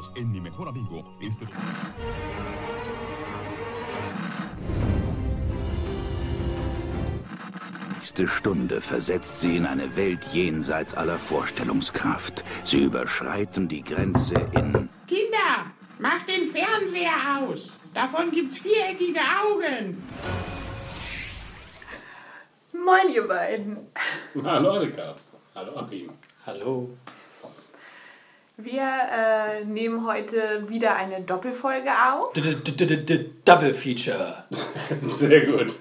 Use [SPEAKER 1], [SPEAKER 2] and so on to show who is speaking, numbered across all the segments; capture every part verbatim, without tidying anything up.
[SPEAKER 1] Unidos en Mi Mejor Amigo. Este...
[SPEAKER 2] Nächste Stunde versetzt sie in eine Welt jenseits aller Vorstellungskraft. Sie überschreiten die Grenze in...
[SPEAKER 3] Kinder, macht den Fernseher aus. Davon gibt's viereckige Augen.
[SPEAKER 4] Moin, ihr beiden.
[SPEAKER 5] Hallo Annika. Hallo Achim.
[SPEAKER 6] Hallo.
[SPEAKER 4] Wir äh, nehmen heute wieder eine Doppelfolge auf.
[SPEAKER 6] Double Feature.
[SPEAKER 5] Sehr gut.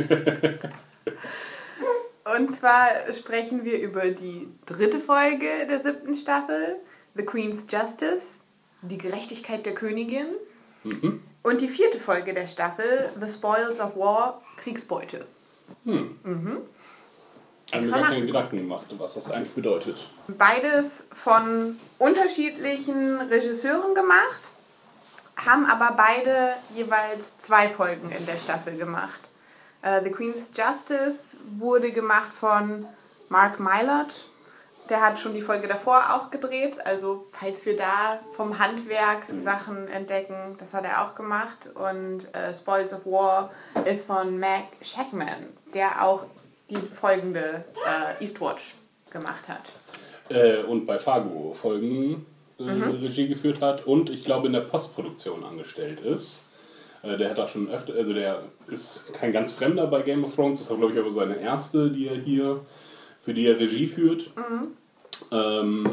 [SPEAKER 4] Und zwar sprechen wir über die dritte Folge der siebten Staffel, The Queen's Justice, die Gerechtigkeit der Königin.
[SPEAKER 5] Mhm.
[SPEAKER 4] Und die vierte Folge der Staffel, The Spoils of War, Kriegsbeute.
[SPEAKER 5] Hm.
[SPEAKER 4] Mhm.
[SPEAKER 5] Haben wir gar keine Gedanken gemacht, was das eigentlich bedeutet.
[SPEAKER 4] Beides von unterschiedlichen Regisseuren gemacht, haben aber beide jeweils zwei Folgen in der Staffel gemacht. Uh, The Queen's Justice wurde gemacht von Mark Mylod. Der hat schon die Folge davor auch gedreht. Also falls wir da vom Handwerk Sachen entdecken, das hat er auch gemacht. Und uh, Spoils of War ist von Mac Shackman, der auch die folgende uh, Eastwatch gemacht hat.
[SPEAKER 5] Äh, und bei Fargo Folgen äh,
[SPEAKER 4] Mhm.
[SPEAKER 5] Regie geführt hat und ich glaube in der Postproduktion angestellt ist. Äh, der hat auch schon öfter, also der ist kein ganz Fremder bei Game of Thrones, das war glaube ich aber seine erste, die er hier, für die er Regie führt.
[SPEAKER 4] Mhm.
[SPEAKER 5] Ähm,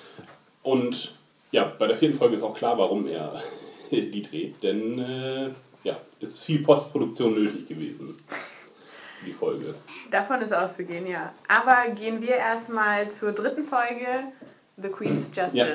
[SPEAKER 5] und ja, bei der vierten Folge ist auch klar, warum er die dreht, denn äh, ja, es ist viel Postproduktion nötig gewesen. Die Folge.
[SPEAKER 4] Davon ist auszugehen, ja. Aber gehen wir erstmal zur dritten Folge, The Queen's Justice.
[SPEAKER 5] Ja.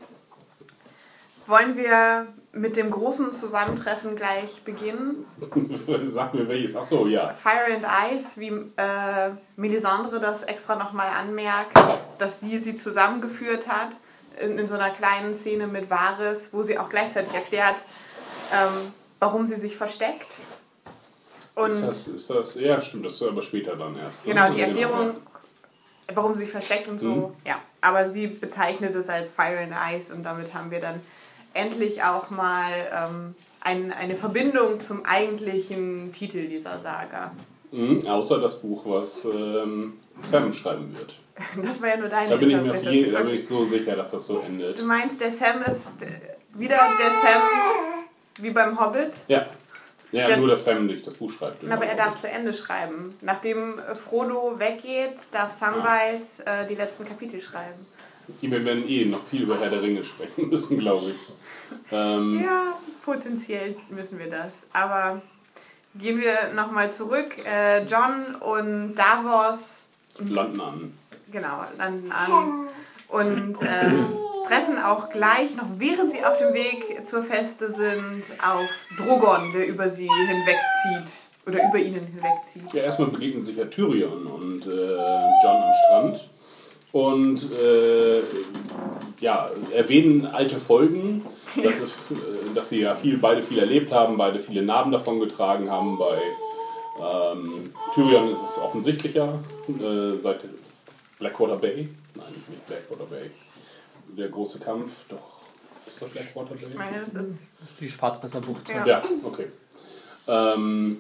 [SPEAKER 4] Wollen wir mit dem großen Zusammentreffen gleich beginnen?
[SPEAKER 5] Sag mir welches. Achso, ja.
[SPEAKER 4] Fire and Ice, wie äh, Melisandre das extra nochmal anmerkt, dass sie sie zusammengeführt hat in, in so einer kleinen Szene mit Varys, wo sie auch gleichzeitig erklärt, ähm, warum sie sich versteckt. Und
[SPEAKER 5] ist das, ist das, ja, stimmt, das ist aber später dann erst. Ne?
[SPEAKER 4] genau, die
[SPEAKER 5] Genau,
[SPEAKER 4] Erklärung,
[SPEAKER 5] ja.
[SPEAKER 4] warum sie sich versteckt und so,
[SPEAKER 5] Mhm.
[SPEAKER 4] ja. Aber sie bezeichnet es als Fire and Ice und damit haben wir dann endlich auch mal ähm, ein, eine Verbindung zum eigentlichen Titel dieser Saga.
[SPEAKER 5] Mhm, außer das Buch, was ähm, Sam schreiben wird.
[SPEAKER 4] Das war ja nur deine
[SPEAKER 5] Da bin, ich mir
[SPEAKER 4] Interpretation.
[SPEAKER 5] viel, da bin ich so sicher, dass das so endet.
[SPEAKER 4] Du meinst, der Sam ist äh, wieder der Sam wie beim Hobbit?
[SPEAKER 5] Ja. Ja,
[SPEAKER 4] Ja.
[SPEAKER 5] nur dass Sam nicht das Buch schreibt.
[SPEAKER 4] Aber er darf zu Ende schreiben. Nachdem äh, Frodo weggeht, darf Samwise äh, die letzten Kapitel schreiben.
[SPEAKER 5] Wir werden eh noch viel über Herr der Ringe sprechen müssen, glaube ich. Ähm,
[SPEAKER 4] Ja, potenziell müssen wir das. Aber gehen wir nochmal zurück. Äh, Jon und Davos
[SPEAKER 5] landen an.
[SPEAKER 4] genau, landen an und äh, treffen auch gleich, noch während sie auf dem Weg zur Feste sind, auf Drogon, der über sie hinwegzieht oder über ihnen hinwegzieht.
[SPEAKER 5] Ja, erstmal begegnen sich ja Tyrion und äh, Jon am Strand. Und äh, ja, erwähnen alte Folgen, dass, es, äh, dass sie ja viel, beide viel erlebt haben, beide viele Narben davon getragen haben. Bei ähm, Tyrion ist es offensichtlicher, äh, seit Blackwater Bay, nein, nicht Blackwater Bay, der große Kampf, doch, ist das Blackwater Bay?
[SPEAKER 4] Ich meine, das ist
[SPEAKER 6] Das ist die Schwarzwasserbucht.
[SPEAKER 4] Ja.
[SPEAKER 5] Ja, okay. Ähm,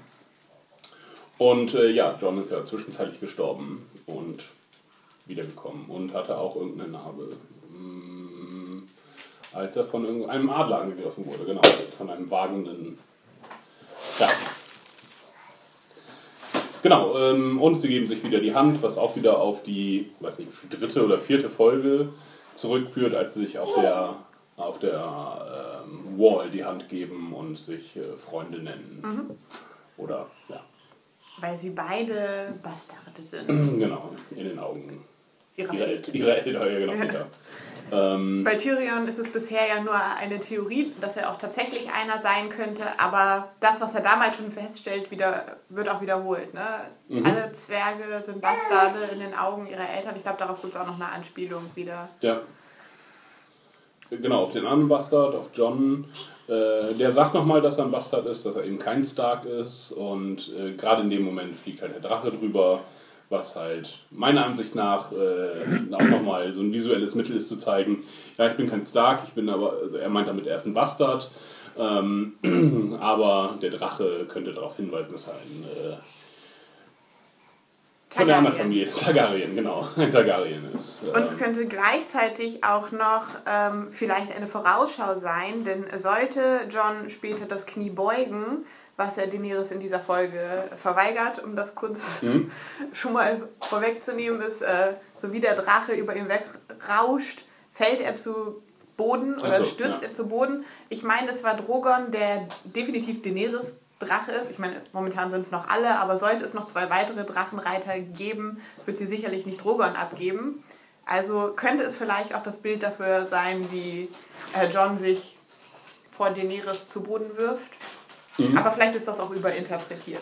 [SPEAKER 5] und äh, ja, Jon ist ja zwischenzeitlich gestorben und wiedergekommen und hatte auch irgendeine Narbe, mh, als er von irgend- einem Adler angegriffen wurde, genau, von einem wagenden. Ja. Genau, ähm, und sie geben sich wieder die Hand, was auch wieder auf die, weiß nicht, dritte oder vierte Folge zurückführt, als sie sich auf der, auf der ähm, Wall die Hand geben und sich äh, Freunde nennen.
[SPEAKER 4] Mhm.
[SPEAKER 5] Oder, ja,
[SPEAKER 4] weil sie beide Bastarde sind.
[SPEAKER 5] genau, in den Augen
[SPEAKER 4] Ihrer
[SPEAKER 5] ihrer
[SPEAKER 4] Väter.
[SPEAKER 5] El- ihrer Eltern, ja, genau. Ja. Ähm,
[SPEAKER 4] Bei Tyrion ist es bisher ja nur eine Theorie, dass er auch tatsächlich einer sein könnte, aber das, was er damals schon feststellt, wieder, wird auch wiederholt. Ne?
[SPEAKER 5] Mhm.
[SPEAKER 4] Alle Zwerge sind Bastarde in den Augen ihrer Eltern. Ich glaube, darauf gibt es auch noch eine Anspielung wieder.
[SPEAKER 5] Ja. Genau, auf den anderen Bastard, auf Jon. Äh, der sagt nochmal, dass er ein Bastard ist, dass er eben kein Stark ist. Und äh, gerade in dem Moment fliegt halt der Drache drüber, was halt meiner Ansicht nach äh, auch nochmal so ein visuelles Mittel ist, zu zeigen, ja, ich bin kein Stark, ich bin aber, also er meint damit, er ist ein Bastard, ähm, aber der Drache könnte darauf hinweisen, dass er ein äh, von der anderen Familie, Targaryen, genau, ein Targaryen ist.
[SPEAKER 4] Und es könnte gleichzeitig auch noch ähm, vielleicht eine Vorausschau sein, denn sollte Jon später das Knie beugen, was er Daenerys in dieser Folge verweigert, um das kurz mhm. schon mal vorwegzunehmen, ist, äh, so wie der Drache über ihn wegrauscht, fällt er zu Boden oder also, stürzt ja. er zu Boden. Ich meine, es war Drogon, der definitiv Daenerys Drache ist. Ich meine, momentan sind es noch alle, aber sollte es noch zwei weitere Drachenreiter geben, wird sie sicherlich nicht Drogon abgeben. Also könnte es vielleicht auch das Bild dafür sein, wie äh, Jon sich vor Daenerys zu Boden wirft. Mhm. Aber vielleicht ist das auch überinterpretiert.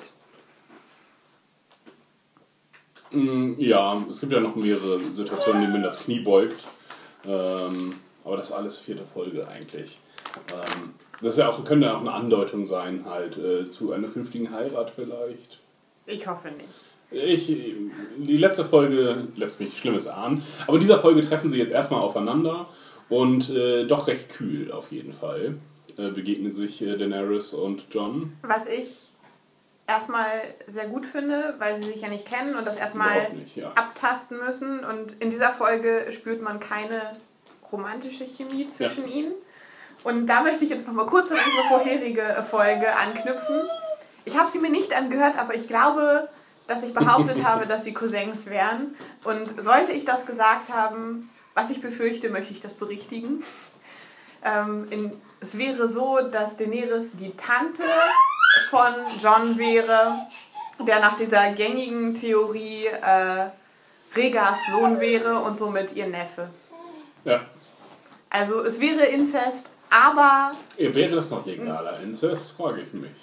[SPEAKER 5] Ja, es gibt ja noch mehrere Situationen, in denen man das Knie beugt. Ähm, aber das ist alles vierte Folge eigentlich. Ähm, das ist ja auch, könnte ja auch eine Andeutung sein, halt äh, zu einer künftigen Heirat vielleicht.
[SPEAKER 4] Ich hoffe nicht.
[SPEAKER 5] Ich, die letzte Folge lässt mich Schlimmes ahnen. Aber in dieser Folge treffen sie jetzt erstmal aufeinander und äh, doch recht kühl auf jeden Fall. Äh, begegnen sich äh, Daenerys und Jon.
[SPEAKER 4] Was ich erstmal sehr gut finde, weil sie sich ja nicht kennen und das erstmal nicht, ja. abtasten müssen. Und in dieser Folge spürt man keine romantische Chemie zwischen ja. ihnen. Und da möchte ich jetzt noch mal kurz an unsere vorherige Folge anknüpfen. Ich habe sie mir nicht angehört, aber ich glaube, dass ich behauptet habe, dass sie Cousins wären. Und sollte ich das gesagt haben, was ich befürchte, möchte ich das berichtigen. Ähm, in, es wäre so, dass Daenerys die Tante von Jon wäre, der nach dieser gängigen Theorie äh, Rhaegas Sohn wäre und somit ihr Neffe.
[SPEAKER 5] Ja.
[SPEAKER 4] Also es wäre Inzest, aber...
[SPEAKER 5] Wäre das noch legaler Inzest, frage ich mich.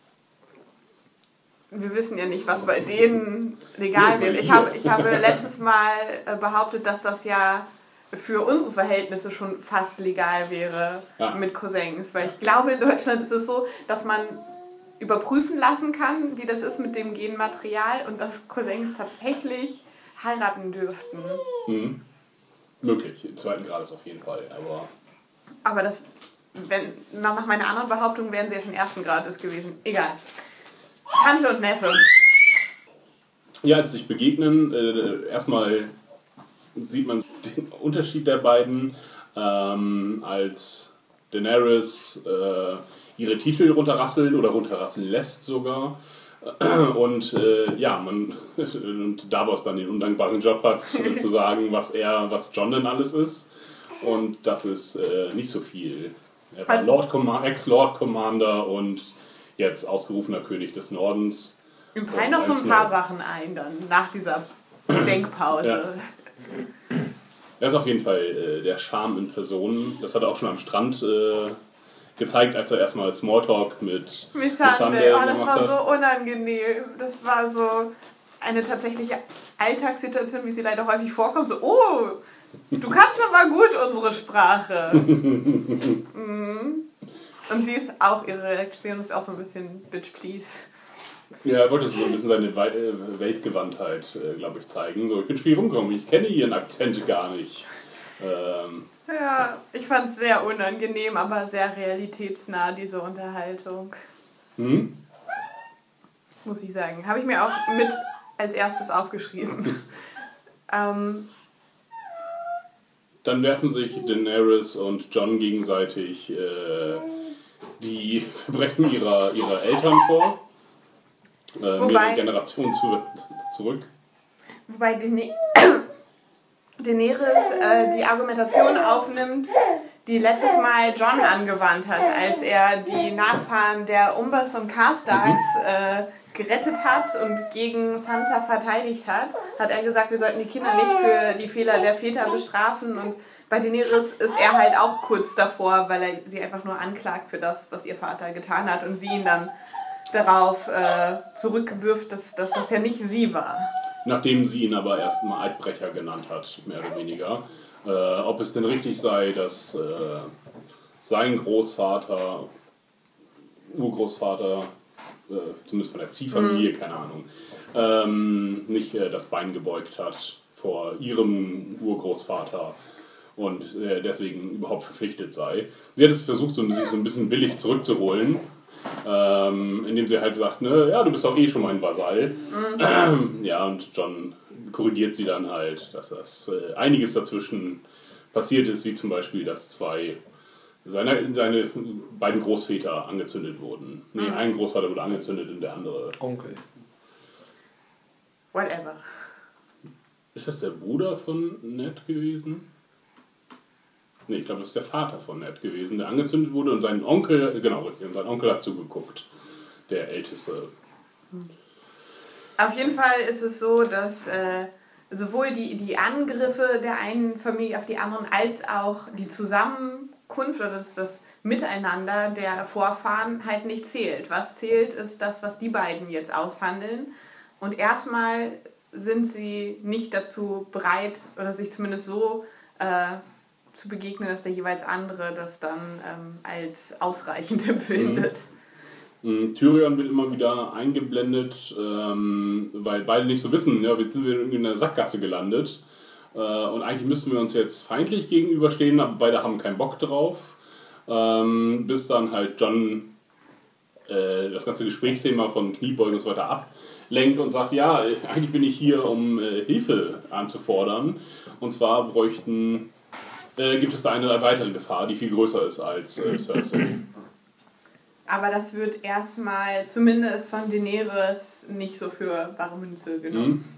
[SPEAKER 4] Wir wissen ja nicht, was bei denen legal wäre. Ich habe, ich habe letztes Mal behauptet, dass das ja für unsere Verhältnisse schon fast legal wäre ja. mit Cousins. Weil ich glaube, in Deutschland ist es so, dass man überprüfen lassen kann, wie das ist mit dem Genmaterial und dass Cousins tatsächlich heiraten dürften.
[SPEAKER 5] Mhm. Möglich, im zweiten Grad ist auf jeden Fall, aber...
[SPEAKER 4] Aber das, wenn, nach meiner anderen Behauptung wären sie ja schon ersten Grades gewesen. Egal. Tante und Neffe.
[SPEAKER 5] Ja, als sie sich begegnen, äh, erstmal sieht man den Unterschied der beiden, ähm, als Daenerys äh, ihre Titel runterrasseln oder runterrasseln lässt sogar. Und äh, ja, man und Davos dann den undankbaren Job hat, zu sagen, was er, was Jon denn alles ist. Und das ist äh, nicht so viel. Er war Lord Command- Ex-Lord Commander und jetzt ausgerufener König des Nordens.
[SPEAKER 4] Ihm fallen noch so ein paar Sachen ein, dann nach dieser Denkpause. Ja.
[SPEAKER 5] Er ist auf jeden Fall äh, der Charme in Person. Das hat er auch schon am Strand äh, gezeigt, als er erstmal Smalltalk mit
[SPEAKER 4] Missandei. Oh, das war so unangenehm. Das war so eine tatsächliche Alltagssituation, wie sie leider häufig vorkommt. So, oh, du kannst aber gut unsere Sprache. mhm. Und sie ist auch, ihre Reaktion ist auch so ein bisschen Bitch, please.
[SPEAKER 5] Ja, er wollte so ein bisschen seine Weltgewandtheit, glaube ich, zeigen. So, ich bin viel rumgekommen, ich kenne ihren Akzent gar nicht. Ähm,
[SPEAKER 4] ja, ich fand es sehr unangenehm, aber sehr realitätsnah, diese Unterhaltung.
[SPEAKER 5] Hm?
[SPEAKER 4] Muss ich sagen. Habe ich mir auch mit als erstes aufgeschrieben. ähm,
[SPEAKER 5] Dann werfen sich Daenerys und Jon gegenseitig äh, die Verbrechen ihrer, ihrer Eltern vor. Äh, wobei, mehrere Generationen zu, zurück.
[SPEAKER 4] Wobei Daenerys äh, die Argumentation aufnimmt, die letztes Mal Jon angewandt hat, als er die Nachfahren der Umbers und Karstarks äh, gerettet hat und gegen Sansa verteidigt hat, hat er gesagt, wir sollten die Kinder nicht für die Fehler der Väter bestrafen. Und bei Daenerys ist er halt auch kurz davor, weil er sie einfach nur anklagt für das, was ihr Vater getan hat und sie ihn dann darauf äh, zurückwirft, dass, dass das ja nicht sie war.
[SPEAKER 5] Nachdem sie ihn aber erst mal Eidbrecher genannt hat, mehr oder weniger. Äh, ob es denn richtig sei, dass äh, sein Großvater, Urgroßvater, äh, zumindest von der Ziehfamilie, mhm. keine Ahnung, ähm, nicht äh, das Bein gebeugt hat vor ihrem Urgroßvater und äh, deswegen überhaupt verpflichtet sei. Sie hat es versucht, so, sich so ein bisschen billig zurückzuholen, ähm, indem sie halt sagt, ne, ja, du bist doch eh schon mein Vasall. Mhm. Ja, und John korrigiert sie dann halt, dass das äh, einiges dazwischen passiert ist, wie zum Beispiel, dass zwei seine, seine beiden Großväter angezündet wurden. Nee, mhm. ein Großvater wurde angezündet und der andere
[SPEAKER 6] Onkel.
[SPEAKER 4] Whatever.
[SPEAKER 5] Ist das der Bruder von Ned gewesen? Nee, ich glaube, das ist der Vater von Ned gewesen, der angezündet wurde und sein Onkel, genau richtig, und sein Onkel hat zugeguckt. Der Älteste.
[SPEAKER 4] Auf jeden Fall ist es so, dass äh, sowohl die, die Angriffe der einen Familie auf die anderen als auch die Zusammenkunft oder das, das Miteinander der Vorfahren halt nicht zählt. Was zählt, ist das, was die beiden jetzt aushandeln. Und erstmal sind sie nicht dazu bereit oder sich zumindest so äh, zu begegnen, dass der jeweils andere das dann ähm, als ausreichend empfindet.
[SPEAKER 5] Mhm. Tyrion wird immer wieder eingeblendet, ähm, weil beide nicht so wissen, ja, jetzt sind wir irgendwie in einer Sackgasse gelandet äh, und eigentlich müssten wir uns jetzt feindlich gegenüberstehen, aber beide haben keinen Bock drauf, ähm, bis dann halt John äh, das ganze Gesprächsthema von Kniebeugen und so weiter ablenkt und sagt, ja, eigentlich bin ich hier, um äh, Hilfe anzufordern, und zwar bräuchten, äh, gibt es da eine weitere Gefahr, die viel größer ist als äh, Cersei.
[SPEAKER 4] Aber das wird erstmal, zumindest von Daenerys, nicht so für bare Münze genommen.
[SPEAKER 5] Mhm.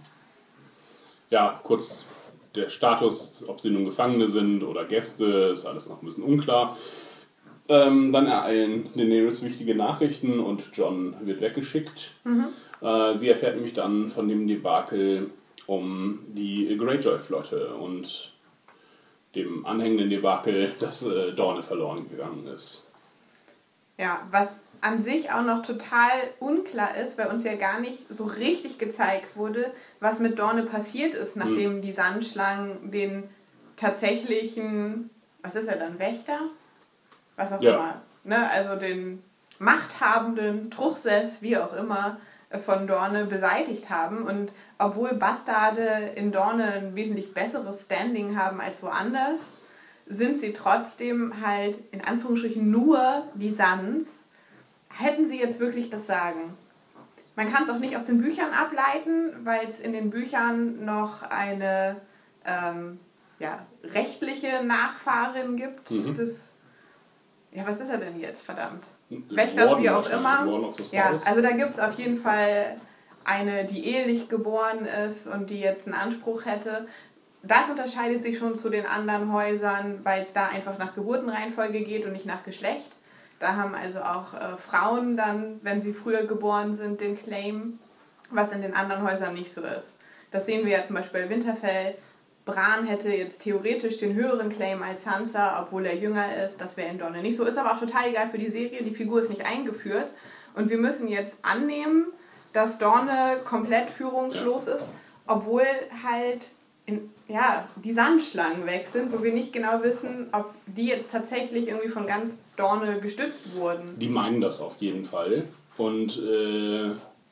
[SPEAKER 5] Ja, kurz der Status, ob sie nun Gefangene sind oder Gäste, ist alles noch ein bisschen unklar. Ähm, dann ereilen Daenerys wichtige Nachrichten und Jon wird weggeschickt. Mhm. Äh, sie erfährt nämlich dann von dem Debakel um die Greyjoy-Flotte und dem anhängenden Debakel, dass äh, Dorne verloren gegangen ist.
[SPEAKER 4] Ja, was an sich auch noch total unklar ist, weil uns ja gar nicht so richtig gezeigt wurde, was mit Dorne passiert ist, nachdem mhm. die Sandschlangen den tatsächlichen, was ist er dann, Wächter? Was auch
[SPEAKER 5] ja.
[SPEAKER 4] immer, ne? Also den machthabenden Truchsess, wie auch immer, von Dorne beseitigt haben. Und obwohl Bastarde in Dorne ein wesentlich besseres Standing haben als woanders, sind sie trotzdem halt in Anführungsstrichen nur die Sans. Hätten sie jetzt wirklich das Sagen? Man kann es auch nicht aus den Büchern ableiten, weil es in den Büchern noch eine ähm, ja, rechtliche Nachfahrin gibt. Mhm. Des, ja, was ist er denn jetzt, verdammt? Wächters, wie auch immer. Ja, also da gibt es auf jeden Fall eine, die ehelich geboren ist und die jetzt einen Anspruch hätte. Das unterscheidet sich schon zu den anderen Häusern, weil es da einfach nach Geburtenreihenfolge geht und nicht nach Geschlecht. Da haben also auch äh, Frauen dann, wenn sie früher geboren sind, den Claim, was in den anderen Häusern nicht so ist. Das sehen wir ja zum Beispiel bei Winterfell. Bran hätte jetzt theoretisch den höheren Claim als Sansa, obwohl er jünger ist. Das wäre in Dorne nicht so. Ist aber auch total egal für die Serie. Die Figur ist nicht eingeführt. Und wir müssen jetzt annehmen, dass Dorne komplett führungslos ist, obwohl halt in, ja, die Sandschlangen weg sind, wo wir nicht genau wissen, ob die jetzt tatsächlich irgendwie von ganz Dorne gestützt wurden.
[SPEAKER 5] Die meinen das auf jeden Fall. Und äh,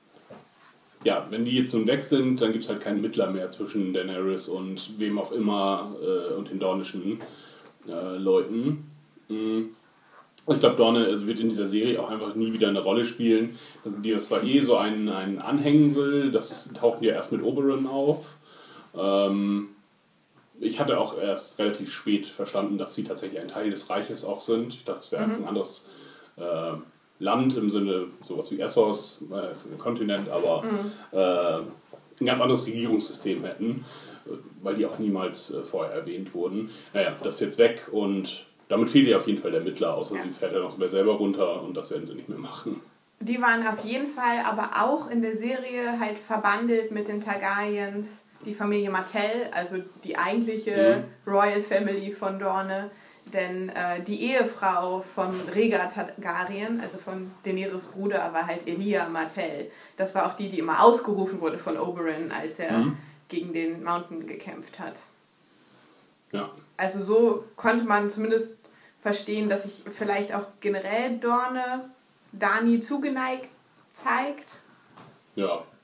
[SPEAKER 5] ja, wenn die jetzt nun weg sind, dann gibt es halt keinen Mittler mehr zwischen Daenerys und wem auch immer äh, und den dornischen äh, Leuten. Mhm. Und ich glaube, Dorne also wird in dieser Serie auch einfach nie wieder eine Rolle spielen. Das war eh so ein, ein Anhängsel, das ist, taucht ja erst mit Oberyn auf. Ähm, ich hatte auch erst relativ spät verstanden, dass sie tatsächlich ein Teil des Reiches auch sind. Ich dachte, es wäre mhm. ein anderes äh, Land im Sinne sowas wie Essos, äh, ist ein Kontinent, aber mhm. äh, ein ganz anderes Regierungssystem hätten, weil die auch niemals äh, vorher erwähnt wurden. Naja, das ist jetzt weg und damit fehlt ihr auf jeden Fall der Mittler, außer ja. sie fährt ja noch selber runter und das werden sie nicht mehr machen.
[SPEAKER 4] Die waren auf jeden Fall aber auch in der Serie halt verbandelt mit den Targaryens, die Familie Martell, also die eigentliche mhm. Royal Family von Dorne. Denn äh, die Ehefrau von Rhaegar Targaryen, also von Daenerys Bruder, war halt Elia Martell. Das war auch die, die immer ausgerufen wurde von Oberyn, als er mhm. gegen den Mountain gekämpft hat.
[SPEAKER 5] Ja.
[SPEAKER 4] Also so konnte man zumindest verstehen, dass sich vielleicht auch generell Dorne Dany zugeneigt zeigt.
[SPEAKER 5] Ja.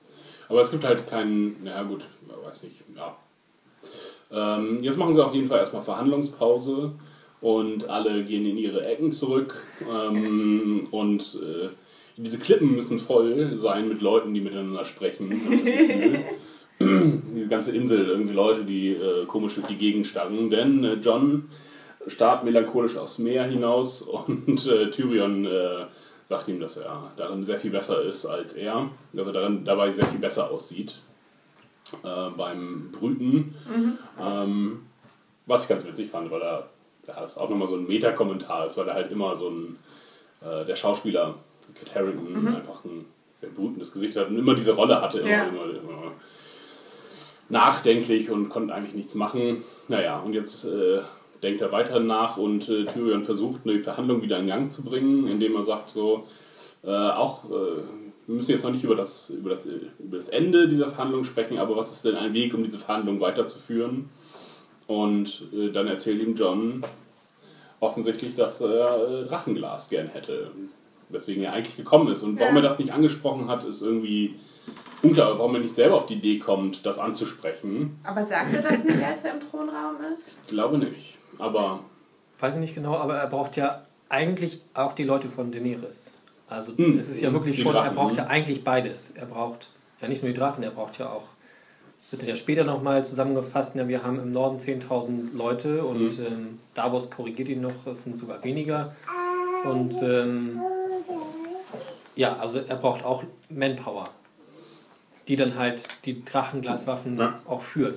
[SPEAKER 5] Aber es gibt halt keinen, naja gut, weiß nicht, ja. Ähm, jetzt machen sie auf jeden Fall erstmal Verhandlungspause und alle gehen in ihre Ecken zurück ähm, und äh, diese Klippen müssen voll sein mit Leuten, die miteinander sprechen. Habe ich das Gefühl. Diese ganze Insel, irgendwie Leute, die äh, komisch durch die Gegend starren, denn äh, Jon starrt melancholisch aufs Meer hinaus und äh, Tyrion äh, sagt ihm, dass er darin sehr viel besser ist als er, dass er darin, dabei sehr viel besser aussieht äh, beim Brüten. Mhm. Ähm, was ich ganz witzig fand, weil er, ja, das ist auch nochmal so ein Meta-Kommentar ist, weil er halt immer so ein, äh, der Schauspieler Kit Harington mhm. einfach ein sehr brütendes Gesicht hat und immer diese Rolle hatte, immer, ja. immer, immer nachdenklich und konnte eigentlich nichts machen. Naja, und jetzt äh, denkt er weiter nach und äh, Tyrion versucht, eine Verhandlung wieder in Gang zu bringen, indem er sagt, so, äh, auch, äh, wir müssen jetzt noch nicht über das, über, das, über das Ende dieser Verhandlung sprechen, aber was ist denn ein Weg, um diese Verhandlung weiterzuführen? Und äh, dann erzählt ihm Jon offensichtlich, dass er äh, Drachenglas gern hätte, weswegen er eigentlich gekommen ist. Und warum ja. er das nicht angesprochen hat, ist irgendwie unklar, warum er nicht selber auf die Idee kommt, das anzusprechen.
[SPEAKER 4] Aber sagt er das nicht, als er im Thronraum ist?
[SPEAKER 5] Ich glaube nicht. Aber
[SPEAKER 6] weiß ich nicht genau, aber er braucht ja eigentlich auch die Leute von Daenerys. Also hm, es ist ja wirklich schon, Drachen, er braucht ja eigentlich beides. Er braucht ja nicht nur die Drachen, er braucht ja auch, das wird ja später nochmal zusammengefasst, ja, wir haben im Norden zehntausend Leute und hm. ähm, Davos korrigiert ihn noch, es sind sogar weniger. Und ähm, ja, also er braucht auch Manpower, die dann halt die Drachenglaswaffen ja. auch führen.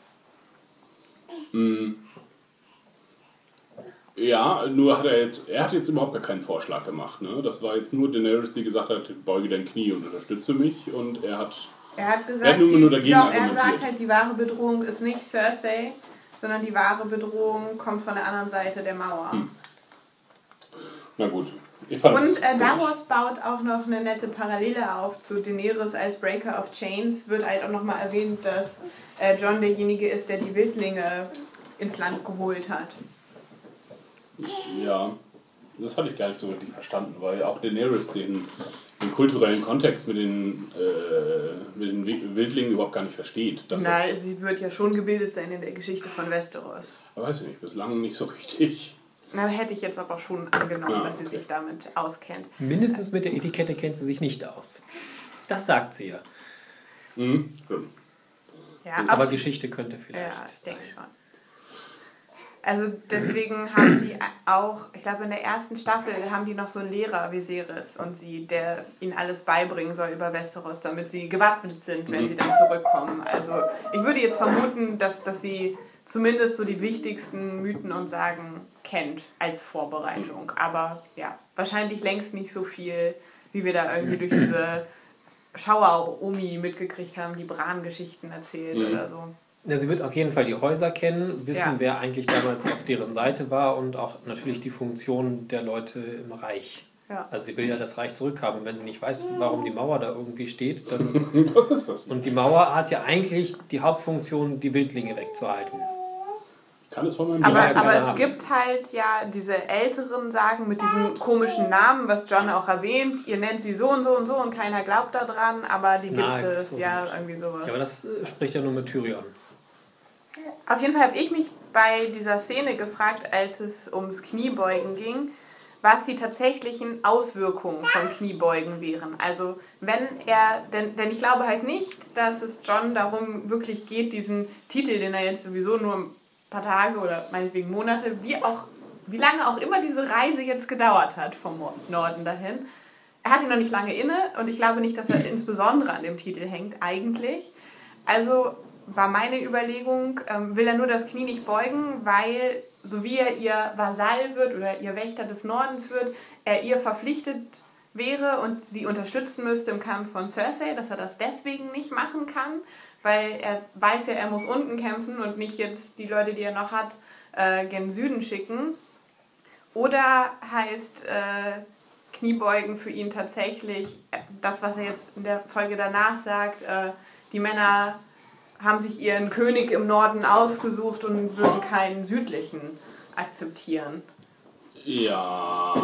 [SPEAKER 5] Hm. Ja, nur hat er jetzt, er hat jetzt überhaupt gar keinen Vorschlag gemacht. Ne? Das war jetzt nur Daenerys, die gesagt hat, beuge dein Knie und unterstütze mich. Und er hat,
[SPEAKER 4] er hat gesagt,
[SPEAKER 5] er hat nur,
[SPEAKER 4] die,
[SPEAKER 5] nur dagegen
[SPEAKER 4] doch, er sagt halt, die wahre Bedrohung ist nicht Cersei, sondern die wahre Bedrohung kommt von der anderen Seite der Mauer. Hm.
[SPEAKER 5] Na gut. Ich
[SPEAKER 4] und äh, Davos baut auch noch eine nette Parallele auf zu Daenerys als Breaker of Chains. Wird halt auch nochmal erwähnt, dass äh, Jon derjenige ist, der die Wildlinge ins Land geholt hat.
[SPEAKER 5] Ja, das hatte ich gar nicht so wirklich verstanden, weil auch Daenerys den, den kulturellen Kontext mit den, äh, mit den Wildlingen überhaupt gar nicht versteht.
[SPEAKER 4] Nein, sie wird ja schon gebildet sein in der Geschichte von Westeros.
[SPEAKER 5] Aber weiß ich nicht, bislang nicht so richtig.
[SPEAKER 4] Na, hätte ich jetzt aber schon angenommen, ah, okay. dass sie sich damit auskennt.
[SPEAKER 6] Mindestens mit der Etikette kennt sie sich nicht aus. Das sagt sie ja.
[SPEAKER 5] Mhm, stimmt.
[SPEAKER 4] Ja,
[SPEAKER 6] aber Geschichte könnte vielleicht
[SPEAKER 4] Ja, ich denke schon. Also deswegen haben die auch, ich glaube in der ersten Staffel haben die noch so einen Lehrer Viserys und sie, der ihnen alles beibringen soll über Westeros, damit sie gewappnet sind, wenn mhm. sie dann zurückkommen. Also ich würde jetzt vermuten, dass, dass sie zumindest so die wichtigsten Mythen und Sagen kennt als Vorbereitung. Aber ja, wahrscheinlich längst nicht so viel, wie wir da irgendwie durch diese Schauer-Omi mitgekriegt haben, die Bran-Geschichten erzählt mhm. oder so.
[SPEAKER 6] Ja, sie wird auf jeden Fall die Häuser kennen, wissen, ja. wer eigentlich damals auf deren Seite war und auch natürlich die Funktion der Leute im Reich.
[SPEAKER 4] Ja.
[SPEAKER 6] Also sie will ja das Reich zurückhaben. Wenn sie nicht weiß, warum die Mauer da irgendwie steht, dann...
[SPEAKER 5] Was ist das?
[SPEAKER 6] Und die Mauer hat ja eigentlich die Hauptfunktion, die Wildlinge wegzuhalten.
[SPEAKER 5] Kann es von meinem
[SPEAKER 4] aber aber es haben. gibt halt ja diese älteren Sagen mit diesen komischen Namen, was Jon auch erwähnt. Ihr nennt sie so und so und so und keiner glaubt daran, aber die
[SPEAKER 6] Snarks
[SPEAKER 4] gibt es, ja, irgendwie sowas.
[SPEAKER 6] Ja, aber das äh, spricht ja nur mit Tyrion.
[SPEAKER 4] Auf jeden Fall habe ich mich bei dieser Szene gefragt, als es ums Kniebeugen ging, was die tatsächlichen Auswirkungen von Kniebeugen wären. Also wenn er, denn, denn ich glaube halt nicht, dass es Jon darum wirklich geht, diesen Titel, den er jetzt sowieso nur ein paar Tage oder meinetwegen Monate, wie auch, wie lange auch immer diese Reise jetzt gedauert hat vom Norden dahin. Er hat ihn noch nicht lange inne und ich glaube nicht, dass er insbesondere an dem Titel hängt eigentlich. Also war meine Überlegung, ähm, will er nur das Knie nicht beugen, weil, so wie er ihr Vasall wird oder ihr Wächter des Nordens wird, er ihr verpflichtet wäre und sie unterstützen müsste im Kampf von Cersei, dass er das deswegen nicht machen kann, weil er weiß ja, er muss unten kämpfen und nicht jetzt die Leute, die er noch hat, äh, gen Süden schicken. Oder heißt äh, Kniebeugen für ihn tatsächlich das, was er jetzt in der Folge danach sagt, äh, die Männer haben sich ihren König im Norden ausgesucht und würden keinen südlichen akzeptieren.
[SPEAKER 5] Ja,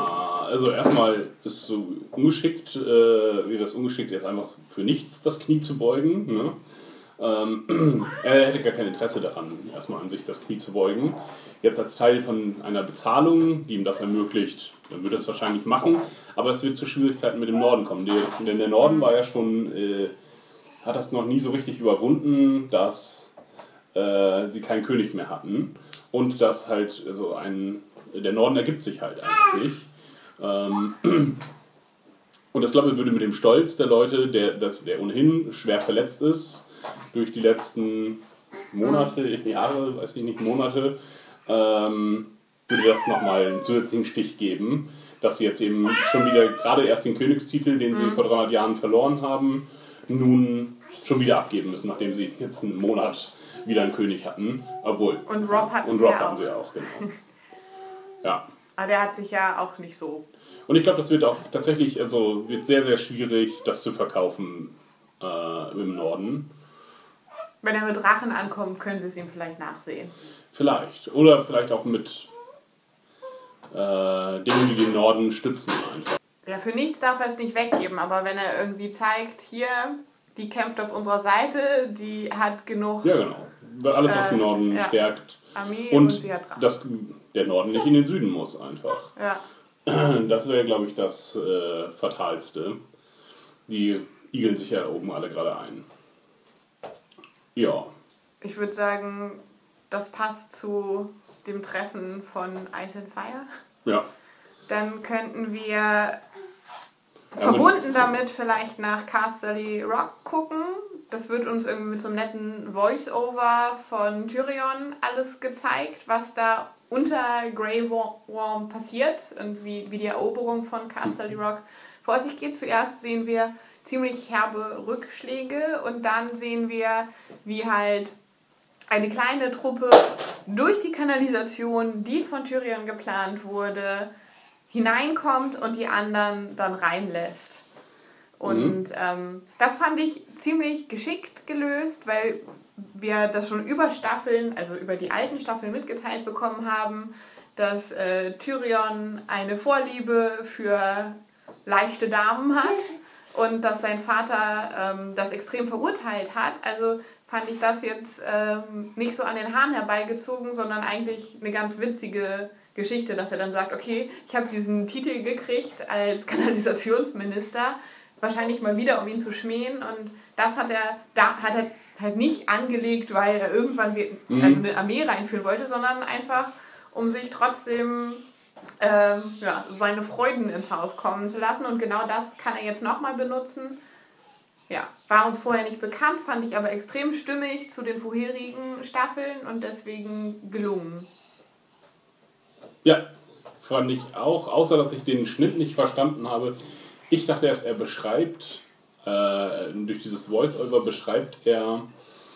[SPEAKER 5] also erstmal ist so ungeschickt, äh, wäre es ungeschickt, jetzt einfach für nichts das Knie zu beugen. Ne? Ähm, er hätte gar kein Interesse daran, erstmal an sich das Knie zu beugen. Jetzt als Teil von einer Bezahlung, die ihm das ermöglicht, dann würde er es wahrscheinlich machen, aber es wird zu Schwierigkeiten mit dem Norden kommen. Der, denn der Norden war ja schon, äh, hat das noch nie so richtig überwunden, dass äh, sie keinen König mehr hatten und dass halt so ein, der Norden ergibt sich halt einfach nicht. Ähm, und das glaube ich würde mit dem Stolz der Leute, der, der ohnehin schwer verletzt ist, durch die letzten Monate, Jahre, weiß ich nicht, Monate, ähm, würde das nochmal einen zusätzlichen Stich geben, dass sie jetzt eben schon wieder, gerade erst den Königstitel, den sie mhm. vor dreihundert Jahren verloren haben, nun schon wieder abgeben müssen, nachdem sie jetzt einen Monat wieder einen König hatten. Obwohl.
[SPEAKER 4] Und Rob hatten,
[SPEAKER 5] und
[SPEAKER 4] sie,
[SPEAKER 5] Rob
[SPEAKER 4] ja
[SPEAKER 5] hatten
[SPEAKER 4] auch.
[SPEAKER 5] sie ja auch, genau. Ja.
[SPEAKER 4] Aber der hat sich ja auch nicht so.
[SPEAKER 5] Und ich glaube, das wird auch tatsächlich, also wird sehr, sehr schwierig, das zu verkaufen äh, im Norden.
[SPEAKER 4] Wenn er mit Drachen ankommt, können sie es ihm vielleicht nachsehen.
[SPEAKER 5] Vielleicht. Oder vielleicht auch mit äh, Dingen, die den Norden stützen einfach.
[SPEAKER 4] Ja, für nichts darf er es nicht weggeben, aber wenn er irgendwie zeigt, hier, die kämpft auf unserer Seite, die hat genug...
[SPEAKER 5] Ja, genau. Alles, was den Norden
[SPEAKER 4] äh, ja.
[SPEAKER 5] stärkt.
[SPEAKER 4] Armee
[SPEAKER 5] und,
[SPEAKER 4] und sie hat Drachen.
[SPEAKER 5] Dass der Norden nicht in den Süden muss einfach.
[SPEAKER 4] Ja.
[SPEAKER 5] Das wäre, glaube ich, das äh, Fatalste. Die igeln sich ja oben alle gerade ein. Ja.
[SPEAKER 4] Ich würde sagen, das passt zu dem Treffen von Ice and Fire.
[SPEAKER 5] Ja.
[SPEAKER 4] Dann könnten wir ja, verbunden damit vielleicht nach Casterly Rock gucken. Das wird uns irgendwie mit so einem netten Voice-Over von Tyrion alles gezeigt, was da unter Grey Worm passiert und wie, wie die Eroberung von Casterly Rock vor sich geht. Zuerst sehen wir ziemlich herbe Rückschläge und dann sehen wir, wie halt eine kleine Truppe durch die Kanalisation, die von Tyrion geplant wurde, hineinkommt und die anderen dann reinlässt. Und mhm. ähm, das fand ich ziemlich geschickt gelöst, weil wir das schon über Staffeln, also über die alten Staffeln mitgeteilt bekommen haben, dass äh, Tyrion eine Vorliebe für leichte Damen hat und dass sein Vater ähm, das extrem verurteilt hat. Also fand ich das jetzt ähm, nicht so an den Haaren herbeigezogen, sondern eigentlich eine ganz witzige Geschichte, dass er dann sagt, okay, ich habe diesen Titel gekriegt als Kanalisationsminister, wahrscheinlich mal wieder, um ihn zu schmähen, und das hat er, da, hat er halt nicht angelegt, weil er irgendwann mhm. also eine Armee reinführen wollte, sondern einfach, um sich trotzdem ähm, ja, seine Freuden ins Haus kommen zu lassen, und genau das kann er jetzt nochmal benutzen. Ja, war uns vorher nicht bekannt, fand ich aber extrem stimmig zu den vorherigen Staffeln und deswegen gelungen.
[SPEAKER 5] Ja, fand ich auch, außer dass ich den Schnitt nicht verstanden habe. Ich dachte erst, er beschreibt, äh, durch dieses Voice-Over beschreibt er,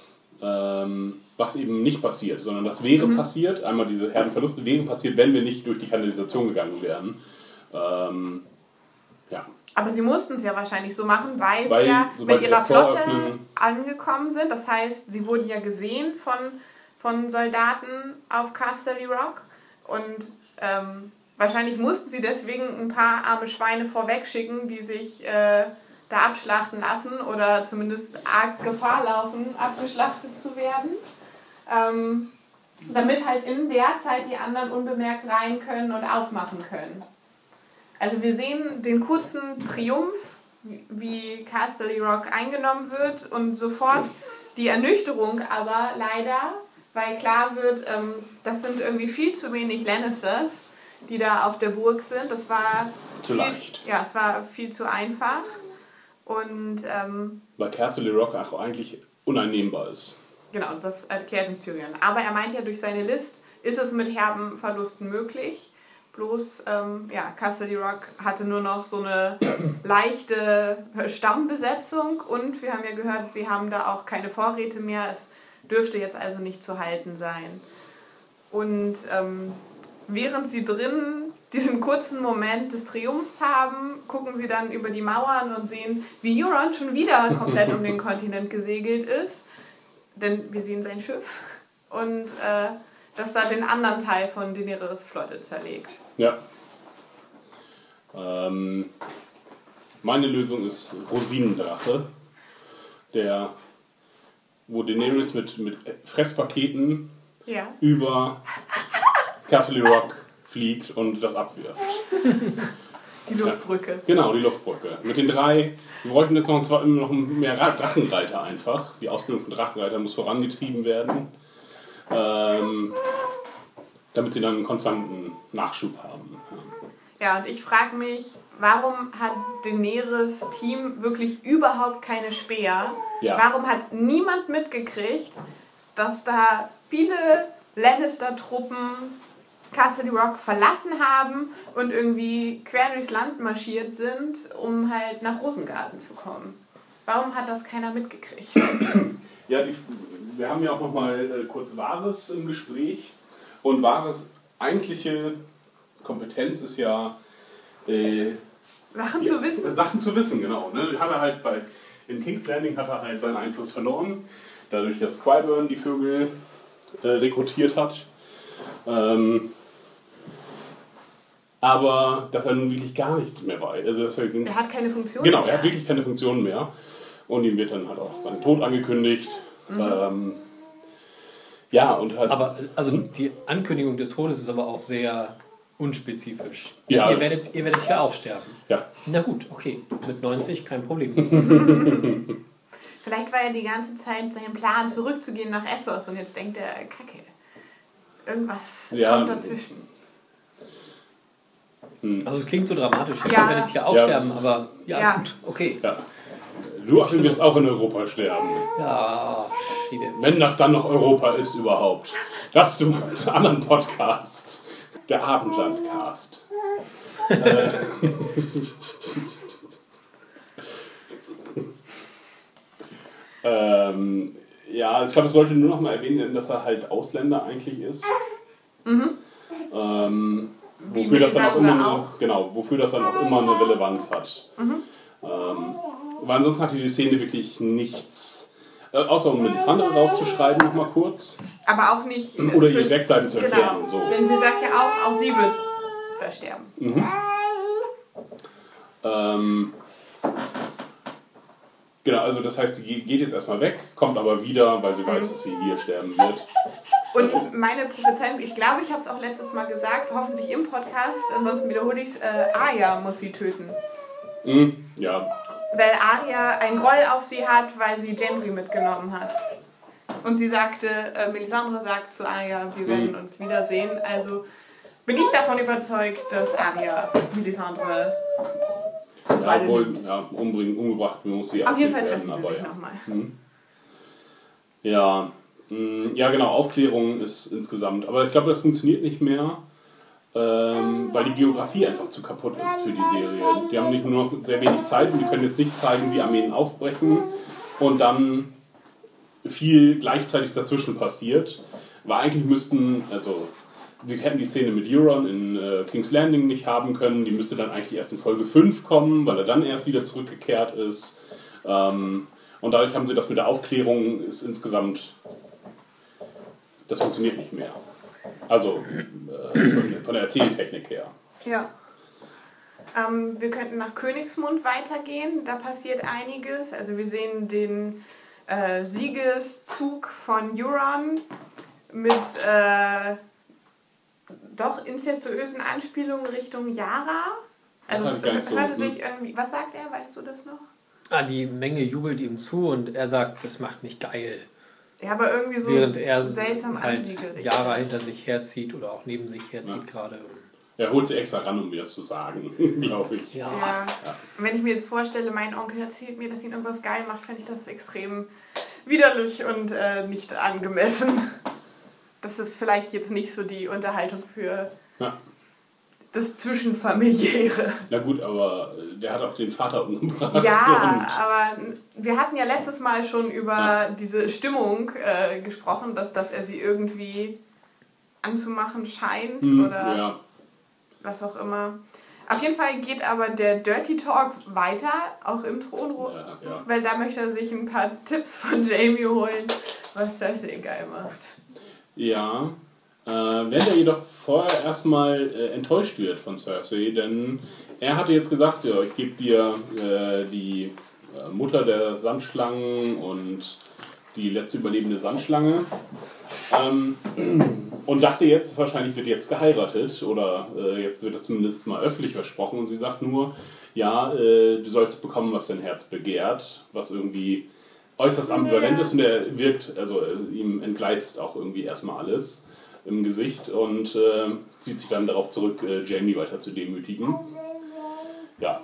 [SPEAKER 5] ähm, was eben nicht passiert, sondern das wäre mhm. passiert, einmal diese herben Verluste wären passiert, wenn wir nicht durch die Kanalisation gegangen wären. Ähm, ja.
[SPEAKER 4] Aber sie mussten es ja wahrscheinlich so machen, weil,
[SPEAKER 5] weil
[SPEAKER 4] sie ja mit ihrer Flotte
[SPEAKER 5] öffnen,
[SPEAKER 4] angekommen sind. Das heißt, sie wurden ja gesehen von, von Soldaten auf Casterly Rock und ähm, wahrscheinlich mussten sie deswegen ein paar arme Schweine vorweg schicken, die sich äh, da abschlachten lassen oder zumindest arg Gefahr laufen, abgeschlachtet zu werden. Ähm, damit halt in der Zeit die anderen unbemerkt rein können und aufmachen können. Also wir sehen den kurzen Triumph, wie Casterly Rock eingenommen wird, und sofort die Ernüchterung aber leider, weil klar wird, ähm, das sind irgendwie viel zu wenig Lannisters, die da auf der Burg sind. Das war
[SPEAKER 5] zu
[SPEAKER 4] viel,
[SPEAKER 5] leicht.
[SPEAKER 4] Ja, es war viel zu einfach. Und ähm,
[SPEAKER 5] weil Casterly Rock auch eigentlich uneinnehmbar ist.
[SPEAKER 4] Genau, das erklärt uns Tyrion. Aber er meint ja, durch seine List ist es mit herben Verlusten möglich. Bloß, ähm, ja, Casterly Rock hatte nur noch so eine leichte Stammbesetzung und wir haben ja gehört, sie haben da auch keine Vorräte mehr. Es dürfte jetzt also nicht zu halten sein. Und ähm, während sie drin diesen kurzen Moment des Triumphs haben, gucken sie dann über die Mauern und sehen, wie Euron schon wieder komplett um den Kontinent gesegelt ist. Denn wir sehen sein Schiff und äh, das da den anderen Teil von Daenerys Flotte zerlegt.
[SPEAKER 5] Ja. Ähm, meine Lösung ist Rosinendrache, der, wo Daenerys mit, mit Fresspaketen
[SPEAKER 4] Ja.
[SPEAKER 5] über Castle Rock fliegt und das abwirft.
[SPEAKER 4] Die Luftbrücke.
[SPEAKER 5] Ja, genau, die Luftbrücke. Mit den drei, wir bräuchten jetzt noch, zwar noch mehr Drachenreiter einfach. Die Ausbildung von Drachenreitern muss vorangetrieben werden, ähm, damit sie dann einen konstanten Nachschub haben.
[SPEAKER 4] Ja, und ich frage mich, warum hat Daenerys Team wirklich überhaupt keine Speer?
[SPEAKER 5] Ja.
[SPEAKER 4] Warum hat niemand mitgekriegt, dass da viele Lannister-Truppen Castle Rock verlassen haben und irgendwie quer durchs Land marschiert sind, um halt nach Rosengarten zu kommen? Warum hat das keiner mitgekriegt?
[SPEAKER 5] Ja, die, wir haben ja auch noch mal äh, kurz Varys im Gespräch. Und Varys eigentliche Kompetenz ist ja äh,
[SPEAKER 4] Sachen
[SPEAKER 5] ja,
[SPEAKER 4] zu wissen.
[SPEAKER 5] Sachen zu wissen, genau. Ne? Hat er halt bei, in King's Landing hat er halt seinen Einfluss verloren, dadurch, dass Qyburn die Vögel äh, rekrutiert hat. Ähm, aber dass er nun wirklich gar nichts mehr weiß. Also, dass er,
[SPEAKER 4] Er hat keine Funktion
[SPEAKER 5] genau,
[SPEAKER 4] mehr.
[SPEAKER 5] er hat wirklich keine Funktion mehr. Und ihm wird dann halt auch sein Tod angekündigt. Mhm. Ähm, ja, und halt.
[SPEAKER 6] Aber also die Ankündigung des Todes ist aber auch sehr unspezifisch.
[SPEAKER 5] Ja.
[SPEAKER 6] Ihr werdet, ihr werdet hier auch sterben.
[SPEAKER 5] Ja.
[SPEAKER 6] Na gut, okay. Mit neunzig kein Problem.
[SPEAKER 4] Vielleicht war er die ganze Zeit sein Plan, zurückzugehen nach Essos und jetzt denkt er, Kacke, irgendwas
[SPEAKER 5] Ja.
[SPEAKER 4] kommt dazwischen.
[SPEAKER 6] Also es klingt so dramatisch.
[SPEAKER 4] Ja.
[SPEAKER 6] Ihr werdet hier auch
[SPEAKER 5] Ja.
[SPEAKER 6] sterben, aber ja,
[SPEAKER 4] Ja.
[SPEAKER 6] gut, okay.
[SPEAKER 5] Ja. Du Achim, wirst auch in Europa sterben.
[SPEAKER 6] Ja, Schiede.
[SPEAKER 5] Wenn das dann noch Europa ist überhaupt. Das zum anderen Podcast. Der Abendlandcast. äh. ähm, ja, ich glaube, es sollte nur noch mal erwähnen, dass er halt Ausländer eigentlich ist.
[SPEAKER 4] Mhm.
[SPEAKER 5] Ähm,
[SPEAKER 4] Wie
[SPEAKER 5] wofür das dann auch
[SPEAKER 4] Melisandre
[SPEAKER 5] immer eine,
[SPEAKER 4] auch.
[SPEAKER 5] genau, wofür das dann auch immer eine Relevanz hat.
[SPEAKER 4] Mhm.
[SPEAKER 5] Ähm, weil ansonsten hat die Szene wirklich nichts, äh, außer um Melisandre rauszuschreiben noch mal kurz.
[SPEAKER 4] Aber auch nicht...
[SPEAKER 5] Oder
[SPEAKER 4] für-
[SPEAKER 5] ihr Wegbleiben zu erklären
[SPEAKER 4] Genau,
[SPEAKER 5] und so.
[SPEAKER 4] denn sie sagt ja auch, auch sie wird versterben.
[SPEAKER 5] Mhm. Ähm, genau, also das heißt, sie geht jetzt erstmal weg, kommt aber wieder, weil sie weiß, dass sie hier sterben wird.
[SPEAKER 4] Und meine Prophezeiung, ich glaube, ich habe es auch letztes Mal gesagt, hoffentlich im Podcast, ansonsten wiederhole ich es, äh, Arya muss sie töten.
[SPEAKER 5] Mhm, ja,
[SPEAKER 4] Weil Arya einen Groll auf sie hat, weil sie Gendry mitgenommen hat. Und sie sagte, äh, Melisandre sagt zu Arya, wir werden
[SPEAKER 5] Mhm.
[SPEAKER 4] uns wiedersehen. Also bin ich davon überzeugt, dass Arya Melisandre
[SPEAKER 5] ja, obwohl, ja, umbringen, umgebracht muss sie
[SPEAKER 4] auf jeden Fall
[SPEAKER 5] werden,
[SPEAKER 4] treffen sie
[SPEAKER 5] aber
[SPEAKER 4] sich
[SPEAKER 5] ja.
[SPEAKER 4] nochmal.
[SPEAKER 5] Mhm. Ja, mh, ja genau, Aufklärung ist insgesamt, aber ich glaube, das funktioniert nicht mehr, ähm, weil die Geografie einfach zu kaputt ist für die Serie. Die haben nicht nur noch sehr wenig Zeit und die können jetzt nicht zeigen, wie Armeen aufbrechen und dann viel gleichzeitig dazwischen passiert, weil eigentlich müssten, also sie hätten die Szene mit Euron in äh, King's Landing nicht haben können, die müsste dann eigentlich erst in Folge fünf kommen, weil er dann erst wieder zurückgekehrt ist. Ähm, und dadurch haben sie das mit der Aufklärung, ist insgesamt, das funktioniert nicht mehr. Also äh, von, von der Erzähltechnik her.
[SPEAKER 4] Ja. Ähm, wir könnten nach Königsmund weitergehen, da passiert einiges. Also wir sehen den äh, Siegeszug von Euron mit äh, doch inzestuösen Anspielungen Richtung Yara. Also
[SPEAKER 5] Das hab ich gar nicht
[SPEAKER 4] es
[SPEAKER 5] so-
[SPEAKER 4] hörte sich irgendwie, was sagt er, weißt du das noch?
[SPEAKER 6] Ah, die Menge jubelt ihm zu und er sagt, das macht mich geil.
[SPEAKER 4] Ja, aber irgendwie so
[SPEAKER 6] Während er
[SPEAKER 4] seltsam
[SPEAKER 6] halt
[SPEAKER 4] ansiegelig.
[SPEAKER 6] Jahre hinter sich herzieht oder auch neben sich herzieht
[SPEAKER 5] Ja.
[SPEAKER 6] gerade.
[SPEAKER 5] Er holt sie extra ran, um mir das zu sagen, glaube ich.
[SPEAKER 6] Ja.
[SPEAKER 4] Ja. Und wenn ich mir jetzt vorstelle, mein Onkel erzählt mir, dass ihn irgendwas geil macht, fände ich das extrem widerlich und äh, nicht angemessen. Das ist vielleicht jetzt nicht so die Unterhaltung für
[SPEAKER 5] Ja.
[SPEAKER 4] das Zwischenfamiliäre.
[SPEAKER 5] Na gut, aber äh, der hat auch den Vater umgebracht.
[SPEAKER 4] Ja, aber wir hatten ja letztes Mal schon über
[SPEAKER 5] Ja.
[SPEAKER 4] diese Stimmung äh, gesprochen, dass, dass er sie irgendwie anzumachen scheint
[SPEAKER 5] Hm,
[SPEAKER 4] oder
[SPEAKER 5] ja.
[SPEAKER 4] was auch immer. Auf jeden Fall geht aber der Dirty Talk weiter, auch im Thronrohr,
[SPEAKER 5] Ja, ja.
[SPEAKER 4] weil da möchte er sich ein paar Tipps von Jamie holen, was Cersei geil macht.
[SPEAKER 5] Ja, Äh, während er jedoch vorher erstmal äh, enttäuscht wird von Cersei, denn er hatte jetzt gesagt, ja, ich gebe dir äh, die äh, Mutter der Sandschlangen und die letzte überlebende Sandschlange ähm, und dachte jetzt, wahrscheinlich wird jetzt geheiratet oder äh, jetzt wird das zumindest mal öffentlich versprochen und sie sagt nur, ja, äh, du sollst bekommen, was dein Herz begehrt, was irgendwie äußerst ambivalent ist und er wirkt, also äh, ihm entgleist auch irgendwie erstmal alles im Gesicht und äh, zieht sich dann darauf zurück, äh, Jaime weiter zu demütigen. Ja.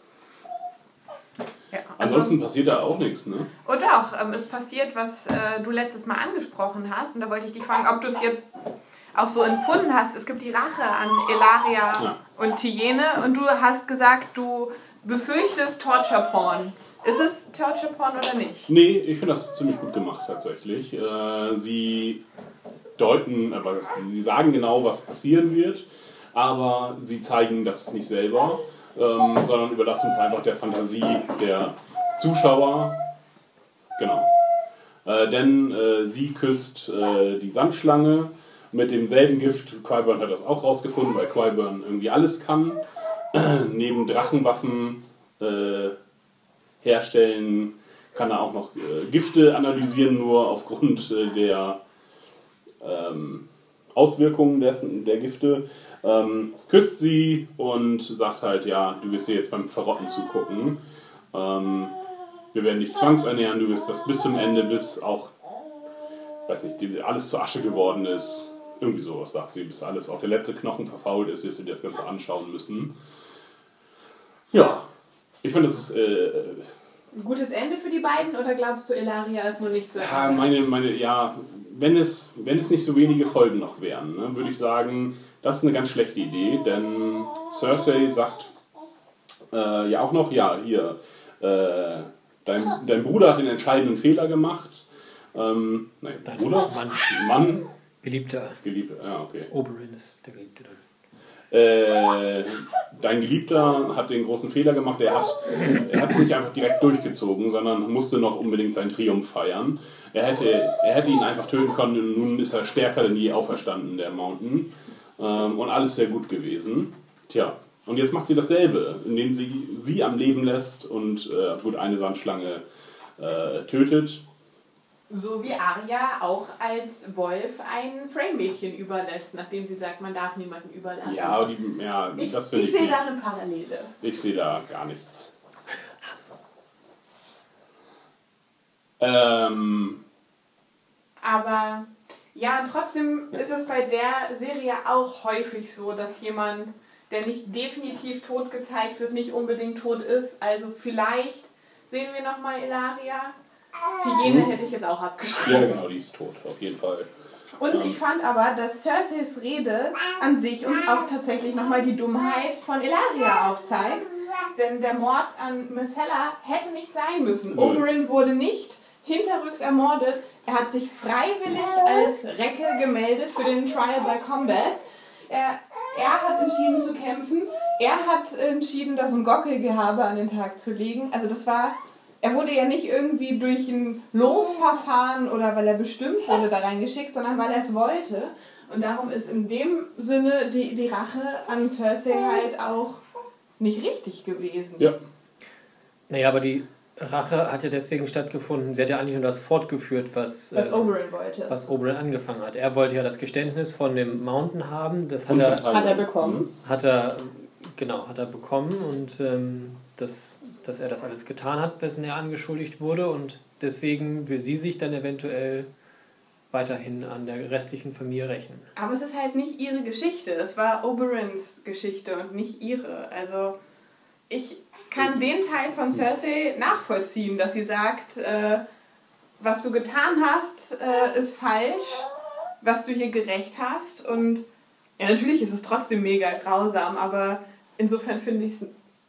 [SPEAKER 4] Ja, also,
[SPEAKER 5] ansonsten passiert da auch nichts, ne?
[SPEAKER 4] Oh doch, ähm, es passiert, was äh, du letztes Mal angesprochen hast und da wollte ich dich fragen, ob du es jetzt auch so empfunden hast. Es gibt die Rache an Ellaria
[SPEAKER 5] ja.
[SPEAKER 4] und Tiene und du hast gesagt, du befürchtest Torture Porn. Ist es Torture Porn oder nicht?
[SPEAKER 5] Nee, ich finde das ziemlich gut gemacht tatsächlich. Äh, sie deuten, aber sie sagen genau, was passieren wird, aber sie zeigen das nicht selber, ähm, sondern überlassen es einfach der Fantasie der Zuschauer. Genau. Äh, denn äh, sie küsst äh, die Sandschlange mit demselben Gift. Qyburn hat das auch rausgefunden, weil Qyburn irgendwie alles kann. Neben Drachenwaffen äh, herstellen kann er auch noch äh, Gifte analysieren, nur aufgrund äh, der ähm, Auswirkungen dessen, der Gifte. Ähm, küsst sie und sagt halt, ja, du wirst dir jetzt beim Verrotten zugucken. Ähm, wir werden dich zwangsernähren, du wirst das bis zum Ende, bis auch, weiß nicht, alles zur Asche geworden ist. Irgendwie sowas sagt sie, bis alles, auch der letzte Knochen verfault ist, wirst du dir das Ganze anschauen müssen. Ja, ich finde, das ist äh,
[SPEAKER 4] ein gutes Ende für die beiden oder glaubst du, Ellaria ist nur nicht zu Ende?
[SPEAKER 5] Ja, meine, meine, ja wenn, es, wenn es nicht so wenige Folgen noch wären, ne, würde ich sagen, das ist eine ganz schlechte Idee, denn Cersei sagt äh, ja auch noch, ja, hier, äh, dein, dein Bruder hat den entscheidenden Fehler gemacht. Ähm, nein, dein Bruder?
[SPEAKER 6] Mann.
[SPEAKER 5] Mann.
[SPEAKER 6] Geliebter.
[SPEAKER 5] Geliebter, ja, okay.
[SPEAKER 6] Oberyn ist der Geliebte.
[SPEAKER 5] Äh, dein Geliebter hat den großen Fehler gemacht, er hat er hat es nicht einfach direkt durchgezogen, sondern musste noch unbedingt seinen Triumph feiern. Er hätte, er hätte ihn einfach töten können und nun ist er stärker denn je auferstanden, der Mountain. Ähm, und alles sehr gut gewesen. Tja, und jetzt macht sie dasselbe, indem sie sie am Leben lässt und äh, gut eine Sandschlange äh, tötet.
[SPEAKER 4] So wie Arya auch als Wolf ein Frame-Mädchen überlässt, nachdem sie sagt, man darf niemanden überlassen.
[SPEAKER 5] Ja, aber die, ja
[SPEAKER 4] ich,
[SPEAKER 5] das finde
[SPEAKER 4] ich
[SPEAKER 5] ich
[SPEAKER 4] sehe
[SPEAKER 5] nicht.
[SPEAKER 4] da eine Parallele.
[SPEAKER 5] Ich sehe da gar nichts. Ähm,
[SPEAKER 4] aber ja, trotzdem ist es bei der Serie auch häufig so, dass jemand, der nicht definitiv tot gezeigt wird, nicht unbedingt tot ist. Also vielleicht sehen wir nochmal Ellaria. Tiene hätte ich jetzt auch abgeschrieben.
[SPEAKER 5] Ja, genau, die ist tot, auf jeden Fall.
[SPEAKER 4] Und ich fand aber, dass Cerseis Rede an sich uns auch tatsächlich nochmal die Dummheit von Ellaria aufzeigt. Denn der Mord an Myrcella hätte nicht sein müssen.
[SPEAKER 5] Nö.
[SPEAKER 4] Oberyn wurde nicht hinterrücks ermordet. Er hat sich freiwillig als Recke gemeldet für den Trial by Combat. Er, er hat entschieden zu kämpfen. Er hat entschieden, das ein Gockelgehabe an den Tag zu legen. Also das war... Er wurde ja nicht irgendwie durch ein Losverfahren oder weil er bestimmt wurde da reingeschickt, sondern weil er es wollte. Und darum ist in dem Sinne die, die Rache an Cersei halt auch nicht richtig gewesen.
[SPEAKER 5] Ja.
[SPEAKER 6] Naja, aber die Rache hat ja deswegen stattgefunden. Sie hat ja eigentlich nur das fortgeführt, was,
[SPEAKER 4] was
[SPEAKER 6] äh,
[SPEAKER 4] Oberyn wollte.
[SPEAKER 6] Was Oberyn angefangen hat. Er wollte ja das Geständnis von dem Mountain haben. Das hat er,
[SPEAKER 4] hat er bekommen.
[SPEAKER 6] Hat er, genau, hat er bekommen und ähm, das... dass er das alles getan hat, wessen er angeschuldigt wurde und deswegen will sie sich dann eventuell weiterhin an der restlichen Familie rächen.
[SPEAKER 4] Aber es ist halt nicht ihre Geschichte, es war Oberyns Geschichte und nicht ihre. Also ich kann den Teil von Cersei nachvollziehen, dass sie sagt, äh, was du getan hast, äh, ist falsch, was du hier gerecht hast und ja, natürlich ist es trotzdem mega grausam, aber insofern finde ich es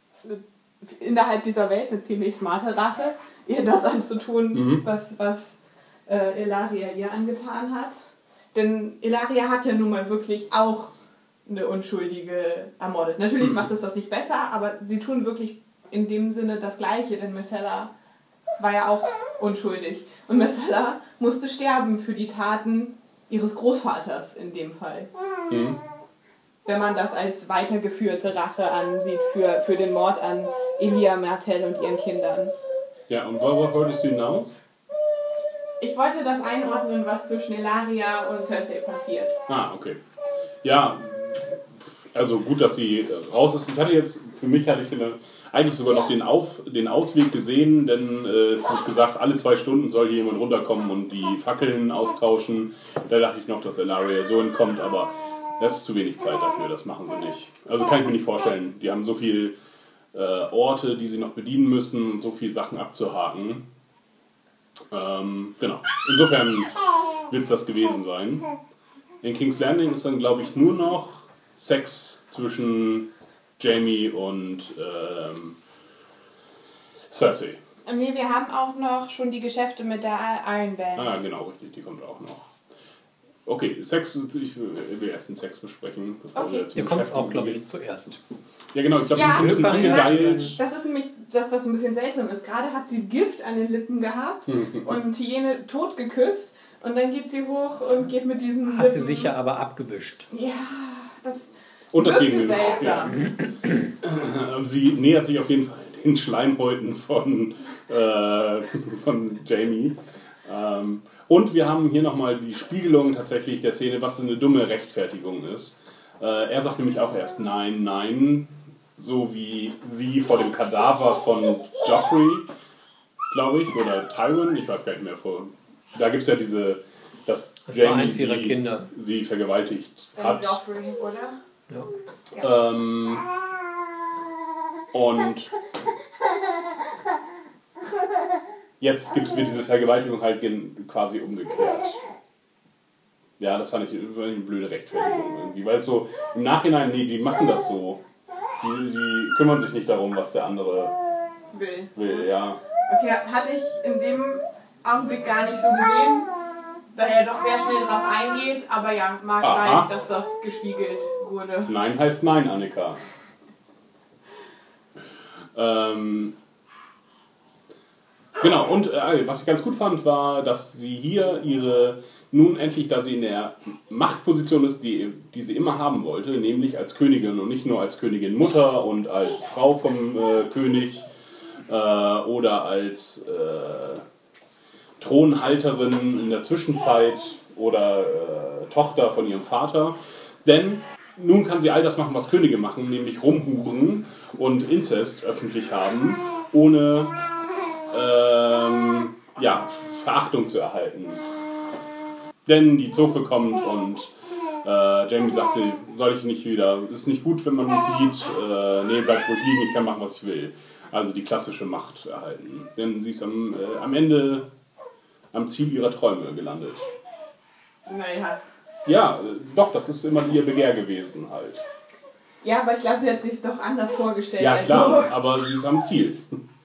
[SPEAKER 4] innerhalb dieser Welt eine ziemlich smarte Rache, ihr das anzutun, mhm. was, was äh, Ellaria ihr angetan hat. Denn Ellaria hat ja nun mal wirklich auch eine Unschuldige ermordet. Natürlich mhm. macht es das nicht besser, aber sie tun wirklich in dem Sinne das Gleiche, denn Myrcella war ja auch unschuldig. Und Myrcella musste sterben für die Taten, ihres Großvaters in dem Fall. Mhm. Wenn man das als weitergeführte Rache ansieht für, für den Mord an Elia Martell und ihren Kindern.
[SPEAKER 5] Ja, und worauf wolltest du hinaus?
[SPEAKER 4] Ich wollte das einordnen, was zwischen Ellaria und Cersei passiert.
[SPEAKER 5] Ah, okay. Ja, also gut, dass sie raus ist. Ich hatte jetzt, für mich hatte ich eine, eigentlich sogar noch den, Auf, den Ausweg gesehen, denn äh, es wird gesagt, alle zwei Stunden soll hier jemand runterkommen und die Fackeln austauschen. Da dachte ich noch, dass Ellaria so entkommt, aber das ist zu wenig Zeit dafür, das machen sie nicht. Also kann ich mir nicht vorstellen. Die haben so viele äh, Orte, die sie noch bedienen müssen und so viele Sachen abzuhaken. Ähm, genau. Insofern wird es das gewesen sein. In King's Landing ist dann, glaube ich, nur noch Sex zwischen Jaime und ähm, Cersei.
[SPEAKER 4] Nee, wir haben auch noch schon die Geschäfte mit der Iron Band.
[SPEAKER 5] Ah, genau, richtig, die kommt auch noch. Okay, Sex, ich will erst den Sex besprechen.
[SPEAKER 4] Okay.
[SPEAKER 6] Der kommt auch, glaube ich, zuerst.
[SPEAKER 5] Ja, genau, ich glaube,
[SPEAKER 4] ja,
[SPEAKER 5] die ist ein bisschen angegeilt.
[SPEAKER 4] Das ist nämlich das, was so ein bisschen seltsam ist. Gerade hat sie Gift an den Lippen gehabt und Hyäne tot geküsst und dann geht sie hoch und geht mit diesen
[SPEAKER 6] Hat
[SPEAKER 4] Lippen.
[SPEAKER 6] sie sicher aber abgewischt.
[SPEAKER 4] Ja, das
[SPEAKER 5] und das
[SPEAKER 4] wirklich seltsam.
[SPEAKER 5] Ja. Sie nähert sich auf jeden Fall den Schleimhäuten von, äh, von Jaime. Ähm, und wir haben hier nochmal die Spiegelung tatsächlich der Szene, was eine dumme Rechtfertigung ist. Äh, er sagt nämlich auch erst nein, nein, so wie sie vor dem Kadaver von Joffrey, glaube ich, oder Tywin, ich weiß gar nicht mehr, vor. Da gibt es ja diese, dass
[SPEAKER 6] das war
[SPEAKER 5] Jaime
[SPEAKER 6] eins ihrer
[SPEAKER 5] sie,
[SPEAKER 6] Kinder.
[SPEAKER 5] sie vergewaltigt hat.
[SPEAKER 4] Joffrey, oder?
[SPEAKER 6] Ja.
[SPEAKER 4] Ja.
[SPEAKER 5] Ähm, und jetzt gibt es mir diese Vergewaltigung halt quasi umgekehrt. Ja, das fand ich eine blöde Rechtfertigung irgendwie. Weil es so im Nachhinein, nee, die machen das so. Die, die kümmern sich nicht darum, was der andere
[SPEAKER 4] will.
[SPEAKER 5] will, ja.
[SPEAKER 4] Okay, hatte ich in dem Augenblick gar nicht so gesehen, da er doch sehr schnell drauf eingeht, aber ja, mag
[SPEAKER 5] Aha.
[SPEAKER 4] sein, dass das gespiegelt wurde.
[SPEAKER 5] Nein heißt nein, Annika. ähm, genau, und äh, was ich ganz gut fand, war, dass sie hier ihre, nun endlich, da sie in der Machtposition ist, die, die sie immer haben wollte, nämlich als Königin und nicht nur als Königin Mutter und als Frau vom äh, König äh, oder als äh, Thronhalterin in der Zwischenzeit oder äh, Tochter von ihrem Vater. Denn nun kann sie all das machen, was Könige machen, nämlich rumhuren und Inzest öffentlich haben, ohne ähm, ja, Verachtung zu erhalten. Denn die Zofe kommt und äh, Jaime sagt, sie, soll ich nicht wieder, ist nicht gut, wenn man mich sieht, äh, nee, bleib ruhig liegen, ich kann machen, was ich will. Also die klassische Macht erhalten. Denn sie ist am, äh, am Ende am Ziel ihrer Träume gelandet.
[SPEAKER 4] Naja.
[SPEAKER 5] Ja, äh, doch, das ist immer ihr Begehr gewesen halt.
[SPEAKER 4] Ja, aber ich glaube, sie hat sich doch anders vorgestellt.
[SPEAKER 5] Ja,
[SPEAKER 4] als
[SPEAKER 5] klar,
[SPEAKER 4] so.
[SPEAKER 5] aber sie ist am Ziel.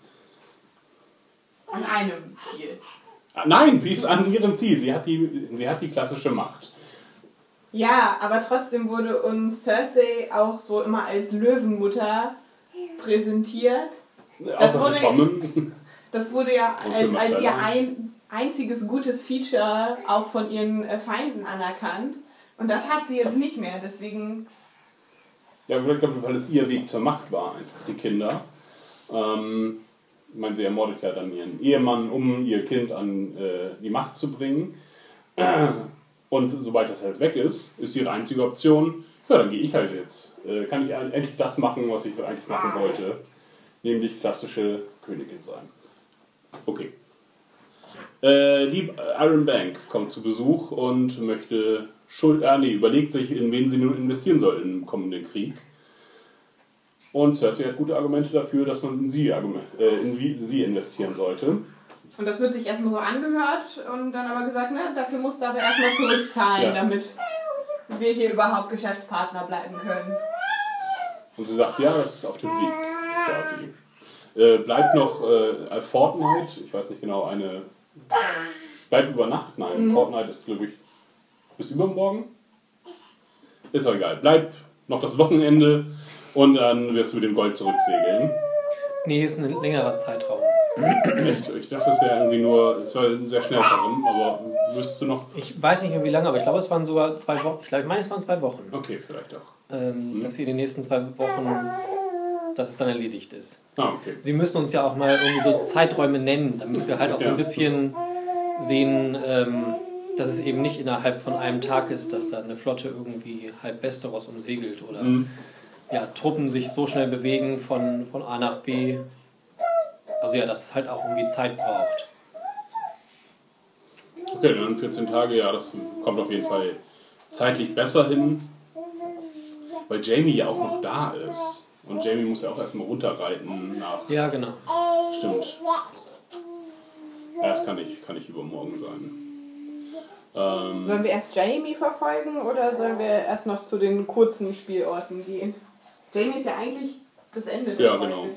[SPEAKER 4] An einem Ziel.
[SPEAKER 5] Nein, sie ist an ihrem Ziel. Sie hat die, sie hat die klassische Macht.
[SPEAKER 4] Ja, aber trotzdem wurde uns Cersei auch so immer als Löwenmutter präsentiert. Das
[SPEAKER 5] Außer
[SPEAKER 4] wurde,
[SPEAKER 5] für Tommen.
[SPEAKER 4] das wurde ja
[SPEAKER 5] Und für
[SPEAKER 4] als, als ihr
[SPEAKER 5] Marcella.
[SPEAKER 4] ein einziges gutes Feature auch von ihren äh, Feinden anerkannt. Und das hat sie jetzt nicht mehr, deswegen...
[SPEAKER 5] Ja, ich glaube, weil es ihr Weg zur Macht war, einfach die Kinder. Ähm, ich meine, sie ermordet ja dann ihren Ehemann, um ihr Kind an äh, die Macht zu bringen. Und sobald das halt weg ist, ist ihre einzige Option, ja, dann gehe ich halt jetzt. Äh, kann ich endlich das machen, was ich eigentlich machen wollte. Nämlich klassische Königin sein. Okay. Äh, die Iron Bank kommt zu Besuch und möchte Schuld, äh, nee, überlegt sich, in wen sie nun investieren soll im kommenden Krieg. Und Cersei hat gute Argumente dafür, dass man in sie, äh, in sie investieren sollte.
[SPEAKER 4] Und das wird sich erstmal so angehört und dann aber gesagt, ne, dafür musst du aber erstmal zurückzahlen, ja, damit wir hier überhaupt Geschäftspartner bleiben können.
[SPEAKER 5] Und sie sagt, ja, das ist auf dem Weg quasi. Äh, bleibt noch äh, Fortnite, ich weiß nicht genau, eine... Bleibt über Nacht? Nein, mhm. Fortnite ist, glaube ich, bis übermorgen. Ist auch egal. Bleibt noch das Wochenende und dann wirst du mit dem Gold zurücksegeln.
[SPEAKER 6] Nee, ist ein längerer Zeitraum.
[SPEAKER 5] Echt? Ich dachte, es wäre irgendwie nur, es war ein sehr schnell darum, aber wüsstest du noch?
[SPEAKER 6] Ich weiß nicht mehr wie lange, aber ich glaube, es waren sogar zwei Wochen. Ich, glaube, ich meine, es waren zwei Wochen.
[SPEAKER 5] Okay, vielleicht auch.
[SPEAKER 6] Ähm,
[SPEAKER 5] hm.
[SPEAKER 6] Dass sie in den nächsten zwei Wochen, dass es dann erledigt ist.
[SPEAKER 5] Ah, okay.
[SPEAKER 6] Sie müssen uns ja auch mal irgendwie so Zeiträume nennen, damit wir halt auch so ein bisschen sehen, ähm, dass es eben nicht innerhalb von einem Tag ist, dass da eine Flotte irgendwie halb Westeros umsegelt oder
[SPEAKER 5] hm.
[SPEAKER 6] ja, Truppen sich so schnell bewegen von, von A nach B. Also ja, dass es halt auch irgendwie Zeit braucht.
[SPEAKER 5] Okay, dann vierzehn Tage, ja, das kommt auf jeden Fall zeitlich besser hin. Weil Jaime ja auch noch da ist. Und Jaime muss ja auch erstmal runterreiten nach...
[SPEAKER 6] Ja, genau.
[SPEAKER 5] Stimmt. Ja, das kann nicht, kann nicht übermorgen sein. Ähm,
[SPEAKER 4] Sollen wir erst Jaime verfolgen oder sollen wir erst noch zu den kurzen Spielorten gehen? Jaime ist ja eigentlich das Ende der
[SPEAKER 5] ja,
[SPEAKER 4] Folge.
[SPEAKER 5] genau.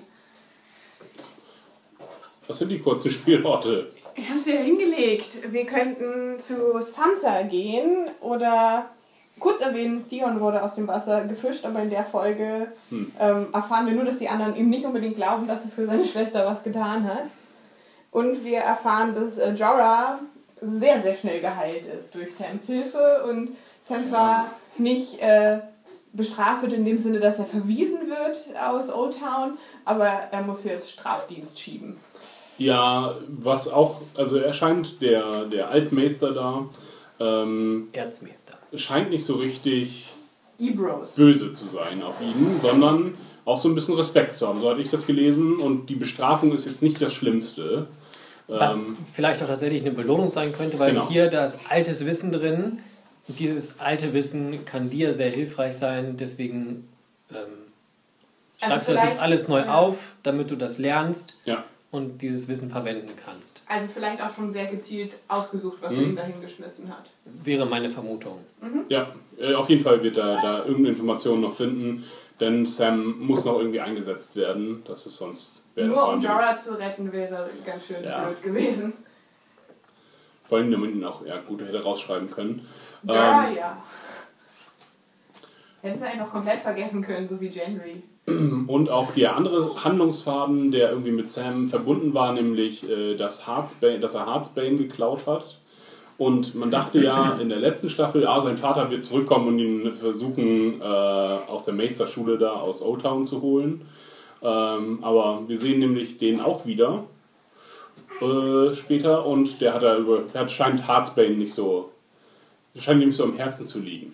[SPEAKER 5] Was sind die kurzen Spielorte?
[SPEAKER 4] Ich habe sie ja hingelegt. Wir könnten zu Sansa gehen oder kurz erwähnen, Theon wurde aus dem Wasser gefischt, aber in der Folge hm. ähm, erfahren wir nur, dass die anderen ihm nicht unbedingt glauben, dass er für seine Schwester was getan hat. Und wir erfahren, dass äh, Jorah sehr, sehr schnell geheilt ist durch Sams Hilfe und Sam zwar nicht äh, bestraft wird in dem Sinne, dass er verwiesen wird aus Old Town, aber er muss jetzt Strafdienst schieben.
[SPEAKER 5] Ja, was auch, also er scheint, der, der Altmeister da, ähm,
[SPEAKER 6] Erzmeister,
[SPEAKER 5] scheint nicht so richtig
[SPEAKER 4] Ebros.
[SPEAKER 5] böse zu sein auf ihn, sondern auch so ein bisschen Respekt zu haben. So hatte ich das gelesen und die Bestrafung ist jetzt nicht das Schlimmste.
[SPEAKER 6] Was
[SPEAKER 5] ähm,
[SPEAKER 6] vielleicht auch tatsächlich eine Belohnung sein könnte, weil
[SPEAKER 5] genau.
[SPEAKER 6] hier da ist altes Wissen drin und dieses alte Wissen kann dir sehr hilfreich sein, deswegen ähm,
[SPEAKER 4] Also
[SPEAKER 6] schreibst du das jetzt alles neu
[SPEAKER 4] ja.
[SPEAKER 6] auf, damit du das lernst.
[SPEAKER 5] Ja.
[SPEAKER 6] Und dieses Wissen verwenden kannst.
[SPEAKER 4] Also vielleicht auch schon sehr gezielt ausgesucht, was
[SPEAKER 5] mhm.
[SPEAKER 4] er ihm dahin geschmissen hat.
[SPEAKER 6] Wäre meine Vermutung.
[SPEAKER 4] Mhm.
[SPEAKER 5] Ja, äh, auf jeden Fall wird er da irgendeine Information noch finden, denn Sam muss noch irgendwie eingesetzt werden. Das ist sonst...
[SPEAKER 4] Nur um Jorah zu retten, wäre ganz schön
[SPEAKER 5] ja.
[SPEAKER 4] blöd gewesen.
[SPEAKER 5] Vor allem, damit ihn auch ja, gut hätte rausschreiben können.
[SPEAKER 4] Jorah,
[SPEAKER 5] ähm,
[SPEAKER 4] ja. Hätten sie eigentlich noch komplett vergessen können, so wie Gendry.
[SPEAKER 5] Und auch der andere Handlungsfaden, der irgendwie mit Sam verbunden war, nämlich äh, dass, Heartsbane, dass er Heartsbane geklaut hat. Und man dachte ja in der letzten Staffel, ah, sein Vater wird zurückkommen und ihn versuchen, äh, aus der Meisterschule da aus Old Town zu holen. Ähm, aber wir sehen nämlich den auch wieder äh, später und der hat da über, der hat, scheint Heartsbane nicht so, scheint ihm nicht so am Herzen zu liegen.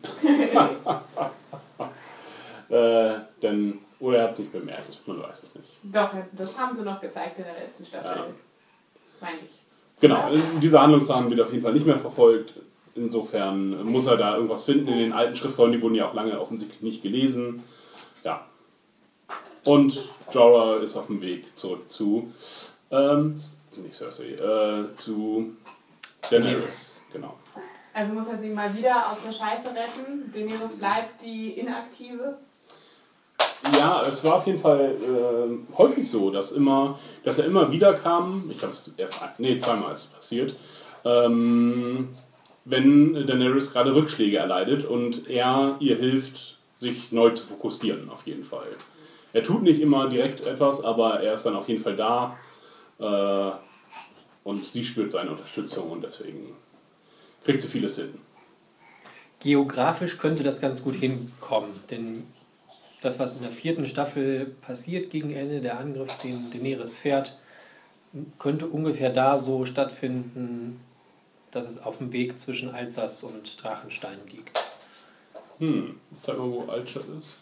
[SPEAKER 5] äh, denn Oder er hat es nicht bemerkt, man weiß es nicht.
[SPEAKER 4] Doch, das haben sie noch gezeigt in der letzten Staffel.
[SPEAKER 5] Ja.
[SPEAKER 4] Meine ich.
[SPEAKER 5] Genau, diese Handlungssachen wird auf jeden Fall nicht mehr verfolgt. Insofern muss er da irgendwas finden in den alten Schriftrollen, die wurden ja auch lange offensichtlich nicht gelesen. Ja. Und Jorah ist auf dem Weg zurück zu, ähm, nicht Cersei, äh, zu Daenerys. Genau.
[SPEAKER 4] Also muss er sie mal wieder aus der Scheiße retten. Daenerys bleibt die Inaktive.
[SPEAKER 5] Ja, es war auf jeden Fall äh, häufig so, dass, immer, dass er immer wieder kam, ich glaube, es ist erst nee, zweimal ist es passiert, ähm, wenn Daenerys gerade Rückschläge erleidet und er ihr hilft, sich neu zu fokussieren, auf jeden Fall. Er tut nicht immer direkt etwas, aber er ist dann auf jeden Fall da äh, und sie spürt seine Unterstützung und deswegen kriegt sie vieles hin.
[SPEAKER 6] Geografisch könnte das ganz gut hinkommen, denn das, was in der vierten Staffel passiert gegen Ende, der Angriff, den Daenerys fährt, könnte ungefähr da so stattfinden, dass es auf dem Weg zwischen Alsace und Drachenstein liegt.
[SPEAKER 5] Hm, sag mal, wo Alsace ist.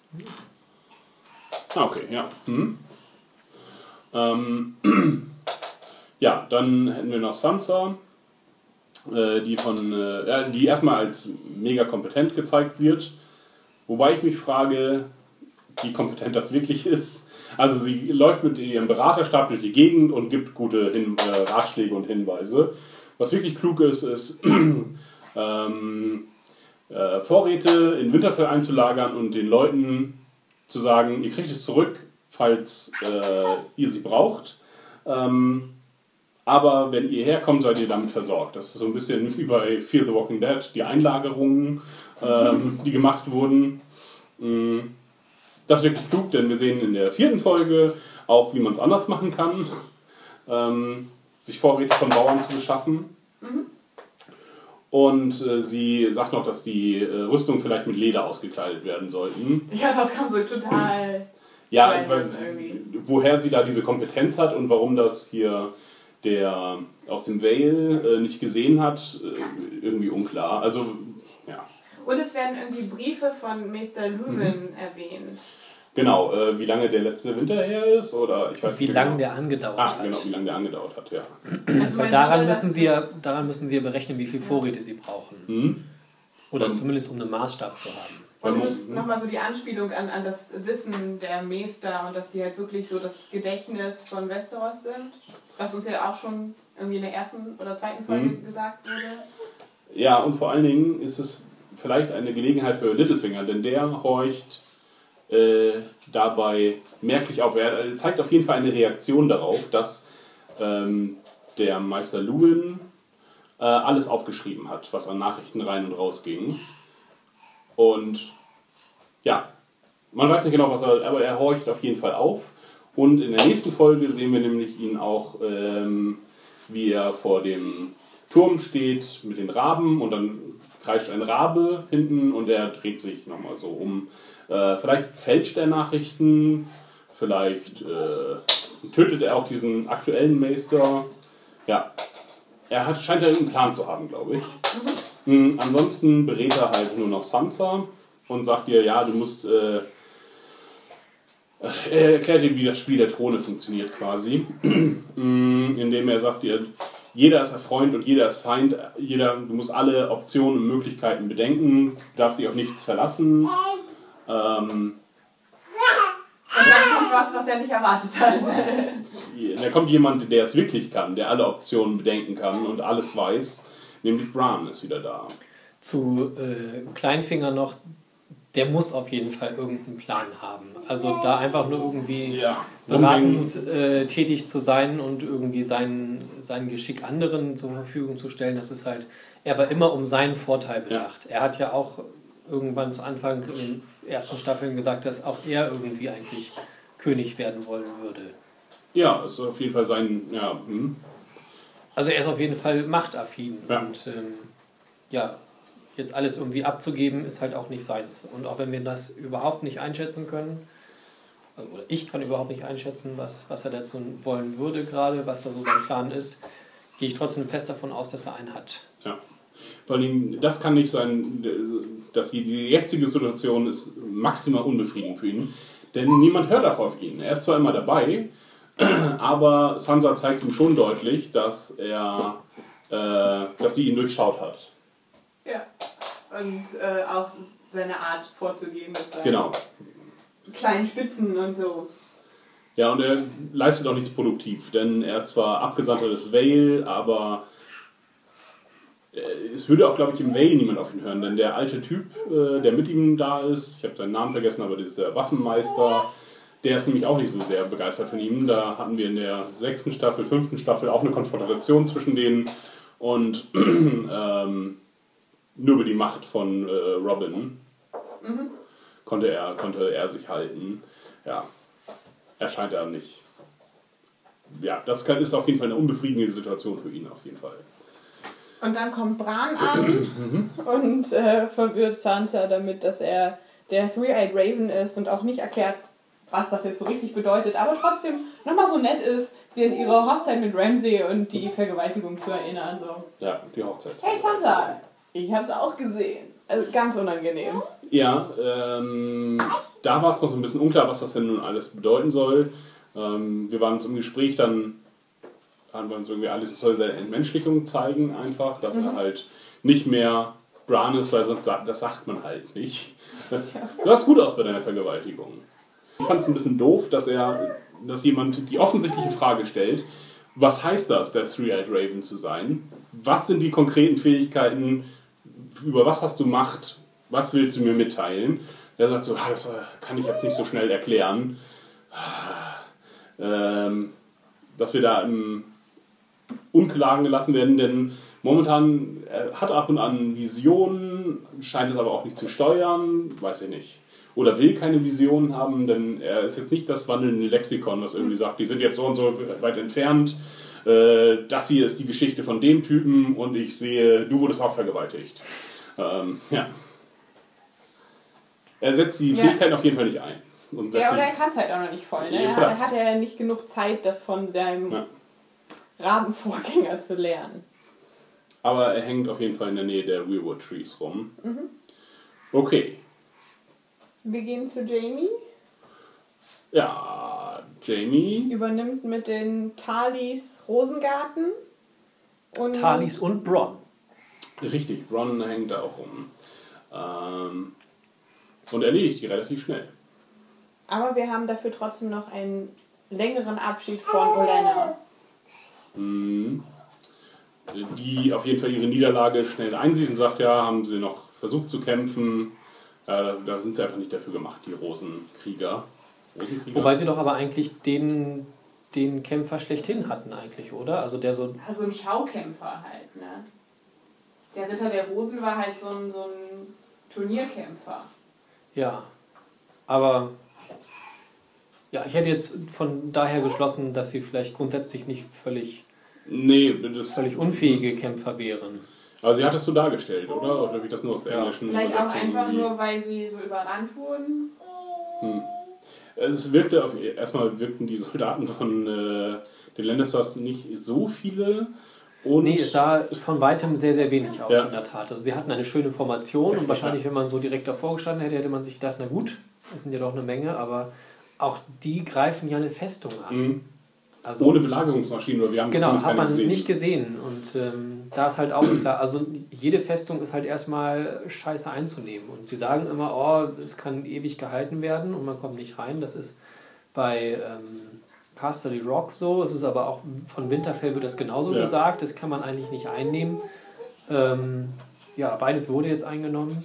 [SPEAKER 5] Ah, okay, ja. Hm. Ähm, ja, dann hätten wir noch Sansa, äh, die, von, äh, die erstmal als mega kompetent gezeigt wird. Wobei ich mich frage, wie kompetent das wirklich ist. Also sie läuft mit ihrem Beraterstab durch die Gegend und gibt gute Hin- äh, Ratschläge und Hinweise. Was wirklich klug ist, ist ähm, äh, Vorräte in Winterfell einzulagern und den Leuten zu sagen, ihr kriegt es zurück, falls äh, ihr sie braucht. Ähm, aber wenn ihr herkommt, seid ihr damit versorgt. Das ist so ein bisschen wie bei Fear the Walking Dead, die Einlagerungen, ähm, die gemacht wurden. Das ist wirklich klug, denn wir sehen in der vierten Folge auch, wie man es anders machen kann. ähm, sich Vorräte von Bauern zu beschaffen. Mhm. Und äh, sie sagt noch, dass die äh, Rüstungen vielleicht mit Leder ausgekleidet werden sollten.
[SPEAKER 4] Ja, das kam so total...
[SPEAKER 5] Ja, ich weiß, woher sie da diese Kompetenz hat und warum das hier der aus dem Vale äh, nicht gesehen hat, äh, irgendwie unklar. Also, ja.
[SPEAKER 4] Und es werden irgendwie Briefe von Meister Luwin mhm. erwähnt.
[SPEAKER 5] Genau, äh, wie lange der letzte Winter her ist oder ich weiß
[SPEAKER 6] wie
[SPEAKER 5] nicht. Wie
[SPEAKER 6] lange
[SPEAKER 5] genau.
[SPEAKER 6] der angedauert
[SPEAKER 5] ah,
[SPEAKER 6] hat.
[SPEAKER 5] Ah, genau, wie lange der angedauert hat, ja.
[SPEAKER 6] Also Weil daran müssen, sie ja, daran müssen sie ja berechnen, wie viele Vorräte ja. sie brauchen. Mhm. Oder um, zumindest um einen Maßstab zu haben.
[SPEAKER 4] Und es ist nochmal so die Anspielung an, an das Wissen der Meister und dass die halt wirklich so das Gedächtnis von Westeros sind, was uns ja auch schon irgendwie in der ersten oder zweiten Folge mhm. gesagt wurde.
[SPEAKER 5] Ja, und vor allen Dingen ist es vielleicht eine Gelegenheit für Littlefinger, denn der horcht äh, dabei merklich auf. Er zeigt auf jeden Fall eine Reaktion darauf, dass ähm, der Meister Luwin äh, alles aufgeschrieben hat, was an Nachrichten rein und raus ging. Und ja, man weiß nicht genau, was er, aber er horcht auf jeden Fall auf. Und in der nächsten Folge sehen wir nämlich ihn auch, ähm, wie er vor dem Turm steht mit den Raben und dann kreischt ein Rabe hinten und er dreht sich nochmal so um. Äh, vielleicht fälscht er Nachrichten, vielleicht äh, tötet er auch diesen aktuellen Meister. Ja, er hat, scheint ja einen Plan zu haben, glaube ich. Mhm. Ansonsten berät er halt nur noch Sansa und sagt ihr, ja, du musst... Äh, er erklärt ihr, wie das Spiel der Throne funktioniert quasi. Indem er sagt ihr, jeder ist ein Freund und jeder ist Feind. Jeder, du musst alle Optionen und Möglichkeiten bedenken. Du darfst dich auf nichts verlassen. Ähm,
[SPEAKER 4] und dann kommt was, was er nicht erwartet hat.
[SPEAKER 5] Da kommt jemand, der es wirklich kann, der alle Optionen bedenken kann und alles weiß. Nämlich Bran ist wieder da.
[SPEAKER 6] Zu äh, Kleinfinger noch, der muss auf jeden Fall irgendeinen Plan haben. Also da einfach nur irgendwie
[SPEAKER 5] ja,
[SPEAKER 6] beratend äh, tätig zu sein und irgendwie sein, sein Geschick anderen zur Verfügung zu stellen, das ist halt, er war immer um seinen Vorteil bedacht. Ja. Er hat ja auch irgendwann zu Anfang in den ersten Staffeln gesagt, dass auch er irgendwie eigentlich König werden wollen würde.
[SPEAKER 5] Ja, ist auf jeden Fall sein, ja. Hm.
[SPEAKER 6] Also er ist auf jeden Fall machtaffin
[SPEAKER 5] ja.
[SPEAKER 6] und ähm, ja, jetzt alles irgendwie abzugeben, ist halt auch nicht seins. Und auch wenn wir das überhaupt nicht einschätzen können, also, oder ich kann überhaupt nicht einschätzen, was, was er dazu wollen würde gerade, was da so sein Plan ist, gehe ich trotzdem fest davon aus, dass er einen hat.
[SPEAKER 5] Ja, vor allem, das kann nicht sein, dass die jetzige Situation ist maximal unbefriedigend für ihn, denn niemand hört auch auf ihn. Er ist zwar immer dabei, aber Sansa zeigt ihm schon deutlich, dass er, äh, dass sie ihn durchschaut hat.
[SPEAKER 4] Ja, und äh, auch seine Art vorzugehen mit seinen
[SPEAKER 5] genau.
[SPEAKER 4] kleinen Spitzen und so.
[SPEAKER 5] Ja, und er leistet auch nichts produktiv, denn er ist zwar Abgesandter des Vale, aber es würde auch, glaube ich, im Vale niemand auf ihn hören, denn der alte Typ, äh, der mit ihm da ist, ich habe seinen Namen vergessen, aber das ist der Waffenmeister, der ist nämlich auch nicht so sehr begeistert von ihm. Da hatten wir in der sechsten Staffel, fünften Staffel auch eine Konfrontation zwischen denen und ähm, nur über die Macht von äh, Robin mhm. konnte, er, konnte er sich halten. Ja, erscheint er nicht. Ja, das kann, ist auf jeden Fall eine unbefriedigende Situation für ihn, auf jeden Fall.
[SPEAKER 4] Und dann kommt Bran an und äh, verwirrt Sansa damit, dass er der Three-Eyed Raven ist und auch nicht erklärt, was das jetzt so richtig bedeutet, aber trotzdem nochmal so nett ist, sie an ihre Hochzeit mit Ramsay und die Vergewaltigung zu erinnern. So.
[SPEAKER 5] Ja, die Hochzeit.
[SPEAKER 4] Hey Sansa, ich hab's auch gesehen. Also ganz unangenehm.
[SPEAKER 5] Ja, ähm, da war es noch so ein bisschen unklar, was das denn nun alles bedeuten soll. Ähm, wir waren uns im Gespräch, dann haben wir uns irgendwie alles, es soll seine Entmenschlichung zeigen einfach, dass mhm. er halt nicht mehr Bran ist, weil sonst das sagt man halt nicht. Du sahst gut aus bei deiner Vergewaltigung. Ich fand es ein bisschen doof, dass er, dass jemand die offensichtliche Frage stellt, was heißt das, der Three-Eyed Raven zu sein? Was sind die konkreten Fähigkeiten? Über was hast du Macht? Was willst du mir mitteilen? Der sagt so, das kann ich jetzt nicht so schnell erklären. Ähm, dass wir da im Unklaren gelassen werden, denn momentan er hat ab und an Visionen, scheint es aber auch nicht zu steuern, weiß ich nicht. oder will keine Visionen haben, denn er ist jetzt nicht das wandelnde Lexikon, was irgendwie sagt, die sind jetzt so und so weit entfernt, äh, das hier ist die Geschichte von dem Typen und ich sehe, du wurdest auch vergewaltigt. Ähm, ja. Er setzt die
[SPEAKER 4] Ja.
[SPEAKER 5] Fähigkeiten auf jeden Fall nicht ein. Und
[SPEAKER 4] Ja,
[SPEAKER 5] lässt
[SPEAKER 4] oder
[SPEAKER 5] sie-
[SPEAKER 4] er kann es halt auch noch nicht voll. Ne?
[SPEAKER 5] Ja,
[SPEAKER 4] Er
[SPEAKER 5] klar.
[SPEAKER 4] hat, hat ja nicht genug Zeit, das von seinem
[SPEAKER 5] Ja.
[SPEAKER 4] Rabenvorgänger zu lernen.
[SPEAKER 5] Aber er hängt auf jeden Fall in der Nähe der Weirwood Trees rum.
[SPEAKER 4] Mhm.
[SPEAKER 5] Okay.
[SPEAKER 4] Wir gehen zu Jamie.
[SPEAKER 5] Ja, Jamie.
[SPEAKER 4] Übernimmt mit den Talis Rosengarten. Und
[SPEAKER 6] Talis und Bronn.
[SPEAKER 5] Richtig, Ron hängt da auch rum. Ähm, und erledigt die relativ schnell.
[SPEAKER 4] Aber wir haben dafür trotzdem noch einen längeren Abschied von Olenna.
[SPEAKER 5] Mhm. Die auf jeden Fall ihre Niederlage schnell einsieht und sagt, ja, haben sie noch versucht zu kämpfen. Ja, da, da sind sie einfach nicht dafür gemacht, die Rosenkrieger. Rosenkrieger?
[SPEAKER 6] Wobei sie doch aber eigentlich den, den Kämpfer schlechthin hatten eigentlich, oder? Also der so...
[SPEAKER 4] Also ein Schaukämpfer halt, ne? Der Ritter der Rosen war halt so ein, so ein Turnierkämpfer.
[SPEAKER 6] Ja, aber... Ja, ich hätte jetzt von daher geschlossen, dass sie vielleicht grundsätzlich nicht völlig,
[SPEAKER 5] Nee, das
[SPEAKER 6] völlig unfähige Kämpfer wären.
[SPEAKER 5] Aber sie hat es so dargestellt, oder? Oder habe ich das nur aus der
[SPEAKER 6] Ja.
[SPEAKER 5] englischen
[SPEAKER 4] Vielleicht auch
[SPEAKER 5] Übersetzung
[SPEAKER 4] einfach
[SPEAKER 5] irgendwie-
[SPEAKER 4] nur, weil sie so überrannt wurden.
[SPEAKER 5] Hm. Es wirkte auf, erstmal wirkten die Soldaten von äh, den Lannisters nicht so viele. Und
[SPEAKER 6] Nee, es sah von weitem sehr, sehr wenig aus
[SPEAKER 5] Ja.
[SPEAKER 6] in der Tat. Also sie hatten eine schöne Formation und wahrscheinlich, wenn man so direkt davor gestanden hätte, hätte man sich gedacht, na gut, das sind ja doch eine Menge, aber auch die greifen ja eine Festung an.
[SPEAKER 5] Mhm.
[SPEAKER 6] Also,
[SPEAKER 5] Ohne Belagerungsmaschinen, oder wir haben
[SPEAKER 6] genau,
[SPEAKER 5] zumindest
[SPEAKER 6] hat
[SPEAKER 5] keine
[SPEAKER 6] man
[SPEAKER 5] gesehen.
[SPEAKER 6] nicht gesehen. Und ähm, da ist halt auch klar, also jede Festung ist halt erstmal scheiße einzunehmen. Und sie sagen immer, oh, es kann ewig gehalten werden und man kommt nicht rein. Das ist bei ähm, Casterly Rock so, es ist aber auch von Winterfell wird das genauso
[SPEAKER 5] Ja.
[SPEAKER 6] gesagt, das kann man eigentlich nicht einnehmen. Ähm, ja, beides wurde jetzt eingenommen.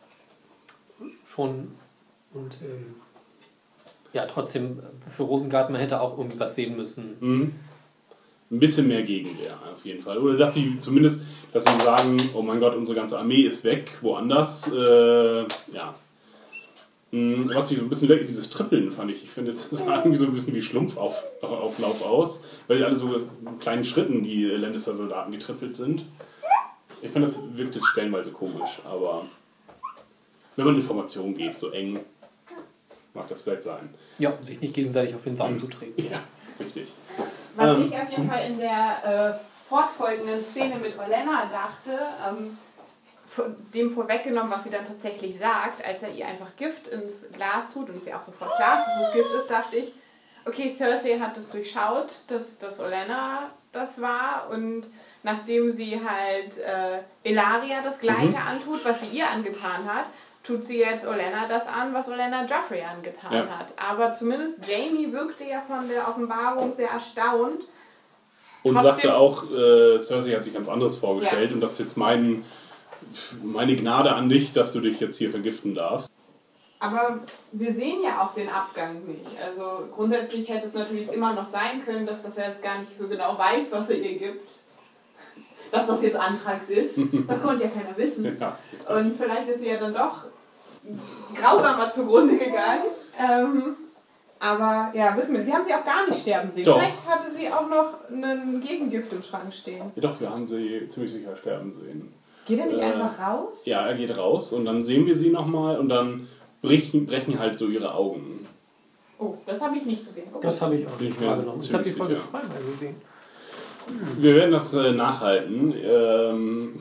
[SPEAKER 6] Schon. Und ähm, ja, trotzdem für Rosengarten, man hätte auch irgendwie was sehen müssen.
[SPEAKER 5] Mhm. Ein bisschen mehr Gegenwehr auf jeden Fall. Oder dass sie zumindest, dass sie sagen, oh mein Gott, unsere ganze Armee ist weg, woanders. Äh, ja. Mhm, Was sie so ein bisschen weg, dieses Trippeln fand ich. Ich finde, es sah irgendwie so ein bisschen wie Schlumpfauflauf aus, weil die alle so in kleinen Schritten, die Lannister-Soldaten, getrippelt sind. Ich fand, das wirkte stellenweise komisch, aber wenn man in Formation geht, so eng, mag das vielleicht sein.
[SPEAKER 6] Ja, um sich nicht gegenseitig auf den Saum zu treten.
[SPEAKER 5] Ja, richtig.
[SPEAKER 4] Was
[SPEAKER 5] Ähm.
[SPEAKER 4] ich auf jeden Fall in der äh, fortfolgenden Szene mit Olenna dachte, ähm, von dem vorweggenommen, was sie dann tatsächlich sagt, als er ihr einfach Gift ins Glas tut und es ihr auch sofort klar ist, dass es Gift ist, dachte ich, okay, Cersei hat es durchschaut, dass, dass Olenna das war und nachdem sie halt äh, Ellaria das Gleiche
[SPEAKER 5] Mhm.
[SPEAKER 4] antut, was sie ihr angetan hat, tut sie jetzt Olenna das an, was Olenna Joffrey angetan
[SPEAKER 5] Ja.
[SPEAKER 4] hat. Aber zumindest Jamie wirkte ja von der Offenbarung sehr erstaunt.
[SPEAKER 5] Und
[SPEAKER 4] Trotzdem-
[SPEAKER 5] sagte auch, äh, Cersei hat sich ganz anderes vorgestellt
[SPEAKER 4] Ja.
[SPEAKER 5] und das ist jetzt mein, meine Gnade an dich, dass du dich jetzt hier vergiften darfst.
[SPEAKER 4] Aber wir sehen ja auch den Abgang nicht. Also grundsätzlich hätte es natürlich immer noch sein können, dass, dass er jetzt gar nicht so genau weiß, was er ihr gibt. Dass das jetzt Antrags ist. Das konnte ja keiner wissen.
[SPEAKER 5] Ja.
[SPEAKER 4] Und vielleicht ist sie ja dann doch grausamer zugrunde gegangen. Ähm, aber ja, wissen wir, wir haben sie auch gar nicht sterben sehen.
[SPEAKER 5] Doch.
[SPEAKER 4] Vielleicht hatte sie auch noch ein Gegengift im Schrank stehen.
[SPEAKER 5] Ja, doch, wir haben sie ziemlich sicher sterben sehen.
[SPEAKER 4] Geht er nicht
[SPEAKER 5] Äh,
[SPEAKER 4] einfach raus?
[SPEAKER 5] Ja, er geht raus und dann sehen wir sie nochmal und dann brechen, brechen halt so ihre Augen.
[SPEAKER 4] Oh, das habe ich nicht gesehen. Okay.
[SPEAKER 6] Das habe ich auch
[SPEAKER 5] Bin
[SPEAKER 6] nicht
[SPEAKER 5] ich mir
[SPEAKER 6] wahrgenommen. Ich habe die
[SPEAKER 5] ziemlich
[SPEAKER 6] Folge
[SPEAKER 5] sicher.
[SPEAKER 6] zweimal gesehen.
[SPEAKER 5] Wir werden das äh, nachhalten. Ähm,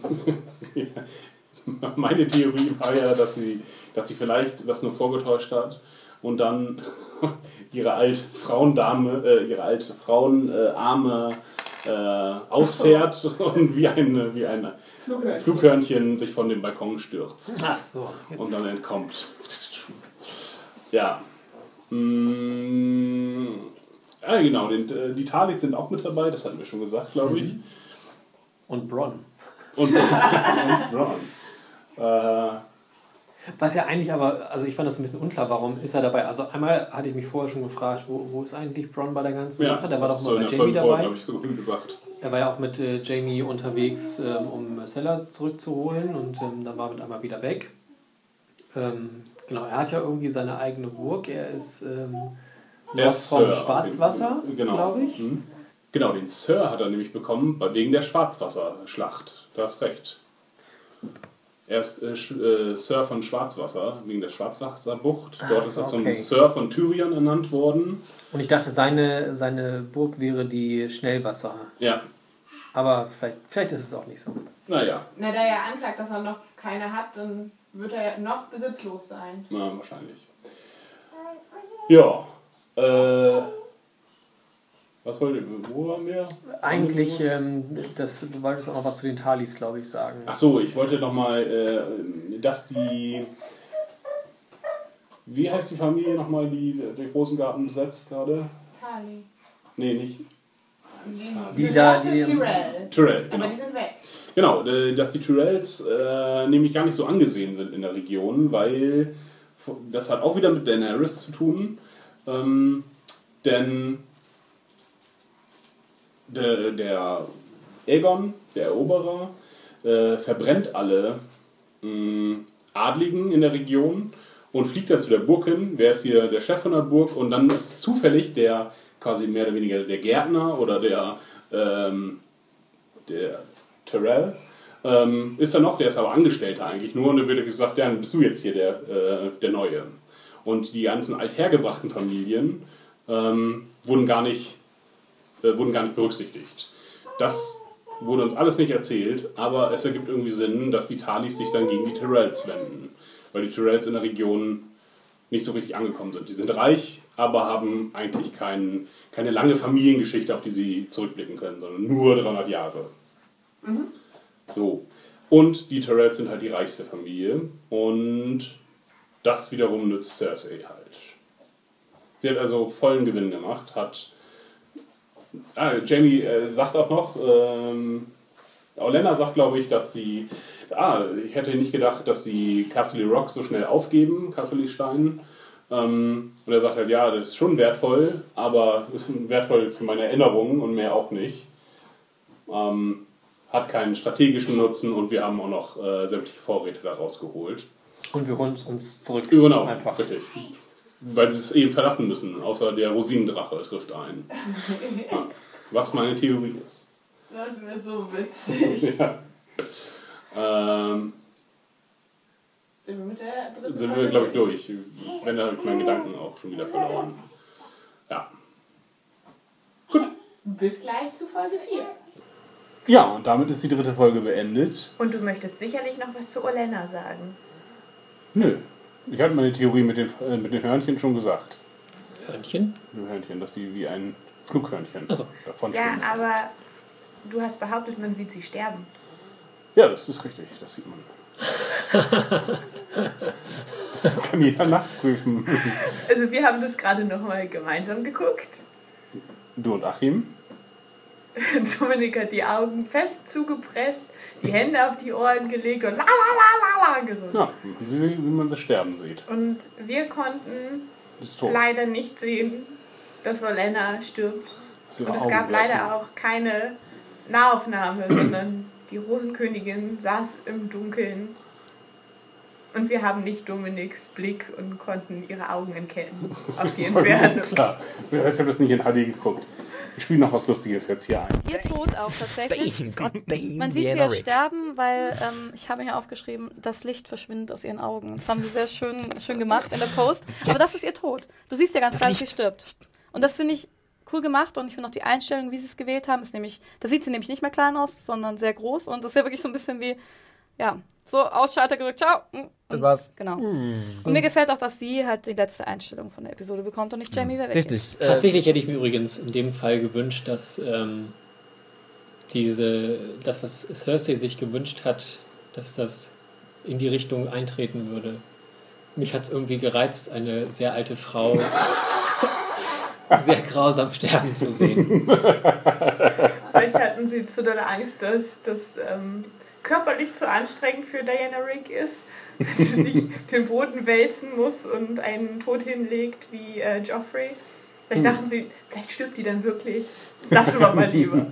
[SPEAKER 5] meine Theorie war ja, dass sie, dass sie vielleicht das nur vorgetäuscht hat und dann ihre alte Frauendame, äh, ihre alte Frauenarme äh, ausfährt und wie, eine, wie ein
[SPEAKER 4] Flughörnchen.
[SPEAKER 5] Flughörnchen sich von dem Balkon stürzt
[SPEAKER 6] Ach so, jetzt.
[SPEAKER 5] und dann entkommt. Ja. Mm, ja, genau. Den, äh, die Talis sind auch mit dabei, das hatten wir schon gesagt, glaube ich.
[SPEAKER 6] Und Bronn.
[SPEAKER 5] Und, und Ron. Äh,
[SPEAKER 6] Was ja eigentlich aber, also ich fand das ein bisschen unklar, warum ist er dabei? Also einmal hatte ich mich vorher schon gefragt, wo, wo ist eigentlich Bronn bei der ganzen
[SPEAKER 5] ja,
[SPEAKER 6] Sache? Der war doch
[SPEAKER 5] so
[SPEAKER 6] mal
[SPEAKER 5] in
[SPEAKER 6] bei
[SPEAKER 5] der
[SPEAKER 6] Jamie
[SPEAKER 5] Folge vorher,
[SPEAKER 6] dabei.
[SPEAKER 5] habe ich so gut gesagt.
[SPEAKER 6] Er war ja auch mit äh, Jamie unterwegs, ähm, um Myrcella zurückzuholen und ähm, dann war er mit einmal wieder weg. Ähm, Genau, er hat ja irgendwie seine eigene Burg. Er ist ähm,
[SPEAKER 5] Der
[SPEAKER 6] Lord
[SPEAKER 5] Sir,
[SPEAKER 6] vom Schwarzwasser,
[SPEAKER 5] genau.
[SPEAKER 6] glaube ich.
[SPEAKER 5] Mhm. Genau, den Sir hat er nämlich bekommen wegen der Schwarzwasserschlacht. Du hast recht. Er ist äh, äh, Sir von Schwarzwasser, wegen der Schwarzwasserbucht. Dort
[SPEAKER 6] Ach,
[SPEAKER 5] ist er
[SPEAKER 6] okay.
[SPEAKER 5] zum Sir von Tyrion ernannt worden.
[SPEAKER 6] Und ich dachte, seine, seine Burg wäre die Schnellwasser.
[SPEAKER 5] Ja.
[SPEAKER 6] Aber vielleicht, vielleicht ist es auch nicht so.
[SPEAKER 5] Naja.
[SPEAKER 4] Na, da er anklagt, dass er noch keine hat, dann wird er noch besitzlos sein.
[SPEAKER 5] Na, wahrscheinlich. Ja. Äh, was wollt ihr? Wo waren wir?
[SPEAKER 6] Eigentlich, ähm, das, du wolltest auch noch was zu den Talis, glaube ich, sagen.
[SPEAKER 5] Ach so, ich wollte noch mal, äh, dass die... Wie heißt die Familie nochmal, die den großen Garten besetzt gerade?
[SPEAKER 4] Kali.
[SPEAKER 5] Nee, nicht.
[SPEAKER 4] Die,
[SPEAKER 6] Die da, die-
[SPEAKER 4] Tyrell.
[SPEAKER 5] Tyrell, genau.
[SPEAKER 4] Aber die sind weg.
[SPEAKER 5] Genau, äh, dass die Tyrells äh, nämlich gar nicht so angesehen sind in der Region, weil das hat auch wieder mit Daenerys zu tun. Ähm, denn der, der Aegon, der Eroberer, äh, verbrennt alle mh, Adligen in der Region und fliegt dann zu der Burg hin. Wer ist hier der Chef von der Burg? Und dann ist zufällig der quasi mehr oder weniger der Gärtner oder der, ähm, der Tyrell, ähm, ist er noch, der ist aber Angestellter eigentlich nur und dann wird gesagt, ja, dann bist du jetzt hier der, äh, der Neue. Und die ganzen althergebrachten Familien ähm, wurden, gar nicht, äh, wurden gar nicht berücksichtigt. Das wurde uns alles nicht erzählt, aber es ergibt irgendwie Sinn, dass die Talis sich dann gegen die Tyrells wenden. Weil die Tyrells in der Region nicht so richtig angekommen sind. Die sind reich, aber haben eigentlich kein, keine lange Familiengeschichte, auf die sie zurückblicken können, sondern nur dreihundert Jahre.
[SPEAKER 4] Mhm.
[SPEAKER 5] So. Und die Tyrells sind halt die reichste Familie und das wiederum nützt Cersei halt. Sie hat also vollen Gewinn gemacht, hat... Ah, Jamie äh, sagt auch noch, ähm, Olenna sagt, glaube ich, dass sie... Ah, ich hätte nicht gedacht, dass sie Casterly Rock so schnell aufgeben, Casterly Stein. Ähm, und er sagt halt, ja, das ist schon wertvoll, aber wertvoll für meine Erinnerungen und mehr auch nicht. Ähm, hat keinen strategischen Nutzen und wir haben auch noch äh, sämtliche Vorräte da rausgeholt.
[SPEAKER 6] Und wir holen es uns zurück.
[SPEAKER 5] Genau,
[SPEAKER 6] Einfach.
[SPEAKER 5] richtig. Weil sie es eben verlassen müssen, außer der Rosinendrache trifft ein. Ja. Was meine Theorie ist.
[SPEAKER 4] Das wäre so witzig.
[SPEAKER 5] Ja. Ähm,
[SPEAKER 4] Sind wir mit der dritten
[SPEAKER 5] sind wir,
[SPEAKER 4] Folge
[SPEAKER 5] glaube ich, durch. Wenn, dann habe ich meinen Gedanken auch schon wieder verloren. Ja.
[SPEAKER 4] Bis gleich zu Folge vier.
[SPEAKER 5] Ja, und damit ist die dritte Folge beendet.
[SPEAKER 4] Und du möchtest sicherlich noch was zu Olenna sagen.
[SPEAKER 5] Nö. Ich hatte meine Theorie mit den, äh, mit den Hörnchen schon gesagt.
[SPEAKER 6] Hörnchen?
[SPEAKER 5] Mit dem Hörnchen, dass sie wie ein Flughörnchen
[SPEAKER 6] Ach so.
[SPEAKER 5] davon
[SPEAKER 4] Ja,
[SPEAKER 5] schwimmen.
[SPEAKER 4] aber du hast behauptet, man sieht sie sterben.
[SPEAKER 5] Ja, das ist richtig, das sieht man. Das kann jeder nachprüfen.
[SPEAKER 4] Also wir haben das gerade nochmal gemeinsam geguckt.
[SPEAKER 5] Du und Achim?
[SPEAKER 4] Dominik hat die Augen fest zugepresst, die Hände auf die Ohren gelegt und la la la la la gesungen.
[SPEAKER 5] Ja, sie, wie man sie sterben sieht.
[SPEAKER 4] Und wir konnten
[SPEAKER 5] Ist tot.
[SPEAKER 4] leider nicht sehen, dass Olenna stirbt.
[SPEAKER 5] Dass ihre
[SPEAKER 4] Und es
[SPEAKER 5] Augen
[SPEAKER 4] gab
[SPEAKER 5] brechen.
[SPEAKER 4] leider auch keine Nahaufnahme, sondern die Rosenkönigin saß im Dunkeln. Und wir haben nicht Dominiks Blick und konnten ihre Augen erkennen auf die Entfernung.
[SPEAKER 5] Klar, ich habe das nicht in H D geguckt. Ich spiele noch was Lustiges jetzt hier ein.
[SPEAKER 7] Ihr Tod auch tatsächlich.
[SPEAKER 8] Damn, God damn,
[SPEAKER 7] Man sieht sie
[SPEAKER 8] Vienna
[SPEAKER 7] ja
[SPEAKER 8] Rick.
[SPEAKER 7] sterben, weil ähm, ich habe mir aufgeschrieben, das Licht verschwindet aus ihren Augen. Das haben sie sehr schön, schön gemacht in der Post. Aber das ist ihr Tod. Du siehst ja ganz klar, dass sie stirbt. Und das finde ich cool gemacht und ich finde auch die Einstellung, wie sie es gewählt haben, ist nämlich, da sieht sie nämlich nicht mehr klein aus, sondern sehr groß und das ist ja wirklich so ein bisschen wie, ja, so aus Schalter gedrückt, ciao. Und,
[SPEAKER 8] Das war's.
[SPEAKER 7] Genau. Und mir gefällt auch, dass sie halt die letzte Einstellung von der Episode bekommt und nicht Jamie, wer weggeht.
[SPEAKER 8] Richtig. Äh,
[SPEAKER 6] Tatsächlich hätte ich mir übrigens in dem Fall gewünscht, dass ähm, diese, das, was Cersei sich gewünscht hat, dass das in die Richtung eintreten würde. Mich hat es irgendwie gereizt, eine sehr alte Frau sehr grausam sterben zu sehen.
[SPEAKER 4] Vielleicht hatten sie zu dolle Angst, dass das ähm, körperlich zu anstrengend für Diana Rigg ist, dass sie sich den Boden wälzen muss und einen Tod hinlegt wie äh, Joffrey. Vielleicht dachten sie, vielleicht stirbt die dann wirklich. Lassen wir mal lieber.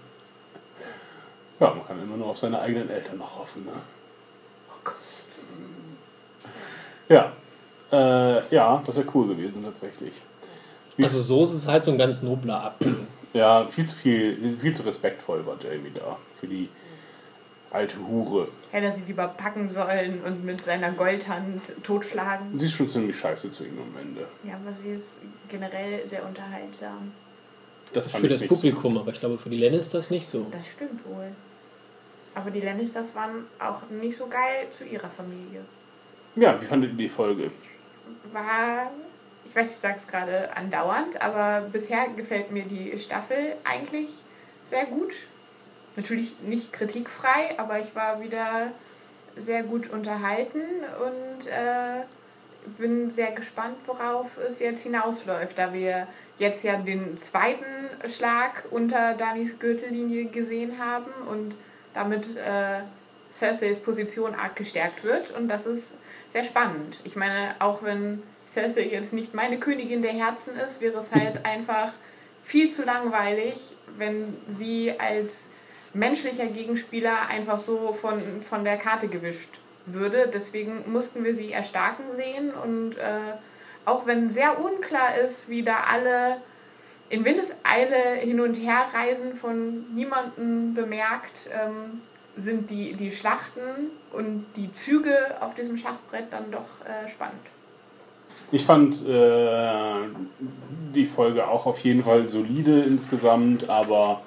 [SPEAKER 5] Ja, man kann immer nur auf seine eigenen Eltern noch hoffen. Ne? Ja, Äh, ja, das wäre cool gewesen tatsächlich. Wie
[SPEAKER 6] Also so ist es halt so ein ganz nobler Abgang.
[SPEAKER 5] Ja, viel zu viel, viel zu respektvoll war Jamie da für die alte Hure.
[SPEAKER 4] Hätte er sie lieber packen sollen und mit seiner Goldhand totschlagen.
[SPEAKER 5] Sie ist schon ziemlich scheiße zu ihm am Ende.
[SPEAKER 4] Ja, aber sie ist generell sehr unterhaltsam.
[SPEAKER 5] Das fand
[SPEAKER 6] Für
[SPEAKER 5] ich
[SPEAKER 6] das
[SPEAKER 5] nicht
[SPEAKER 6] Publikum, aber ich glaube für die Lannisters nicht so.
[SPEAKER 4] Das stimmt wohl. Aber die Lannisters waren auch nicht so geil zu ihrer Familie.
[SPEAKER 5] So. Ja, wie fandet ihr die Folge?
[SPEAKER 4] War, ich weiß, ich sag's gerade andauernd, aber bisher gefällt mir die Staffel eigentlich sehr gut. Natürlich nicht kritikfrei, aber ich war wieder sehr gut unterhalten und äh, bin sehr gespannt, worauf es jetzt hinausläuft, da wir jetzt ja den zweiten Schlag unter Dannys Gürtellinie gesehen haben und damit äh, Cerseis Position arg gestärkt wird und das ist sehr spannend. Ich meine, auch wenn Cersei jetzt nicht meine Königin der Herzen ist, wäre es halt einfach viel zu langweilig, wenn sie als menschlicher Gegenspieler einfach so von, von der Karte gewischt würde. Deswegen mussten wir sie erstarken sehen und äh, auch wenn sehr unklar ist, wie da alle in Windeseile hin und her reisen, von niemandem bemerkt, ähm, sind die, die Schlachten und die Züge auf diesem Schachbrett dann doch äh, spannend.
[SPEAKER 5] Ich fand äh, die Folge auch auf jeden Fall solide insgesamt, aber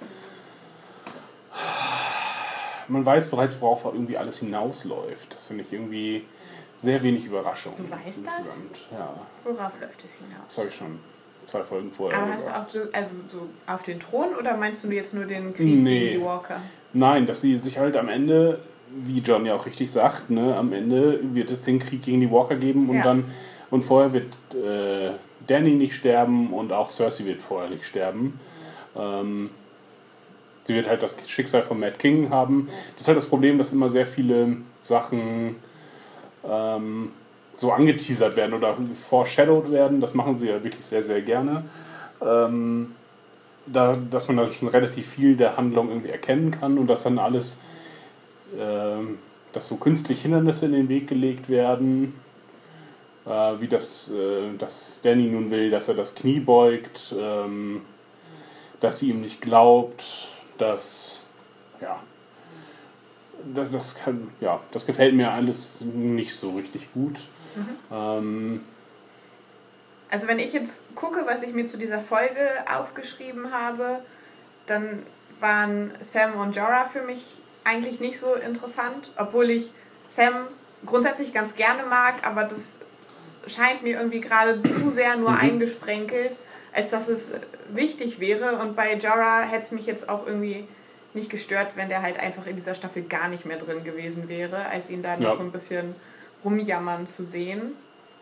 [SPEAKER 5] man weiß bereits, worauf irgendwie alles hinausläuft. Das finde ich irgendwie sehr wenig Überraschung.
[SPEAKER 4] Du weißt
[SPEAKER 5] insgesamt.
[SPEAKER 4] das?
[SPEAKER 5] Ja.
[SPEAKER 4] Worauf läuft es hinaus?
[SPEAKER 5] Das habe ich schon zwei Folgen vorher
[SPEAKER 4] Aber hast
[SPEAKER 5] gesagt.
[SPEAKER 4] du auch so, also so auf den Thron oder meinst du jetzt nur den Krieg
[SPEAKER 5] Nee.
[SPEAKER 4] gegen die Walker?
[SPEAKER 5] Nein, dass sie sich halt am Ende, wie John ja auch richtig sagt, ne, am Ende wird es den Krieg gegen die Walker geben und
[SPEAKER 4] Ja.
[SPEAKER 5] dann und vorher wird äh, Dany nicht sterben und auch Cersei wird vorher nicht sterben. Ähm, sie wird halt das Schicksal von Mad King haben. Das ist halt das Problem, dass immer sehr viele Sachen ähm, so angeteasert werden oder foreshadowed werden. Das machen sie ja wirklich sehr, sehr gerne. Ähm, da, dass man dann schon relativ viel der Handlung irgendwie erkennen kann und dass dann alles, ähm, dass so künstlich Hindernisse in den Weg gelegt werden. Äh, wie das, äh, dass Dany nun will, dass er das Knie beugt, ähm, dass sie ihm nicht glaubt, dass, ja, das, das, kann, ja, das gefällt mir alles nicht so richtig gut.
[SPEAKER 4] Mhm.
[SPEAKER 5] Ähm,
[SPEAKER 4] Also wenn ich jetzt gucke, was ich mir zu dieser Folge aufgeschrieben habe, dann waren Sam und Jorah für mich eigentlich nicht so interessant, obwohl ich Sam grundsätzlich ganz gerne mag, aber das scheint mir irgendwie gerade zu sehr nur
[SPEAKER 5] Mhm.
[SPEAKER 4] eingesprenkelt, als dass es wichtig wäre. Und bei Jorah hätte es mich jetzt auch irgendwie nicht gestört, wenn der halt einfach in dieser Staffel gar nicht mehr drin gewesen wäre, als ihn da noch
[SPEAKER 5] Ja.
[SPEAKER 4] so ein bisschen rumjammern zu sehen.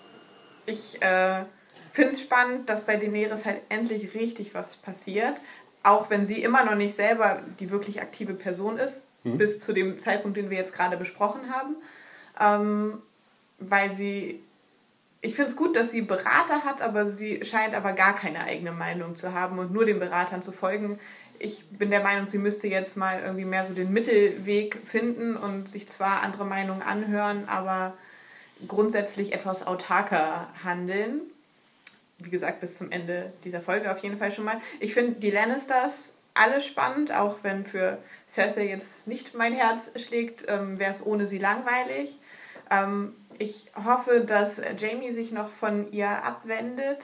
[SPEAKER 4] Ich äh, finde es spannend, dass bei Daenerys halt endlich richtig was passiert, auch wenn sie immer noch nicht selber die wirklich aktive Person ist,
[SPEAKER 5] Mhm.
[SPEAKER 4] bis zu dem Zeitpunkt, den wir jetzt gerade besprochen haben. Ähm, weil sie, ich finde es gut, dass sie Berater hat, aber sie scheint aber gar keine eigene Meinung zu haben und nur den Beratern zu folgen. Ich bin der Meinung, sie müsste jetzt mal irgendwie mehr so den Mittelweg finden und sich zwar andere Meinungen anhören, aber grundsätzlich etwas autarker handeln. Wie gesagt, bis zum Ende dieser Folge auf jeden Fall schon mal. Ich finde die Lannisters alle spannend, auch wenn für Cersei jetzt nicht mein Herz schlägt, ähm, wäre es ohne sie langweilig. Ähm, ich hoffe, dass Jaime sich noch von ihr abwendet.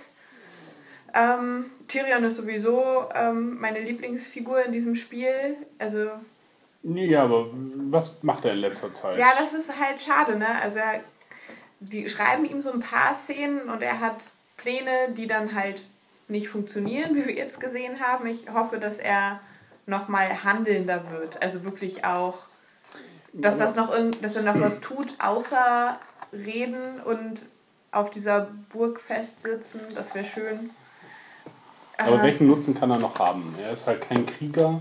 [SPEAKER 4] Ähm, Tyrion ist sowieso ähm, meine Lieblingsfigur in diesem Spiel. Also
[SPEAKER 5] ja, aber was macht er in letzter Zeit?
[SPEAKER 4] ja, das ist halt schade, ne? Also er, sie schreiben ihm so ein paar Szenen und er hat Pläne, die dann halt nicht funktionieren, wie wir jetzt gesehen haben. Ich hoffe, dass er nochmal handelnder wird. Also wirklich auch, dass, das noch irgend, dass er noch was tut, außer reden und auf dieser Burg festsitzen. Das wäre schön.
[SPEAKER 5] Aber
[SPEAKER 4] Äh,
[SPEAKER 5] welchen Nutzen kann er noch haben? Er ist halt kein Krieger.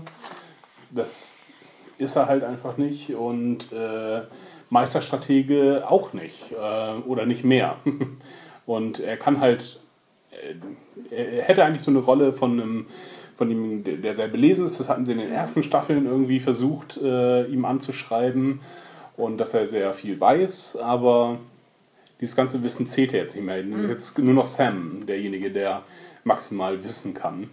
[SPEAKER 5] Das ist er halt einfach nicht. Und äh, Meisterstratege auch nicht. Äh, oder nicht mehr. Und er kann halt... Er hätte eigentlich so eine Rolle von einem, von ihm, der sehr belesen ist. Das hatten sie in den ersten Staffeln irgendwie versucht, äh, ihm anzuschreiben. Und dass er sehr viel weiß. Aber dieses ganze Wissen zählt ja jetzt nicht mehr. Mhm. Jetzt nur noch Sam, derjenige, der maximal wissen kann.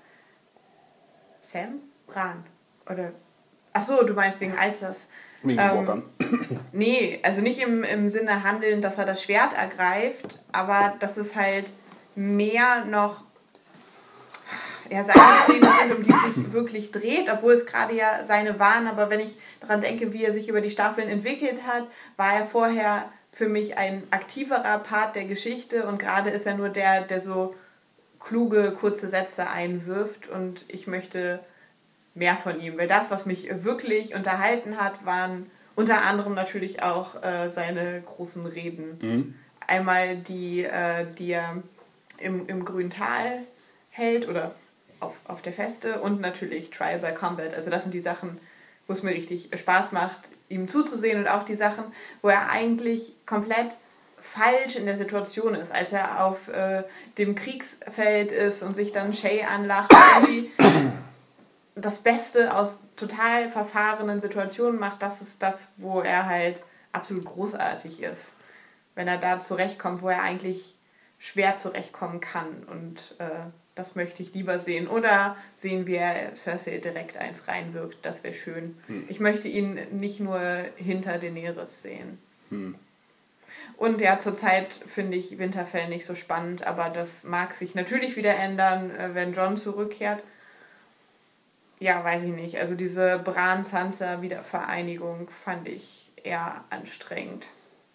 [SPEAKER 4] Sam? Bran? Oder... Ach so, du meinst wegen Alters.
[SPEAKER 5] Wegen ähm, Walkern.
[SPEAKER 4] Nee, also nicht im, im Sinne handeln, dass er das Schwert ergreift, aber dass es halt mehr noch ja, seine Pläne sind, um die es sich wirklich dreht, obwohl es gerade ja seine waren. Aber wenn ich daran denke, wie er sich über die Staffeln entwickelt hat, war er vorher für mich ein aktiverer Part der Geschichte und gerade ist er nur der, der so kluge, kurze Sätze einwirft und ich möchte mehr von ihm, weil das, was mich wirklich unterhalten hat, waren unter anderem natürlich auch äh, seine großen Reden. Mhm. Einmal die, äh, die er im, im Grünen Tal hält oder auf, auf der Feste und natürlich Trial by Combat. Also das sind die Sachen, wo es mir richtig Spaß macht, ihm zuzusehen und auch die Sachen, wo er eigentlich komplett falsch in der Situation ist, als er auf äh, dem Kriegsfeld ist und sich dann Shay anlacht und irgendwie das Beste aus total verfahrenen Situationen macht. Das ist das, wo er halt absolut großartig ist. Wenn er da zurechtkommt, wo er eigentlich schwer zurechtkommen kann und äh, das möchte ich lieber sehen. Oder sehen, wie er Cersei direkt eins reinwirkt. Das wäre schön. Hm. Ich möchte ihn nicht nur hinter Daenerys sehen. Hm. Und ja, zurzeit finde ich Winterfell nicht so spannend, aber das mag sich natürlich wieder ändern, wenn Jon zurückkehrt. Ja, weiß ich nicht. Also diese Bran-Sansa-Wiedervereinigung fand ich eher anstrengend.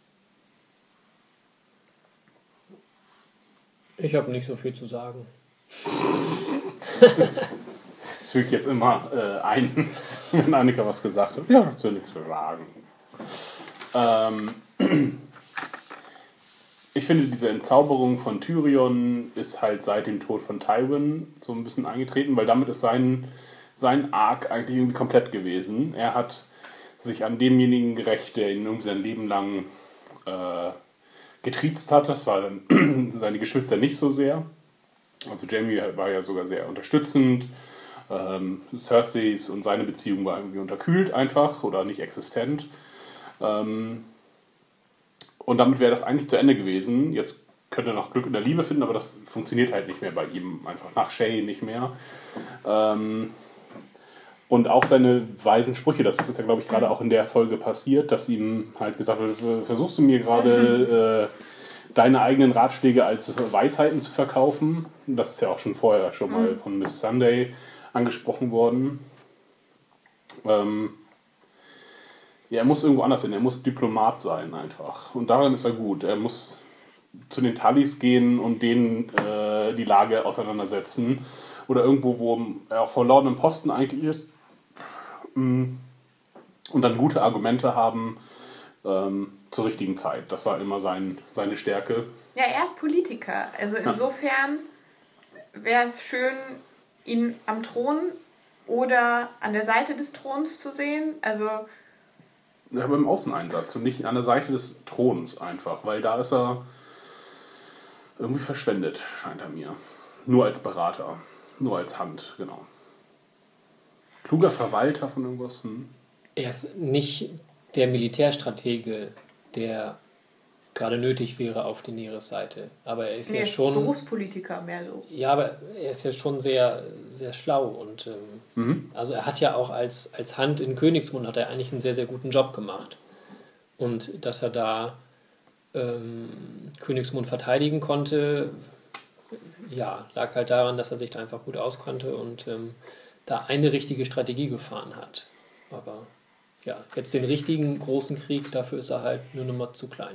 [SPEAKER 6] Ich habe nicht so viel zu sagen.
[SPEAKER 5] Das füge ich jetzt immer äh, ein, wenn Annika was gesagt hat. Ja, das will ich so sagen. Ähm, ich finde, diese Entzauberung von Tyrion ist halt seit dem Tod von Tywin so ein bisschen eingetreten, weil damit ist sein, sein Arc eigentlich irgendwie komplett gewesen. Er hat sich an demjenigen gerecht, der ihn irgendwie sein Leben lang äh, getriezt hat. Das war dann seine Geschwister nicht so sehr. Also Jaime war ja sogar sehr unterstützend. Ähm, Cerseis und seine Beziehung war irgendwie unterkühlt einfach oder nicht existent. Ähm, und damit wäre das eigentlich zu Ende gewesen. Jetzt könnte er noch Glück in der Liebe finden, aber das funktioniert halt nicht mehr bei ihm. Einfach nach Shay nicht mehr. Ähm, und auch seine weisen Sprüche, das ist ja, glaube ich, gerade auch in der Folge passiert, dass ihm halt gesagt wird, versuchst du mir gerade äh, deine eigenen Ratschläge als Weisheiten zu verkaufen? Das ist ja auch schon vorher schon mal von Miss Sunday angesprochen worden. Ähm, ja, er muss irgendwo anders hin, er muss Diplomat sein einfach. Und daran ist er gut. Er muss zu den Tullys gehen und denen äh, die Lage auseinandersetzen. Oder irgendwo, wo er auf verlorenem Posten eigentlich ist. Und dann gute Argumente haben ähm, zur richtigen Zeit. Das war immer sein, seine Stärke.
[SPEAKER 4] Ja, er ist Politiker. Also insofern wäre es schön, ihn am Thron oder an der Seite des Throns zu sehen. Also
[SPEAKER 5] ja, aber im Außeneinsatz und nicht an der Seite des Throns einfach, weil da ist er irgendwie verschwendet, scheint er mir. Nur als Berater, nur als Hand, genau. Kluger Verwalter von irgendwas. Hm?
[SPEAKER 6] Er ist nicht der Militärstratege, der gerade nötig wäre auf Daenerys Seite. Aber er ist
[SPEAKER 4] nee,
[SPEAKER 6] ja schon...
[SPEAKER 4] Berufspolitiker mehr so.
[SPEAKER 6] Ja, aber er ist ja schon sehr, sehr schlau. Und ähm, mhm. also er hat ja auch als, als Hand in Königsmund hat er eigentlich einen sehr, sehr guten Job gemacht. Und dass er da ähm, Königsmund verteidigen konnte, ja, lag halt daran, dass er sich da einfach gut auskannte und ähm, da eine richtige Strategie gefahren hat. Aber ja, jetzt den richtigen großen Krieg, dafür ist er halt eine Nummer zu klein.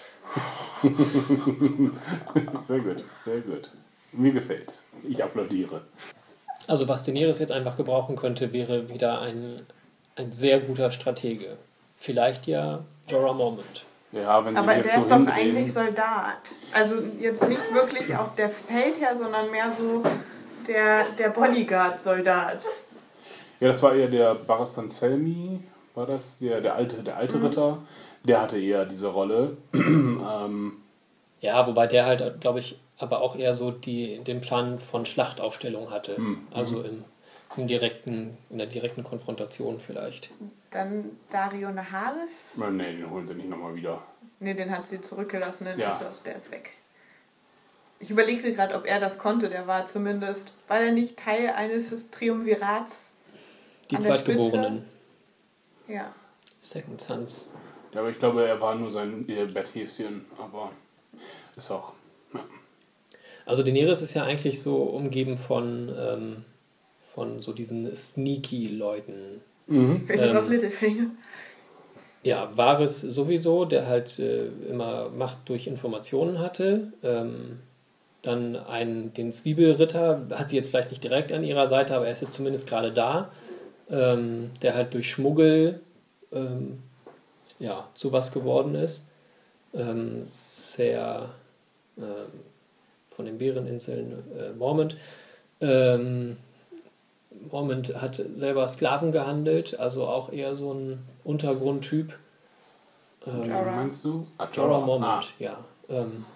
[SPEAKER 5] Sehr gut, sehr gut. Mir gefällt's. Ich applaudiere.
[SPEAKER 6] Also was Daenerys jetzt einfach gebrauchen könnte, wäre wieder ein, ein sehr guter Stratege. Vielleicht ja Jorah Mormont.
[SPEAKER 5] Ja, wenn sie
[SPEAKER 4] aber
[SPEAKER 5] jetzt
[SPEAKER 4] der
[SPEAKER 5] so
[SPEAKER 4] ist doch
[SPEAKER 5] hindrehen.
[SPEAKER 4] eigentlich Soldat. Also jetzt nicht wirklich auch der Feldherr, sondern mehr so der, der Bodyguard-Soldat.
[SPEAKER 5] Ja, das war eher der Barristan Selmy, war das? Der, der alte, der alte mhm. Ritter. Der hatte eher diese Rolle. ähm,
[SPEAKER 6] ja, wobei der halt, glaube ich, aber auch eher so die, den Plan von Schlachtaufstellung hatte. Mhm. Also im Im direkten, in der direkten Konfrontation vielleicht.
[SPEAKER 4] Dann Dario Naharis.
[SPEAKER 5] Oh, nee, den holen sie nicht nochmal wieder.
[SPEAKER 4] Nee, den hat sie zurückgelassen in
[SPEAKER 5] Ja.
[SPEAKER 4] Essos, der ist weg. Ich überlegte gerade, ob er das konnte. Der war zumindest, war er nicht Teil eines Triumvirats?
[SPEAKER 6] Die
[SPEAKER 4] an der
[SPEAKER 6] Zweitgeborenen.
[SPEAKER 4] Spitze? Ja.
[SPEAKER 6] Second Sons.
[SPEAKER 5] Ja, aber ich glaube, er war nur sein ihr Betthäschen, aber ist auch, ja.
[SPEAKER 6] Also Daenerys ist ja eigentlich so umgeben von, ähm, von so diesen sneaky-Leuten.
[SPEAKER 5] Mhm.
[SPEAKER 4] Fehlt
[SPEAKER 6] Ähm,
[SPEAKER 4] noch Littlefinger.
[SPEAKER 6] Ja, Varys sowieso, der halt äh, immer Macht durch Informationen hatte. Ähm, dann einen, den Zwiebelritter, hat sie jetzt vielleicht nicht direkt an ihrer Seite, aber er ist jetzt zumindest gerade da. Ähm, der halt durch Schmuggel ähm, ja, zu was geworden ist. Ähm, sehr ähm, von den Bäreninseln äh, Mormont. Ähm, Mormont hat selber Sklaven gehandelt, also auch eher so ein Untergrundtyp. Ähm,
[SPEAKER 5] Jorah meinst du? Ah,
[SPEAKER 6] Jorah Mormont,
[SPEAKER 5] Ah.
[SPEAKER 6] ja. Ähm,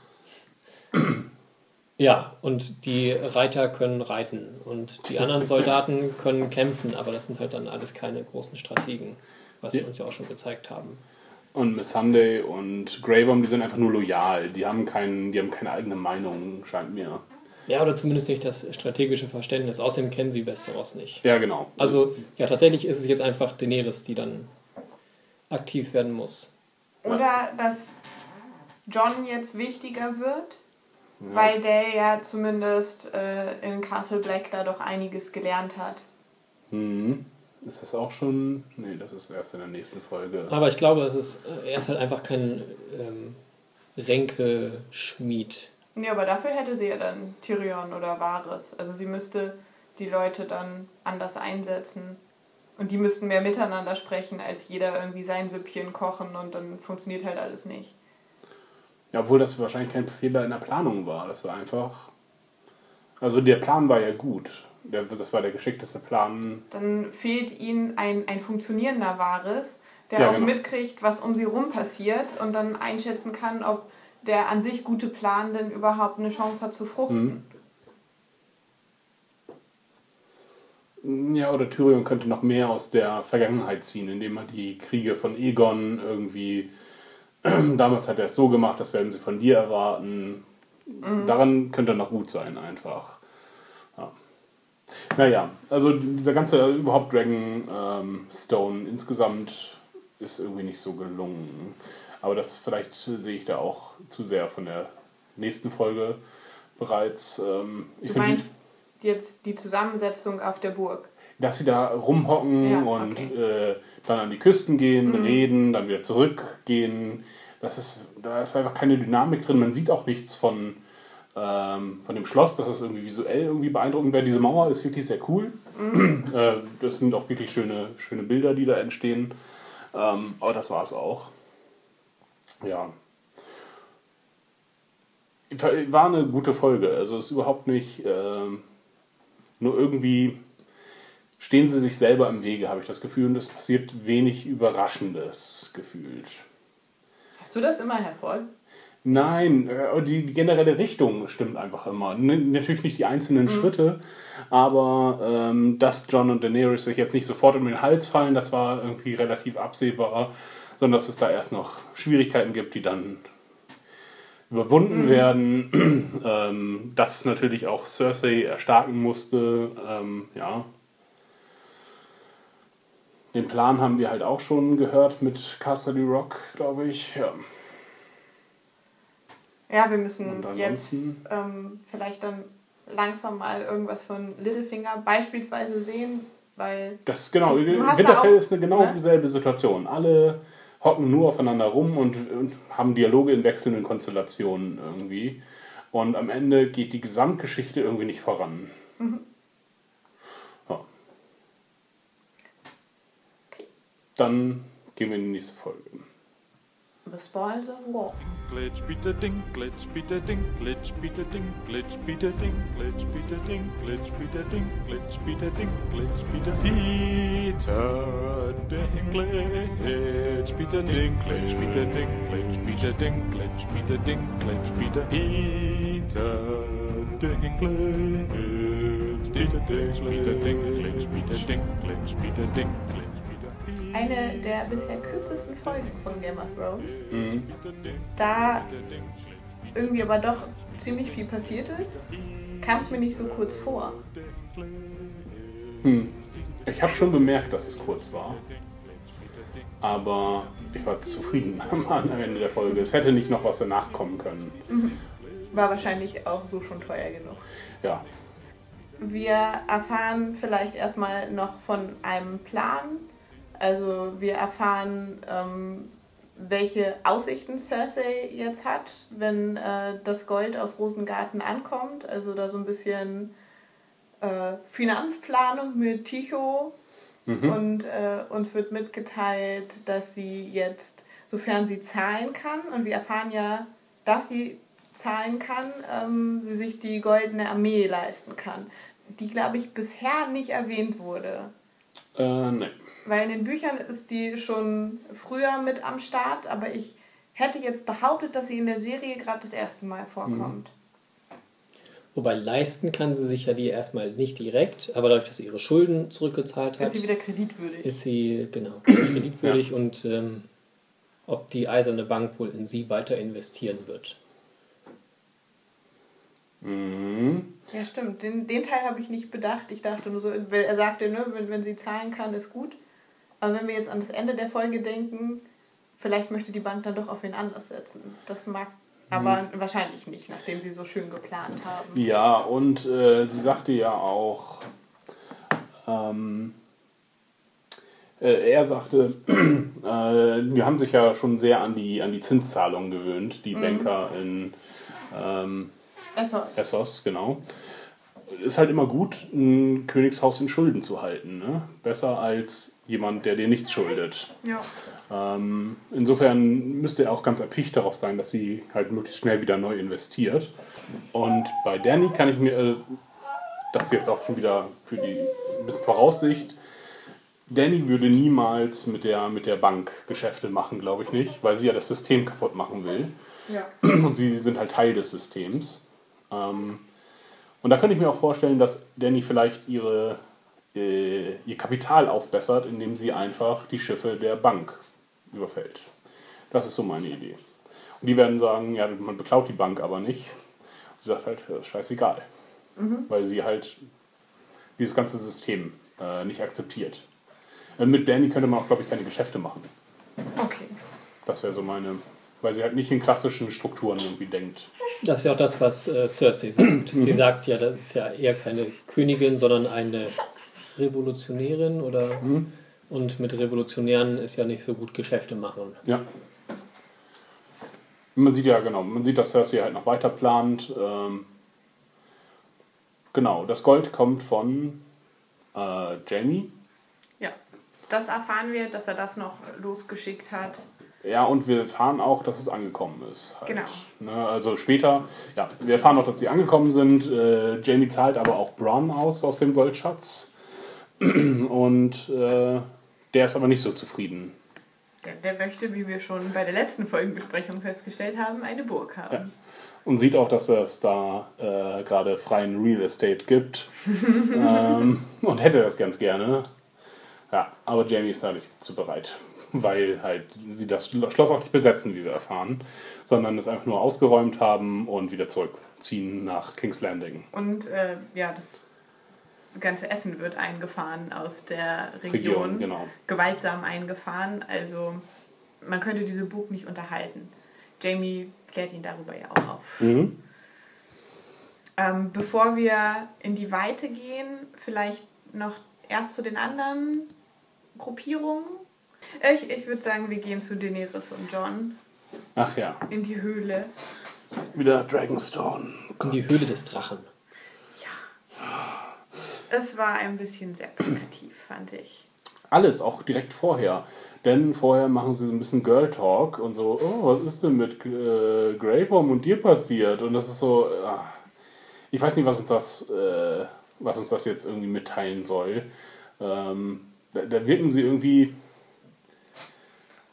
[SPEAKER 6] ja, und die Reiter können reiten und die anderen Soldaten können kämpfen, aber das sind halt dann alles keine großen Strategen, was sie
[SPEAKER 5] Ja.
[SPEAKER 6] uns ja auch schon gezeigt haben.
[SPEAKER 5] Und Miss Sunday und Grey Worm, die sind einfach nur loyal. Die haben, kein, die haben keine eigene Meinung, scheint mir.
[SPEAKER 6] Ja, oder zumindest nicht das strategische Verständnis. Außerdem kennen sie Westeros nicht.
[SPEAKER 5] Ja, genau.
[SPEAKER 6] Also, ja, tatsächlich ist es jetzt einfach Daenerys, die dann aktiv werden muss.
[SPEAKER 4] Oder dass Jon jetzt wichtiger wird,
[SPEAKER 5] Ja.
[SPEAKER 4] weil der ja zumindest äh, in Castle Black da doch einiges gelernt hat.
[SPEAKER 5] Mhm. Ist das auch schon? Nee, das ist erst in der nächsten Folge.
[SPEAKER 6] Aber ich glaube, es ist, er ist halt einfach kein ähm, Ränkeschmied.
[SPEAKER 4] Nee, aber dafür hätte sie ja dann Tyrion oder Varys. Also sie müsste die Leute dann anders einsetzen. Und die müssten mehr miteinander sprechen, als jeder irgendwie sein Süppchen kochen und dann funktioniert halt alles nicht.
[SPEAKER 5] Ja, obwohl das wahrscheinlich kein Fehler in der Planung war. Das war einfach... Also der Plan war ja gut. Der, das war der geschickteste Plan.
[SPEAKER 4] Dann fehlt ihnen ein, ein funktionierender Varys, der
[SPEAKER 5] Ja,
[SPEAKER 4] auch
[SPEAKER 5] genau.
[SPEAKER 4] mitkriegt, was um sie rum passiert und dann einschätzen kann, ob der an sich gute Plan denn überhaupt eine Chance hat zu fruchten.
[SPEAKER 5] Mhm. Ja, oder Tyrion könnte noch mehr aus der Vergangenheit ziehen, indem er die Kriege von Aegon irgendwie... Damals hat er es so gemacht, das werden sie von dir erwarten.
[SPEAKER 4] Mhm.
[SPEAKER 5] Daran könnte er noch gut sein, einfach. Ja. Naja, also dieser ganze überhaupt Dragonstone ähm, insgesamt ist irgendwie nicht so gelungen. Aber das vielleicht sehe ich da auch zu sehr von der nächsten Folge bereits. Ähm, ich
[SPEAKER 4] Du
[SPEAKER 5] finde,
[SPEAKER 4] meinst jetzt die Zusammensetzung auf der Burg?
[SPEAKER 5] dass sie da rumhocken
[SPEAKER 4] Ja,
[SPEAKER 5] und
[SPEAKER 4] okay.
[SPEAKER 5] äh, dann an die Küsten gehen,
[SPEAKER 4] Mhm.
[SPEAKER 5] reden, dann wieder zurückgehen. Das ist, da ist einfach keine Dynamik drin. Man sieht auch nichts von, ähm, von dem Schloss, dass es irgendwie visuell irgendwie beeindruckend wäre. Diese Mauer ist wirklich sehr cool.
[SPEAKER 4] Mhm.
[SPEAKER 5] Äh, das sind auch wirklich schöne, schöne Bilder, die da entstehen. Ähm, aber das war es auch. Ja. War eine gute Folge. Also es ist überhaupt nicht ähm, nur irgendwie stehen sie sich selber im Wege, habe ich das Gefühl. Und es passiert wenig Überraschendes gefühlt.
[SPEAKER 4] Hast du das immer hervor?
[SPEAKER 5] Nein, äh, die die generelle Richtung stimmt einfach immer. N- Natürlich nicht die einzelnen
[SPEAKER 4] Mhm.
[SPEAKER 5] Schritte, aber ähm, dass Jon und Daenerys sich jetzt nicht sofort um den Hals fallen, das war irgendwie relativ absehbar, sondern dass es da erst noch Schwierigkeiten gibt, die dann überwunden
[SPEAKER 4] Mhm.
[SPEAKER 5] werden. ähm, dass natürlich auch Cersei erstarken musste. Ähm, ja. Den Plan haben wir halt auch schon gehört mit Casterly Rock, glaube ich. Ja.
[SPEAKER 4] Ja, wir müssen
[SPEAKER 5] Und
[SPEAKER 4] jetzt
[SPEAKER 5] ansonsten?
[SPEAKER 4] ähm, vielleicht dann langsam mal irgendwas von Littlefinger beispielsweise sehen, weil
[SPEAKER 5] Das genau,
[SPEAKER 4] Du hast
[SPEAKER 5] Winterfell
[SPEAKER 4] da auch,
[SPEAKER 5] ist eine genau
[SPEAKER 4] ne?
[SPEAKER 5] dieselbe Situation. Alle hocken nur aufeinander rum und, und haben Dialoge in wechselnden Konstellationen irgendwie. Und am Ende geht die Gesamtgeschichte irgendwie nicht voran.
[SPEAKER 4] Mhm.
[SPEAKER 5] Ja.
[SPEAKER 4] Okay.
[SPEAKER 5] Dann gehen wir in die nächste Folge.
[SPEAKER 4] The Spoils of War.
[SPEAKER 1] Dinklage, Peter Dinklage, Peter Dinklage, Peter Dinklage, Peter Dinklage, Peter Dinklage, Peter Dinklage, Peter Dinklage, Peter Peter Dinklage, Peter Dinklage, Peter Dinklage, Peter Dinklage, Peter Dinklage, Peter Peter Dinklage, Peter Peter Dinklage, Peter Dinklage, Peter Dinklage, Peter.
[SPEAKER 4] Eine der bisher kürzesten Folgen von Game of Thrones.
[SPEAKER 5] Mhm.
[SPEAKER 4] Da irgendwie aber doch ziemlich viel passiert ist, kam es mir nicht so kurz vor.
[SPEAKER 5] Hm. Ich habe schon bemerkt, dass es kurz war. Aber ich war zufrieden am Ende der Folge. Es hätte nicht noch was danach kommen können.
[SPEAKER 4] Mhm. War wahrscheinlich auch so schon teuer genug.
[SPEAKER 5] Ja.
[SPEAKER 4] Wir erfahren vielleicht erstmal noch von einem Plan. Also wir erfahren, ähm, welche Aussichten Cersei jetzt hat, wenn äh, das Gold aus Rosengarten ankommt. Also da so ein bisschen äh, Finanzplanung mit Tycho. Mhm. Und äh, uns wird mitgeteilt, dass sie jetzt, sofern sie zahlen kann, und wir erfahren ja, dass sie zahlen kann, ähm, sie sich die goldene Armee leisten kann. Die, glaube ich, bisher nicht erwähnt wurde.
[SPEAKER 5] Äh, nein.
[SPEAKER 4] Weil in den Büchern ist die schon früher mit am Start, aber ich hätte jetzt behauptet, dass sie in der Serie gerade das erste Mal vorkommt.
[SPEAKER 6] Mhm. Wobei leisten kann sie sich ja die erstmal nicht direkt, aber dadurch, dass sie ihre Schulden zurückgezahlt hat,
[SPEAKER 4] ist sie wieder kreditwürdig.
[SPEAKER 6] Ist sie, genau, kreditwürdig. Ja. Und ähm, ob die Eiserne Bank wohl in sie weiter investieren wird.
[SPEAKER 5] Mhm.
[SPEAKER 4] Ja, stimmt. Den, den Teil habe ich nicht bedacht. Ich dachte nur so, er sagte, ne, wenn, wenn sie zahlen kann, ist gut. Aber wenn wir jetzt an das Ende der Folge denken, vielleicht möchte die Bank dann doch auf wen anders setzen. Das mag aber mhm. wahrscheinlich nicht, nachdem sie so schön geplant haben.
[SPEAKER 5] Ja, und äh, sie sagte ja auch, ähm, äh, er sagte, äh, wir haben sich ja schon sehr an die, an die Zinszahlungen gewöhnt, die mhm. Banker in ähm,
[SPEAKER 4] Essos.
[SPEAKER 5] Essos, genau. Ist halt immer gut, ein Königshaus in Schulden zu halten. Ne? Besser als jemand, der dir nichts schuldet.
[SPEAKER 4] Ja.
[SPEAKER 5] Ähm, insofern müsste er auch ganz erpicht darauf sein, dass sie halt möglichst schnell wieder neu investiert. Und bei Dany kann ich mir, äh, das ist jetzt auch schon wieder für die ein bisschen Voraussicht, Dany würde niemals mit der, mit der Bank Geschäfte machen, glaube ich nicht, weil sie ja das System kaputt machen will.
[SPEAKER 4] Ja.
[SPEAKER 5] Und sie sind halt Teil des Systems. Ähm, und da könnte ich mir auch vorstellen, dass Dany vielleicht ihre, äh, ihr Kapital aufbessert, indem sie einfach die Schiffe der Bank überfällt. Das ist so meine Idee. Und die werden sagen, ja, man beklaut die Bank aber nicht. Und sie sagt halt, ja, scheißegal. Mhm. Weil sie halt dieses ganze System äh, nicht akzeptiert. Und mit Dany könnte man auch, glaube ich, keine Geschäfte machen.
[SPEAKER 4] Okay.
[SPEAKER 5] Das wäre so meine... Weil sie halt nicht in klassischen Strukturen irgendwie denkt.
[SPEAKER 6] Das ist ja auch das, was äh, Cersei sagt. Sie sagt ja, das ist ja eher keine Königin, sondern eine Revolutionärin. Oder mhm. Und mit Revolutionären ist ja nicht so gut Geschäfte machen.
[SPEAKER 5] Ja. Man sieht ja, genau, man sieht, dass Cersei halt noch weiter plant. Ähm, genau, das Gold kommt von äh, Jaime.
[SPEAKER 4] Ja, das erfahren wir, dass er das noch losgeschickt hat.
[SPEAKER 5] Ja, und wir erfahren auch, dass es angekommen ist. Halt.
[SPEAKER 4] Genau.
[SPEAKER 5] Ne, also später, ja, wir erfahren auch, dass sie angekommen sind. Äh, Jaime zahlt aber auch Bronn aus, aus dem Goldschatz. Und äh, der ist aber nicht so zufrieden.
[SPEAKER 4] Der, der möchte, wie wir schon bei der letzten Folgenbesprechung festgestellt haben, eine Burg haben.
[SPEAKER 5] Ja. Und sieht auch, dass es da äh, gerade freien Real Estate gibt. ähm, und hätte das ganz gerne. Ja, aber Jaime ist da nicht zu bereit. Weil halt sie das Schloss auch nicht besetzen, wie wir erfahren, sondern es einfach nur ausgeräumt haben und wieder zurückziehen nach King's Landing.
[SPEAKER 4] Und äh, ja, das ganze Essen wird eingefahren aus der Region,
[SPEAKER 5] Region genau.
[SPEAKER 4] gewaltsam eingefahren, also man könnte diese Burg nicht unterhalten. Jaime klärt ihn darüber ja auch auf.
[SPEAKER 5] Mhm.
[SPEAKER 4] Ähm, bevor wir in die Weite gehen, vielleicht noch erst zu den anderen Gruppierungen. Ich, ich würde sagen, wir gehen zu Daenerys und Jon.
[SPEAKER 5] Ach ja.
[SPEAKER 4] In die Höhle.
[SPEAKER 5] Wieder Dragonstone.
[SPEAKER 6] In die Höhle des Drachen.
[SPEAKER 4] Ja. Es war ein bisschen sehr plakativ, fand ich.
[SPEAKER 5] Alles, auch direkt vorher. Denn vorher machen sie so ein bisschen Girl Talk und so, oh, was ist denn mit äh, Grey Worm und dir passiert? Und das ist so, äh, ich weiß nicht, was uns das, äh, was uns das jetzt irgendwie mitteilen soll. Ähm, da, da wirken sie irgendwie...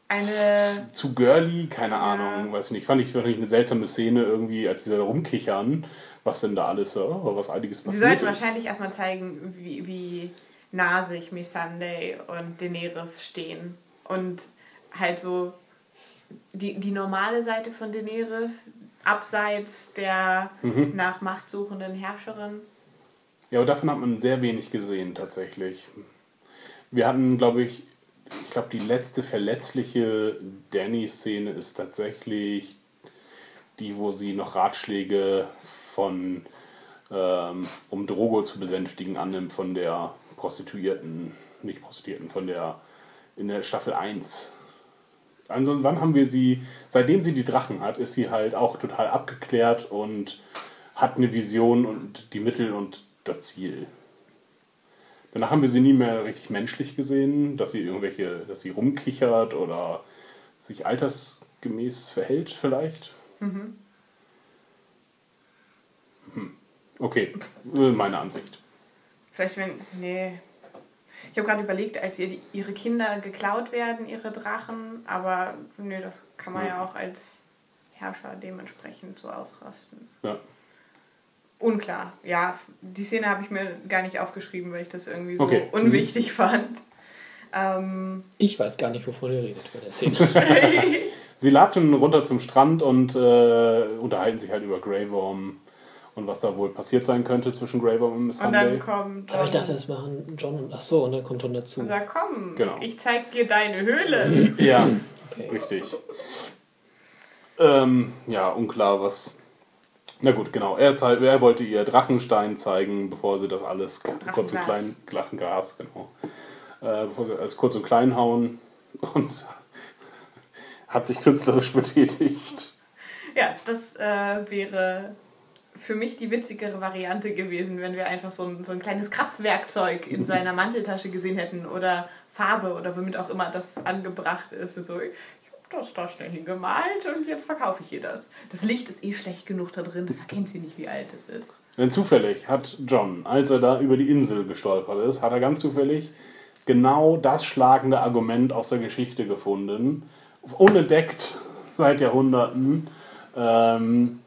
[SPEAKER 4] eine...
[SPEAKER 5] Zu girly, keine Ahnung, weiß ich nicht. Fand ich, fand ich eine seltsame Szene irgendwie, als sie da rumkichern, was denn da alles, oh, was einiges passiert
[SPEAKER 4] Sie sollten
[SPEAKER 5] ist.
[SPEAKER 4] wahrscheinlich erstmal zeigen, wie, wie nah sich Missandei und Daenerys stehen. Und halt so die, die normale Seite von Daenerys, abseits der
[SPEAKER 5] Mhm.
[SPEAKER 4] nach Macht suchenden Herrscherin.
[SPEAKER 5] Ja, aber davon hat man sehr wenig gesehen, tatsächlich. Wir hatten, glaube ich, ich glaube, die letzte verletzliche Dany-Szene ist tatsächlich die, wo sie noch Ratschläge von, ähm, um Drogo zu besänftigen, annimmt von der Prostituierten, nicht Prostituierten, von der, in der Staffel eins. Also, wann haben wir sie, seitdem sie die Drachen hat, ist sie halt auch total abgeklärt und hat eine Vision und die Mittel und das Ziel. Danach haben wir sie nie mehr richtig menschlich gesehen, dass sie irgendwelche, dass sie rumkichert oder sich altersgemäß verhält vielleicht.
[SPEAKER 4] Mhm.
[SPEAKER 5] Hm. Okay, meine Ansicht.
[SPEAKER 4] Vielleicht wenn... Nee. Ich habe gerade überlegt, als ihr die, ihre Kinder geklaut werden, ihre Drachen, aber nee, das kann man ja, ja auch als Herrscher dementsprechend so ausrasten.
[SPEAKER 5] Ja.
[SPEAKER 4] Unklar. Ja, die Szene habe ich mir gar nicht aufgeschrieben, weil ich das irgendwie so
[SPEAKER 5] okay.
[SPEAKER 4] unwichtig fand. Ähm,
[SPEAKER 6] ich weiß gar nicht, wovon ihr redet bei der Szene.
[SPEAKER 5] Sie latschen runter zum Strand und äh, unterhalten sich halt über Grey Worm und was da wohl passiert sein könnte zwischen Grey Worm und Missandei.
[SPEAKER 4] Und dann kommt John.
[SPEAKER 6] Aber ich dachte, das machen John und... Ach so, und dann kommt John dazu.
[SPEAKER 4] Und sagt, komm,
[SPEAKER 5] genau.
[SPEAKER 4] ich zeig dir deine Höhle.
[SPEAKER 5] Ja,
[SPEAKER 6] okay.
[SPEAKER 5] Richtig. Ähm, ja, unklar, was... Na gut, genau. Er, zeig, er wollte ihr Drachenstein zeigen, bevor sie das alles kurz und klein... Drachengras, genau. Äh, bevor sie alles kurz und klein hauen. Und hat sich künstlerisch betätigt.
[SPEAKER 4] Ja, das äh, wäre für mich die witzigere Variante gewesen, wenn wir einfach so ein, so ein kleines Kratzwerkzeug in seiner Manteltasche gesehen hätten oder Farbe oder womit auch immer das angebracht ist. So, ich habe das da schnell hingemalt und jetzt verkaufe ich ihr das. Das Licht ist eh schlecht genug da drin, das erkennt sie nicht, wie alt es ist.
[SPEAKER 5] Denn zufällig hat John, als er da über die Insel gestolpert ist, hat er ganz zufällig genau das schlagende Argument aus der Geschichte gefunden, unentdeckt seit Jahrhunderten, ähm,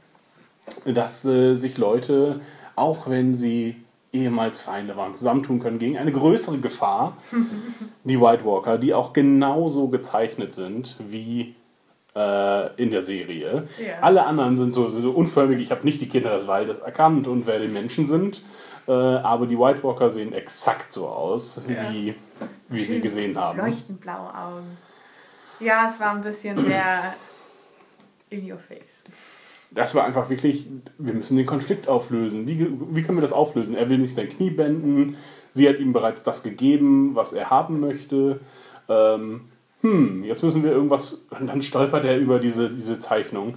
[SPEAKER 5] dass äh, sich Leute, auch wenn sie ehemals Feinde waren, zusammentun können gegen eine größere Gefahr, die White Walker, die auch genauso gezeichnet sind wie äh, in der Serie.
[SPEAKER 4] Ja.
[SPEAKER 5] Alle anderen sind so, so unförmig, ich habe nicht die Kinder des Waldes erkannt und wer die Menschen sind, äh, aber die White Walker sehen exakt so aus,
[SPEAKER 4] Ja.
[SPEAKER 5] wie wir sie gesehen haben.
[SPEAKER 4] Leuchtend blaue Augen. Ja, es war ein bisschen sehr in your face.
[SPEAKER 5] Das war einfach wirklich, wir müssen den Konflikt auflösen. Wie, wie können wir das auflösen? Er will nicht sein Knie benden. Sie hat ihm bereits das gegeben, was er haben möchte. Ähm, hm, jetzt müssen wir irgendwas... Und dann stolpert er über diese, diese Zeichnung.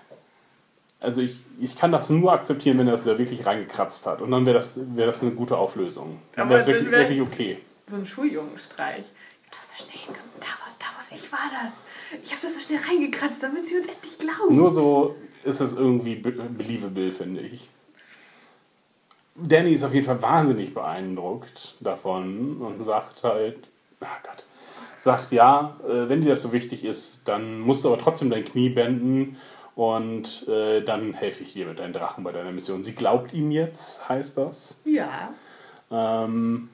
[SPEAKER 5] Also ich, ich kann das nur akzeptieren, wenn er das da wirklich reingekratzt hat. Und dann wäre das, wär das eine gute Auflösung. Dann wäre es wirklich, wirklich okay.
[SPEAKER 4] So ein Schuljungenstreich. Ich hab das so schnell hingekommen. Davos, Davos, ich war das. Ich habe das so schnell reingekratzt, damit sie uns endlich glauben.
[SPEAKER 5] Nur so ist es irgendwie be- believable, finde ich. Dany ist auf jeden Fall wahnsinnig beeindruckt davon und sagt halt, ach Gott, sagt ja, äh, wenn dir das so wichtig ist, dann musst du aber trotzdem dein Knie benden und äh, dann helfe ich dir mit deinen Drachen bei deiner Mission. Sie glaubt ihm jetzt, heißt das.
[SPEAKER 4] Ja.
[SPEAKER 5] Ähm,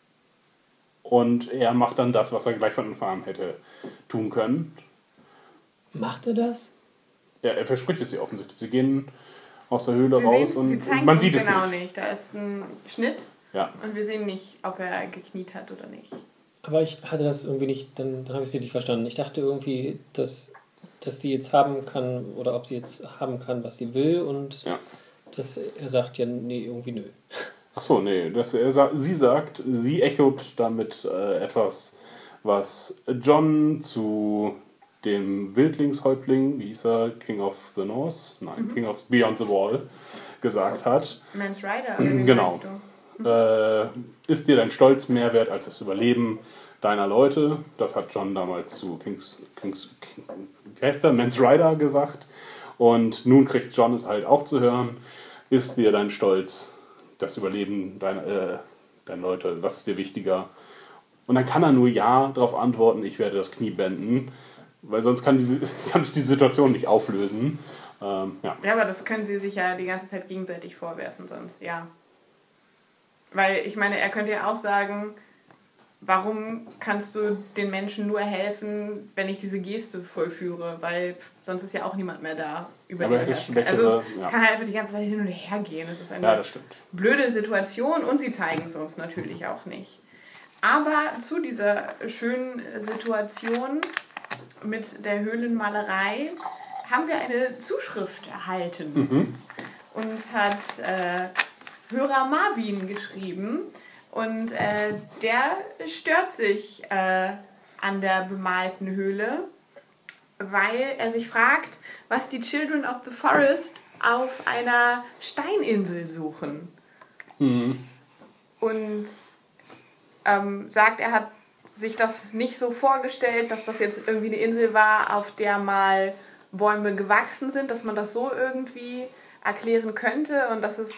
[SPEAKER 5] und er macht dann das, was er gleich von Anfang an hätte tun können.
[SPEAKER 6] Macht er das?
[SPEAKER 5] Ja, er verspricht es ihr offensichtlich. Sie gehen aus der Höhle
[SPEAKER 4] Wir
[SPEAKER 5] raus
[SPEAKER 4] sehen,
[SPEAKER 5] und
[SPEAKER 4] sie zeigen
[SPEAKER 5] man
[SPEAKER 4] uns
[SPEAKER 5] sieht es
[SPEAKER 4] genau
[SPEAKER 5] nicht.
[SPEAKER 4] nicht. Da ist ein Schnitt
[SPEAKER 5] Ja.
[SPEAKER 4] und wir sehen nicht, ob er gekniet hat oder nicht.
[SPEAKER 6] Aber ich hatte das irgendwie nicht, dann, dann habe ich sie nicht verstanden. Ich dachte irgendwie, dass, dass sie jetzt haben kann, oder ob sie jetzt haben kann, was sie will, und
[SPEAKER 5] Ja.
[SPEAKER 6] dass er sagt, ja, nee, irgendwie nö.
[SPEAKER 5] Achso, nee. Das, er sa- sie sagt, sie echot damit äh, etwas, was John zu dem Wildlingshäuptling, wie hieß er, King of the North, nein,
[SPEAKER 4] Mhm.
[SPEAKER 5] King of Beyond the Wall, gesagt hat.
[SPEAKER 4] Mans Rider, oder wie
[SPEAKER 5] Genau.
[SPEAKER 4] meinst du?
[SPEAKER 5] Äh, ist dir dein Stolz mehr wert als das Überleben deiner Leute? Das hat John damals zu Kings, Kings King, wie heißt der? Mans Rider gesagt. Und nun kriegt John es halt auch zu hören. Ist dir dein Stolz, das Überleben deiner, äh, deiner Leute, was ist dir wichtiger? Und dann kann er nur Ja darauf antworten, ich werde das Knie benden. Weil sonst kann, diese, kann sich die Situation nicht auflösen. Ähm, ja.
[SPEAKER 4] ja, aber das können sie sich ja die ganze Zeit gegenseitig vorwerfen sonst, ja. Weil ich meine, er könnte ja auch sagen, warum kannst du den Menschen nur helfen, wenn ich diese Geste vollführe? Weil sonst ist ja auch niemand mehr da. Über
[SPEAKER 5] aber
[SPEAKER 4] die
[SPEAKER 5] das
[SPEAKER 4] also es
[SPEAKER 5] ja.
[SPEAKER 4] kann halt einfach die ganze Zeit hin und her gehen. Das ist eine
[SPEAKER 5] ja, das stimmt.
[SPEAKER 4] blöde Situation und sie zeigen es uns natürlich auch nicht. Aber zu dieser schönen Situation mit der Höhlenmalerei haben wir eine Zuschrift erhalten.
[SPEAKER 5] Mhm.
[SPEAKER 4] Uns hat äh, Hörer Marvin geschrieben und äh, der stört sich äh, an der bemalten Höhle, weil er sich fragt, was die Children of the Forest auf einer Steininsel suchen.
[SPEAKER 5] Mhm.
[SPEAKER 4] Und ähm, sagt, er hat sich das nicht so vorgestellt, dass das jetzt irgendwie eine Insel war, auf der mal Bäume gewachsen sind, dass man das so irgendwie erklären könnte und dass es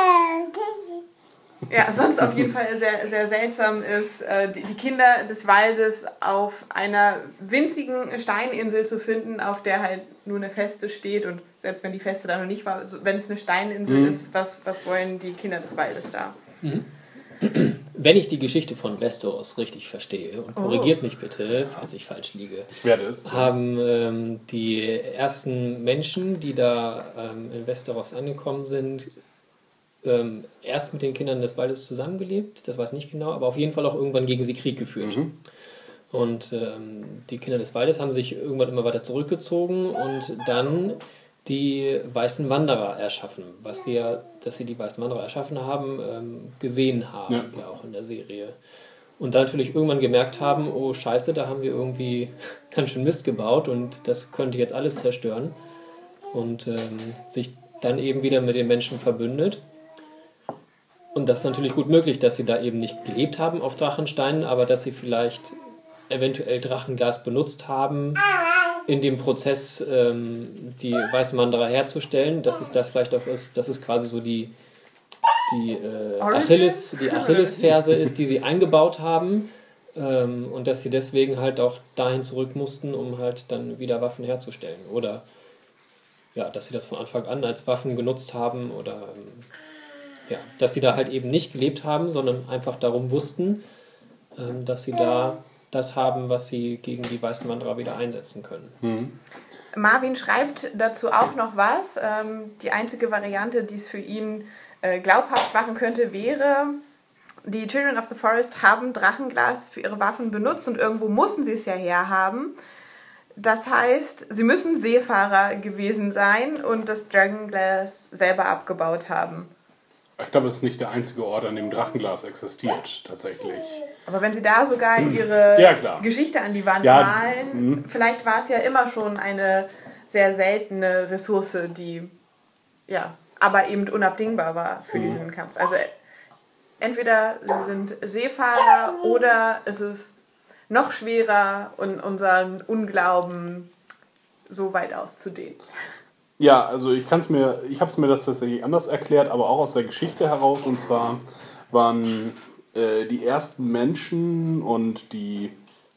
[SPEAKER 4] ja, sonst auf jeden Fall sehr, sehr seltsam ist, die Kinder des Waldes auf einer winzigen Steininsel zu finden, auf der halt nur eine Feste steht und selbst wenn die Feste da noch nicht war, wenn es eine Steininsel mhm. ist, was, was wollen die Kinder des Waldes da?
[SPEAKER 6] Mhm. Wenn ich die Geschichte von Westeros richtig verstehe, und korrigiert oh. mich bitte, falls ich falsch liege,
[SPEAKER 5] ich werde es,
[SPEAKER 6] haben ähm, die ersten Menschen, die da ähm, in Westeros angekommen sind, ähm, erst mit den Kindern des Waldes zusammengelebt, das weiß ich nicht genau, aber auf jeden Fall auch irgendwann gegen sie Krieg geführt. Mhm. Und ähm, die Kinder des Waldes haben sich irgendwann immer weiter zurückgezogen und dann die weißen Wanderer erschaffen, was wir, dass sie die weißen Wanderer erschaffen haben, ähm, gesehen haben, ja. ja auch in der Serie. Und dann natürlich irgendwann gemerkt haben, oh scheiße, da haben wir irgendwie ganz schön Mist gebaut und das könnte jetzt alles zerstören. Und ähm, sich dann eben wieder mit den Menschen verbündet. Und das ist natürlich gut möglich, dass sie da eben nicht gelebt haben auf Drachensteinen, aber dass sie vielleicht eventuell Drachenglas benutzt haben, in dem Prozess ähm, die weißen Wanderer herzustellen, dass es das vielleicht auch ist, dass es quasi so die, die, äh, Achilles, die Achillesferse ist, die sie eingebaut haben ähm, und dass sie deswegen halt auch dahin zurück mussten, um halt dann wieder Waffen herzustellen. Oder ja, dass sie das von Anfang an als Waffen genutzt haben oder ähm, ja, dass sie da halt eben nicht gelebt haben, sondern einfach darum wussten, ähm, dass sie da das haben, was sie gegen die weißen Wanderer wieder einsetzen können.
[SPEAKER 5] Mhm.
[SPEAKER 4] Marvin schreibt dazu auch noch was. Ähm, die einzige Variante, die es für ihn äh, glaubhaft machen könnte, wäre, die Children of the Forest haben Drachenglas für ihre Waffen benutzt und irgendwo mussten sie es ja herhaben. Das heißt, sie müssen Seefahrer gewesen sein und das Dragonglass selber abgebaut haben.
[SPEAKER 5] Ich glaube, es ist nicht der einzige Ort, an dem Drachenglas existiert, tatsächlich.
[SPEAKER 4] Aber wenn sie da sogar ihre
[SPEAKER 5] ja,
[SPEAKER 4] Geschichte an die Wand
[SPEAKER 5] ja,
[SPEAKER 4] malen, mh. vielleicht war es ja immer schon eine sehr seltene Ressource, die ja, aber eben unabdingbar war für mhm. diesen Kampf. Also entweder sie sind Seefahrer oder es ist noch schwerer, und unseren Unglauben so weit auszudehnen.
[SPEAKER 5] Ja, also ich kann es mir, ich habe es mir das tatsächlich anders erklärt, aber auch aus der Geschichte heraus. Und zwar waren äh, die ersten Menschen und die,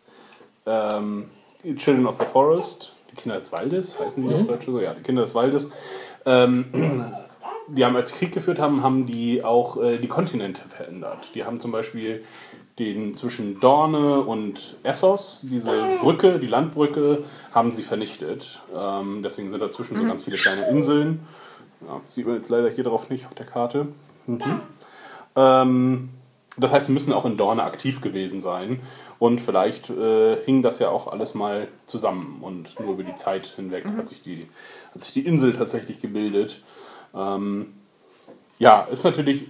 [SPEAKER 5] ähm, die Children of the Forest, die Kinder des Waldes, heißen die mhm. auf Deutsch so? Ja, die Kinder des Waldes, ähm, die haben als Krieg geführt haben, haben die auch äh, die Kontinente verändert. Die haben zum Beispiel den zwischen Dorne und Essos, diese Brücke, die Landbrücke, haben sie vernichtet. Ähm, deswegen sind dazwischen mhm. so ganz viele kleine Inseln. Ja, sieht man jetzt leider hier drauf nicht auf der Karte. Mhm. Ähm, das heißt, sie müssen auch in Dorne aktiv gewesen sein. Und vielleicht äh, hing das ja auch alles mal zusammen. Und nur über die Zeit hinweg mhm. hat, sich die, hat sich die Insel tatsächlich gebildet. Ähm, ja, ist natürlich...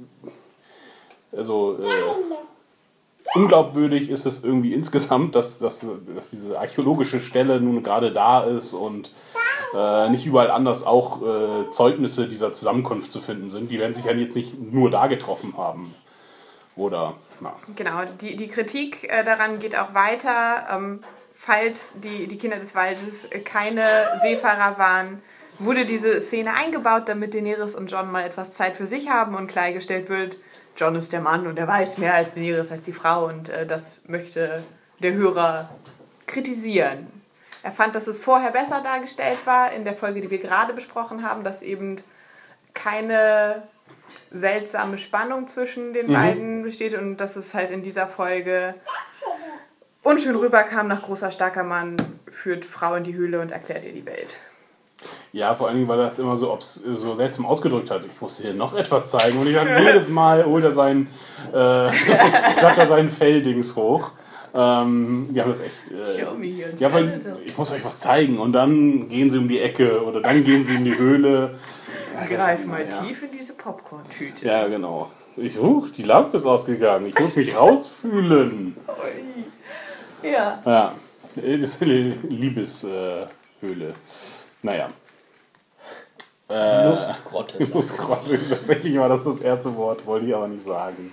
[SPEAKER 5] Also... Äh, unglaubwürdig ist es irgendwie insgesamt, dass, dass, dass diese archäologische Stelle nun gerade da ist und äh, nicht überall anders auch äh, Zeugnisse dieser Zusammenkunft zu finden sind. Die werden sich ja jetzt nicht nur da getroffen haben. Oder, na.
[SPEAKER 4] Genau, die, die Kritik äh, daran geht auch weiter. Ähm, falls die, die Kinder des Waldes keine Seefahrer waren, wurde diese Szene eingebaut, damit Daenerys und Jon mal etwas Zeit für sich haben und klargestellt wird, Jon ist der Mann und er weiß mehr als Daenerys, als die Frau und äh, das möchte der Hörer kritisieren. Er fand, dass es vorher besser dargestellt war, in der Folge, die wir gerade besprochen haben, dass eben keine seltsame Spannung zwischen den mhm. beiden besteht und dass es halt in dieser Folge unschön rüberkam, nach großer, starker Mann führt Frau in die Höhle und erklärt ihr die Welt.
[SPEAKER 5] Ja, vor allen Dingen, weil er das immer so, ob's, so seltsam ausgedrückt hat. Ich musste hier noch etwas zeigen und ich habe jedes Mal holt er seinen, äh, klappt er seinen Felldings hoch. Ähm, die haben das echt. Äh, ja, weil ich muss euch was zeigen und dann gehen sie um die Ecke oder dann gehen sie in die Höhle.
[SPEAKER 4] Greif mal ja. tief in diese Popcorn-Tüte.
[SPEAKER 5] Ja, genau. Ich, uh, die Lampe ist ausgegangen. Ich muss mich rausfühlen.
[SPEAKER 4] Ja.
[SPEAKER 5] Ja, das ist eine Liebeshöhle. Äh, naja. Äh,
[SPEAKER 6] Lustgrotte.
[SPEAKER 5] Lustgrotte. Tatsächlich war das das erste Wort, wollte ich aber nicht sagen.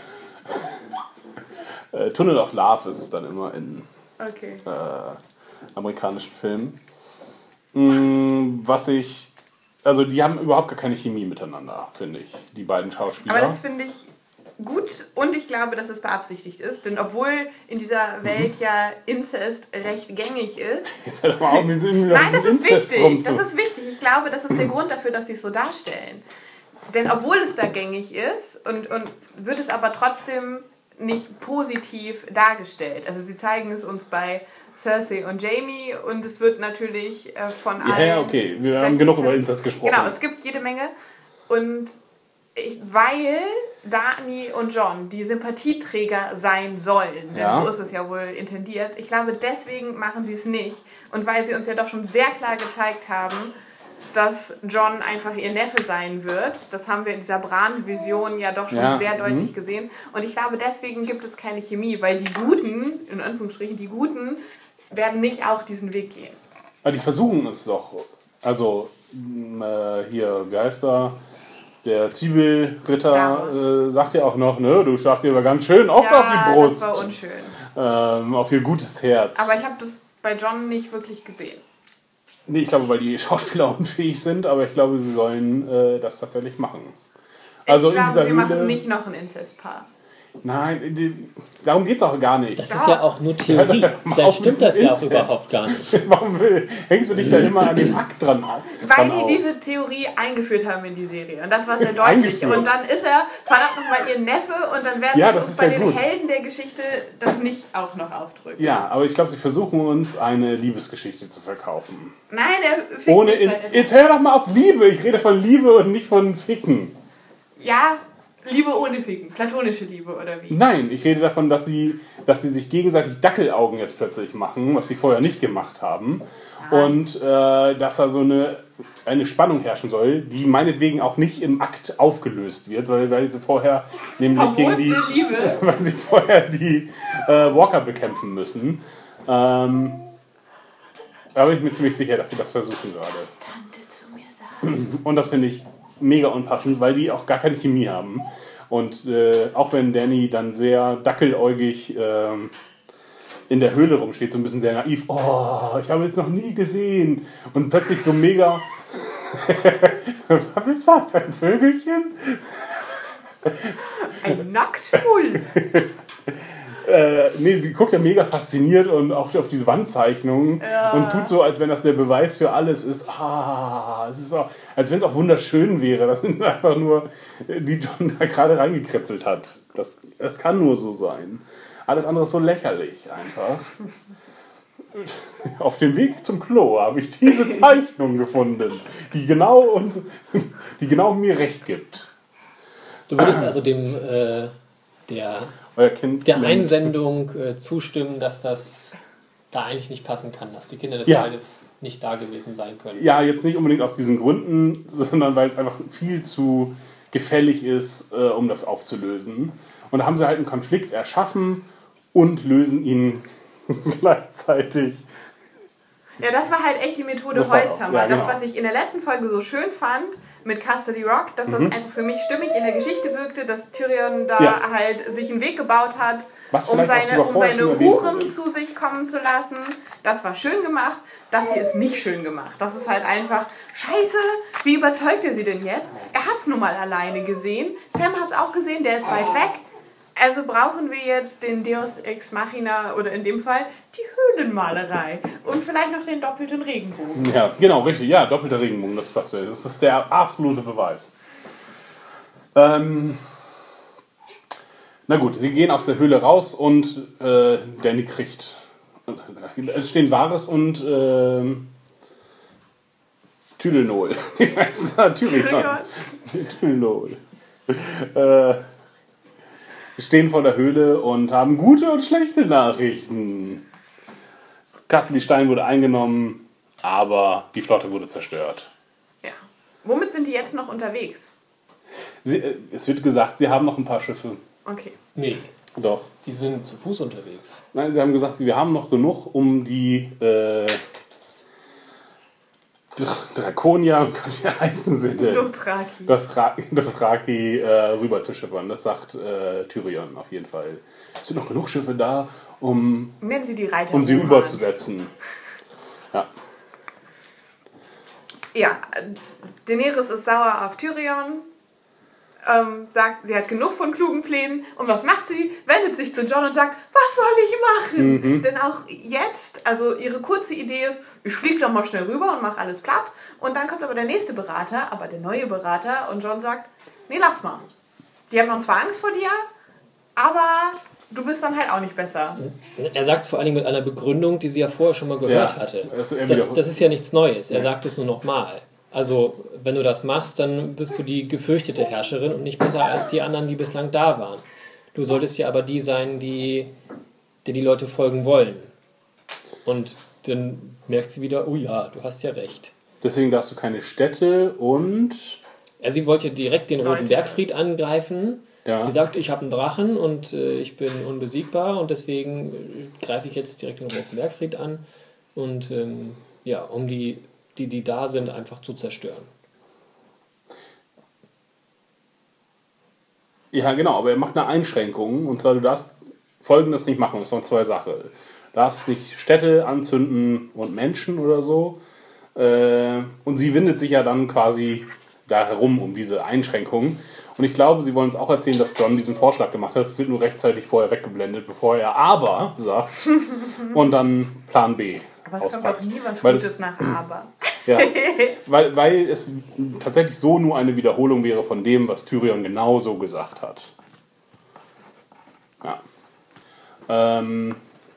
[SPEAKER 5] äh, Tunnel of Love ist es dann immer in
[SPEAKER 4] okay.
[SPEAKER 5] äh, amerikanischen Filmen. Mm, was ich... Also die haben überhaupt gar keine Chemie miteinander, finde ich, die beiden Schauspieler.
[SPEAKER 4] Aber das finde ich gut und ich glaube, dass es beabsichtigt ist, denn obwohl in dieser Welt mhm. ja Inzest recht gängig ist...
[SPEAKER 5] Jetzt hört mal auf, wie sie
[SPEAKER 4] Nein, das ist wichtig, das ist wichtig. Ich glaube, das ist der Grund dafür, dass sie es so darstellen. Denn obwohl es da gängig ist, und, und wird es aber trotzdem nicht positiv dargestellt. Also sie zeigen es uns bei Cersei und Jaime und es wird natürlich äh, von allen...
[SPEAKER 5] Ja, ja, okay, wir haben genug über Inzest gesprochen.
[SPEAKER 4] Genau, es gibt jede Menge und ich, weil Dany und Jon die Sympathieträger sein sollen, denn
[SPEAKER 5] ja.
[SPEAKER 4] so ist es ja wohl intendiert, ich glaube, deswegen machen sie es nicht und weil sie uns ja doch schon sehr klar gezeigt haben, dass Jon einfach ihr Neffe sein wird. Das haben wir in dieser Bran-Vision ja doch schon ja. sehr deutlich mhm. gesehen. Und ich glaube, deswegen gibt es keine Chemie, weil die Guten, in Anführungsstrichen, die Guten, werden nicht auch diesen Weg gehen.
[SPEAKER 5] Aber die versuchen es doch. Also, äh, hier, wie heißt er? Der Zwiebelritter äh, sagt ja auch noch, ne, du schlägst dir aber ganz schön oft
[SPEAKER 4] ja,
[SPEAKER 5] auf die Brust.
[SPEAKER 4] Das war unschön.
[SPEAKER 5] Ähm, auf ihr gutes Herz.
[SPEAKER 4] Aber ich habe das bei Jon nicht wirklich gesehen.
[SPEAKER 5] Nee, ich glaube, weil die Schauspieler unfähig sind, aber ich glaube, sie sollen äh, das tatsächlich machen. Also
[SPEAKER 4] ich glaube,
[SPEAKER 5] in dieser
[SPEAKER 4] sie
[SPEAKER 5] Höhle,
[SPEAKER 4] machen nicht noch ein Inzestpaar.
[SPEAKER 5] Nein, die, darum geht es auch gar nicht.
[SPEAKER 6] Das ist ja auch nur Theorie. Vielleicht stimmt das ja auch überhaupt gar nicht.
[SPEAKER 5] Warum hängst du dich da immer an dem Akt dran auf?
[SPEAKER 4] Weil die diese Theorie eingeführt haben in die Serie. Und das war sehr deutlich. Und dann ist er verdammt nochmal ihr Neffe und dann werden
[SPEAKER 5] ja,
[SPEAKER 4] sie uns bei
[SPEAKER 5] ja
[SPEAKER 4] den
[SPEAKER 5] gut.
[SPEAKER 4] Helden der Geschichte das nicht auch noch aufdrücken.
[SPEAKER 5] Ja, aber ich glaube, sie versuchen uns eine Liebesgeschichte zu verkaufen.
[SPEAKER 4] Nein, der fickt
[SPEAKER 5] Ohne
[SPEAKER 4] nicht
[SPEAKER 5] in,
[SPEAKER 4] seine-
[SPEAKER 5] Jetzt hör doch mal auf Liebe. Ich rede von Liebe und nicht von Ficken.
[SPEAKER 4] Ja, Liebe ohne Ficken. Platonische Liebe, oder wie?
[SPEAKER 5] Nein, ich rede davon, dass sie, dass sie sich gegenseitig Dackelaugen jetzt plötzlich machen, was sie vorher nicht gemacht haben. Ah. Und äh, dass da so eine, eine Spannung herrschen soll, die meinetwegen auch nicht im Akt aufgelöst wird, weil, weil sie vorher nämlich gegen die,
[SPEAKER 4] Liebe.
[SPEAKER 5] weil sie vorher die äh, Walker bekämpfen müssen. Ähm, da bin ich mir ziemlich sicher, dass sie das versuchen gerade.
[SPEAKER 4] Was Tante zu mir sagt.
[SPEAKER 5] Und das finde ich mega unpassend, weil die auch gar keine Chemie haben. Und äh, auch wenn Dany dann sehr dackeläugig äh, in der Höhle rumsteht, so ein bisschen sehr naiv, oh, ich habe jetzt noch nie gesehen. Und plötzlich so mega... Was ist das? Ein Vögelchen?
[SPEAKER 4] Ein Nacktmull.
[SPEAKER 5] Äh, nee, sie guckt ja mega fasziniert und auf, auf diese Wandzeichnungen ja. und tut so, als wenn das der Beweis für alles ist. Ah, es ist auch, als wenn es auch wunderschön wäre. Das sind einfach nur, die Jon da gerade reingekritzelt hat. Das, das kann nur so sein. Alles andere ist so lächerlich einfach. Auf dem Weg zum Klo habe ich diese Zeichnung gefunden, die genau, uns, die genau mir recht gibt.
[SPEAKER 6] Du würdest also dem äh, der...
[SPEAKER 5] Kind
[SPEAKER 6] der Einsendung äh, zustimmen, dass das da eigentlich nicht passen kann, dass die Kinder des
[SPEAKER 5] ja.
[SPEAKER 6] Tages nicht da gewesen sein können.
[SPEAKER 5] Ja, jetzt nicht unbedingt aus diesen Gründen, sondern weil es einfach viel zu gefällig ist, äh, um das aufzulösen. Und da haben sie halt einen Konflikt erschaffen und lösen ihn gleichzeitig.
[SPEAKER 4] Ja, das war halt echt die Methode
[SPEAKER 5] Sofort
[SPEAKER 4] Holzhammer.
[SPEAKER 5] ja, genau.
[SPEAKER 4] Das, was ich in der letzten Folge so schön fand mit Casterly Rock, dass das
[SPEAKER 5] mhm.
[SPEAKER 4] einfach für mich stimmig in der Geschichte wirkte, dass Tyrion da
[SPEAKER 5] ja.
[SPEAKER 4] halt sich einen Weg gebaut hat
[SPEAKER 5] Was
[SPEAKER 4] um
[SPEAKER 5] vielleicht auch
[SPEAKER 4] seine,
[SPEAKER 5] sogar
[SPEAKER 4] um
[SPEAKER 5] vorher
[SPEAKER 4] seine
[SPEAKER 5] schon erwähnt
[SPEAKER 4] Huren
[SPEAKER 5] wurde.
[SPEAKER 4] zu sich kommen zu lassen. Das war schön gemacht, das hier ist nicht schön gemacht. Das ist halt einfach, scheiße, wie überzeugt er sie denn jetzt? Er hat es nun mal alleine gesehen, Sam hat es auch gesehen, der ist weit weg. Also brauchen wir jetzt den Deus Ex Machina oder in dem Fall die Höhlenmalerei und vielleicht noch den doppelten Regenbogen.
[SPEAKER 5] Ja, genau, richtig. Ja, doppelter Regenbogen, das passt. Das ist der absolute Beweis. Ähm, na gut, sie gehen aus der Höhle raus und äh, Danny kriegt. Es stehen Varys und äh, Tylenol. Wie heißt das? Tylenol. Tylenol. Äh, stehen vor der Höhle und haben gute und schlechte Nachrichten. Cassidy Stein wurde eingenommen, aber die Flotte wurde zerstört.
[SPEAKER 4] Ja. Womit sind die jetzt noch unterwegs?
[SPEAKER 5] Sie, es wird gesagt, sie haben noch ein paar Schiffe.
[SPEAKER 4] Okay.
[SPEAKER 6] Nee,
[SPEAKER 5] Doch.
[SPEAKER 6] die sind zu Fuß unterwegs.
[SPEAKER 5] Nein, sie haben gesagt, wir haben noch genug, um die äh, Drakonier, wie heißen sie denn?
[SPEAKER 4] Dothraki.
[SPEAKER 5] Dothraki, Dothraki äh, rüber zu schippern. Das sagt äh, Tyrion auf jeden Fall. Es sind noch genug Schiffe da, um,
[SPEAKER 4] Nennen Sie die Reiter.
[SPEAKER 5] um sie
[SPEAKER 4] Romans.
[SPEAKER 5] überzusetzen. Ja.
[SPEAKER 4] Ja, Daenerys ist sauer auf Tyrion. Ähm, sagt, sie hat genug von klugen Plänen. Und was macht sie? Wendet sich zu Jon und sagt, was soll ich machen?
[SPEAKER 5] Mhm.
[SPEAKER 4] Denn auch jetzt, also ihre kurze Idee ist, ich fliege doch mal schnell rüber und mache alles platt. Und dann kommt aber der nächste Berater, aber der neue Berater. Und Jon sagt, nee, lass mal. Die haben zwar Angst vor dir, aber du bist dann halt auch nicht besser.
[SPEAKER 6] Er sagt es vor allen Dingen mit einer Begründung, die sie ja vorher schon mal gehört
[SPEAKER 5] Ja,
[SPEAKER 6] hatte.
[SPEAKER 5] das-
[SPEAKER 6] Das, das ist ja nichts Neues. Er
[SPEAKER 5] Ja.
[SPEAKER 6] sagt es nur nochmal. Also, wenn du das machst, dann bist du die gefürchtete Herrscherin und nicht besser als die anderen, die bislang da waren. Du solltest ja aber die sein, die, die die Leute folgen wollen. Und dann merkt sie wieder, oh ja, du hast ja recht.
[SPEAKER 5] Deswegen darfst du keine Städte und...
[SPEAKER 6] Ja, sie wollte direkt den Roten Bergfried angreifen.
[SPEAKER 5] Ja.
[SPEAKER 6] Sie sagt, ich habe einen Drachen und äh, ich bin unbesiegbar und deswegen äh, greife ich jetzt direkt den Roten Bergfried an. Und ähm, ja, um die, die, die da sind, einfach zu zerstören.
[SPEAKER 5] Ja, genau, aber er macht eine Einschränkung. Und zwar, du darfst Folgendes nicht machen. Das waren zwei Sachen. Du darfst nicht Städte anzünden und Menschen oder so. Äh, Und sie windet sich ja dann quasi da herum um diese Einschränkungen. Und ich glaube, sie wollen uns auch erzählen, dass Jon diesen Vorschlag gemacht hat. Es wird nur rechtzeitig vorher weggeblendet, bevor er aber sagt. Und dann Plan B
[SPEAKER 4] Aber es kommt
[SPEAKER 5] auspackt.
[SPEAKER 4] doch nie was
[SPEAKER 5] Weil
[SPEAKER 4] Gutes
[SPEAKER 5] es-
[SPEAKER 4] nach Aber.
[SPEAKER 5] Ja, weil, weil es tatsächlich so nur eine Wiederholung wäre von dem, was Tyrion genau so gesagt hat. Ja. Ähm,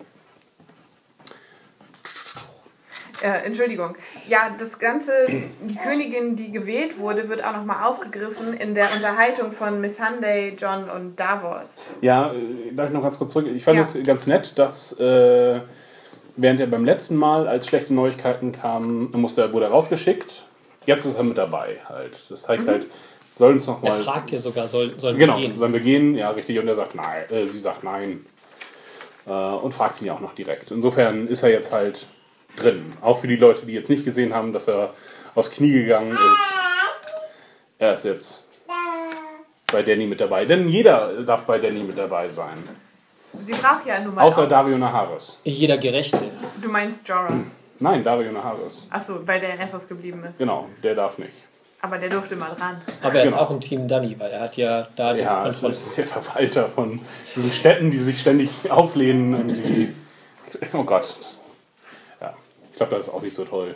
[SPEAKER 4] Äh, Entschuldigung. Ja, das Ganze, die Königin, die gewählt wurde, wird auch nochmal aufgegriffen in der Unterhaltung von Missandei, Jon und Davos.
[SPEAKER 5] ja, äh, darf ich noch ganz kurz zurück? Ich fand
[SPEAKER 4] Ja.
[SPEAKER 5] es ganz nett, dass äh, während er beim letzten Mal, als schlechte Neuigkeiten kamen, musste er, wurde er rausgeschickt. Jetzt ist er mit dabei halt. Das zeigt halt, soll uns noch
[SPEAKER 6] Er
[SPEAKER 5] mal...
[SPEAKER 6] fragt ja sogar, soll, sollen wir
[SPEAKER 5] Genau,
[SPEAKER 6] gehen?
[SPEAKER 5] sollen wir gehen? Ja, richtig. Und er sagt nein. Äh, sie sagt nein. Äh, und fragt ihn ja auch noch direkt. Insofern ist er jetzt halt drin. Auch für die Leute, die jetzt nicht gesehen haben, dass er aufs Knie gegangen ist. Er ist jetzt bei Dany mit dabei. Denn jeder darf bei Dany mit dabei sein.
[SPEAKER 4] Sie braucht ja nun mal
[SPEAKER 5] Außer
[SPEAKER 4] auch.
[SPEAKER 5] Dario Naharis.
[SPEAKER 6] Jeder Gerechte.
[SPEAKER 4] Du meinst Jorah.
[SPEAKER 5] Nein, Dario Naharis.
[SPEAKER 4] Achso, weil der Essos geblieben ist.
[SPEAKER 5] Genau, der darf nicht.
[SPEAKER 4] Aber der durfte mal ran.
[SPEAKER 6] Aber er ist
[SPEAKER 5] Genau.
[SPEAKER 6] auch im Team Dany, weil er hat ja da die
[SPEAKER 5] Ja, das
[SPEAKER 6] Kontrolle.
[SPEAKER 5] ist der Verwalter von diesen Städten, die sich ständig auflehnen und die... Oh Gott. Ja, ich glaube, das ist auch nicht so toll.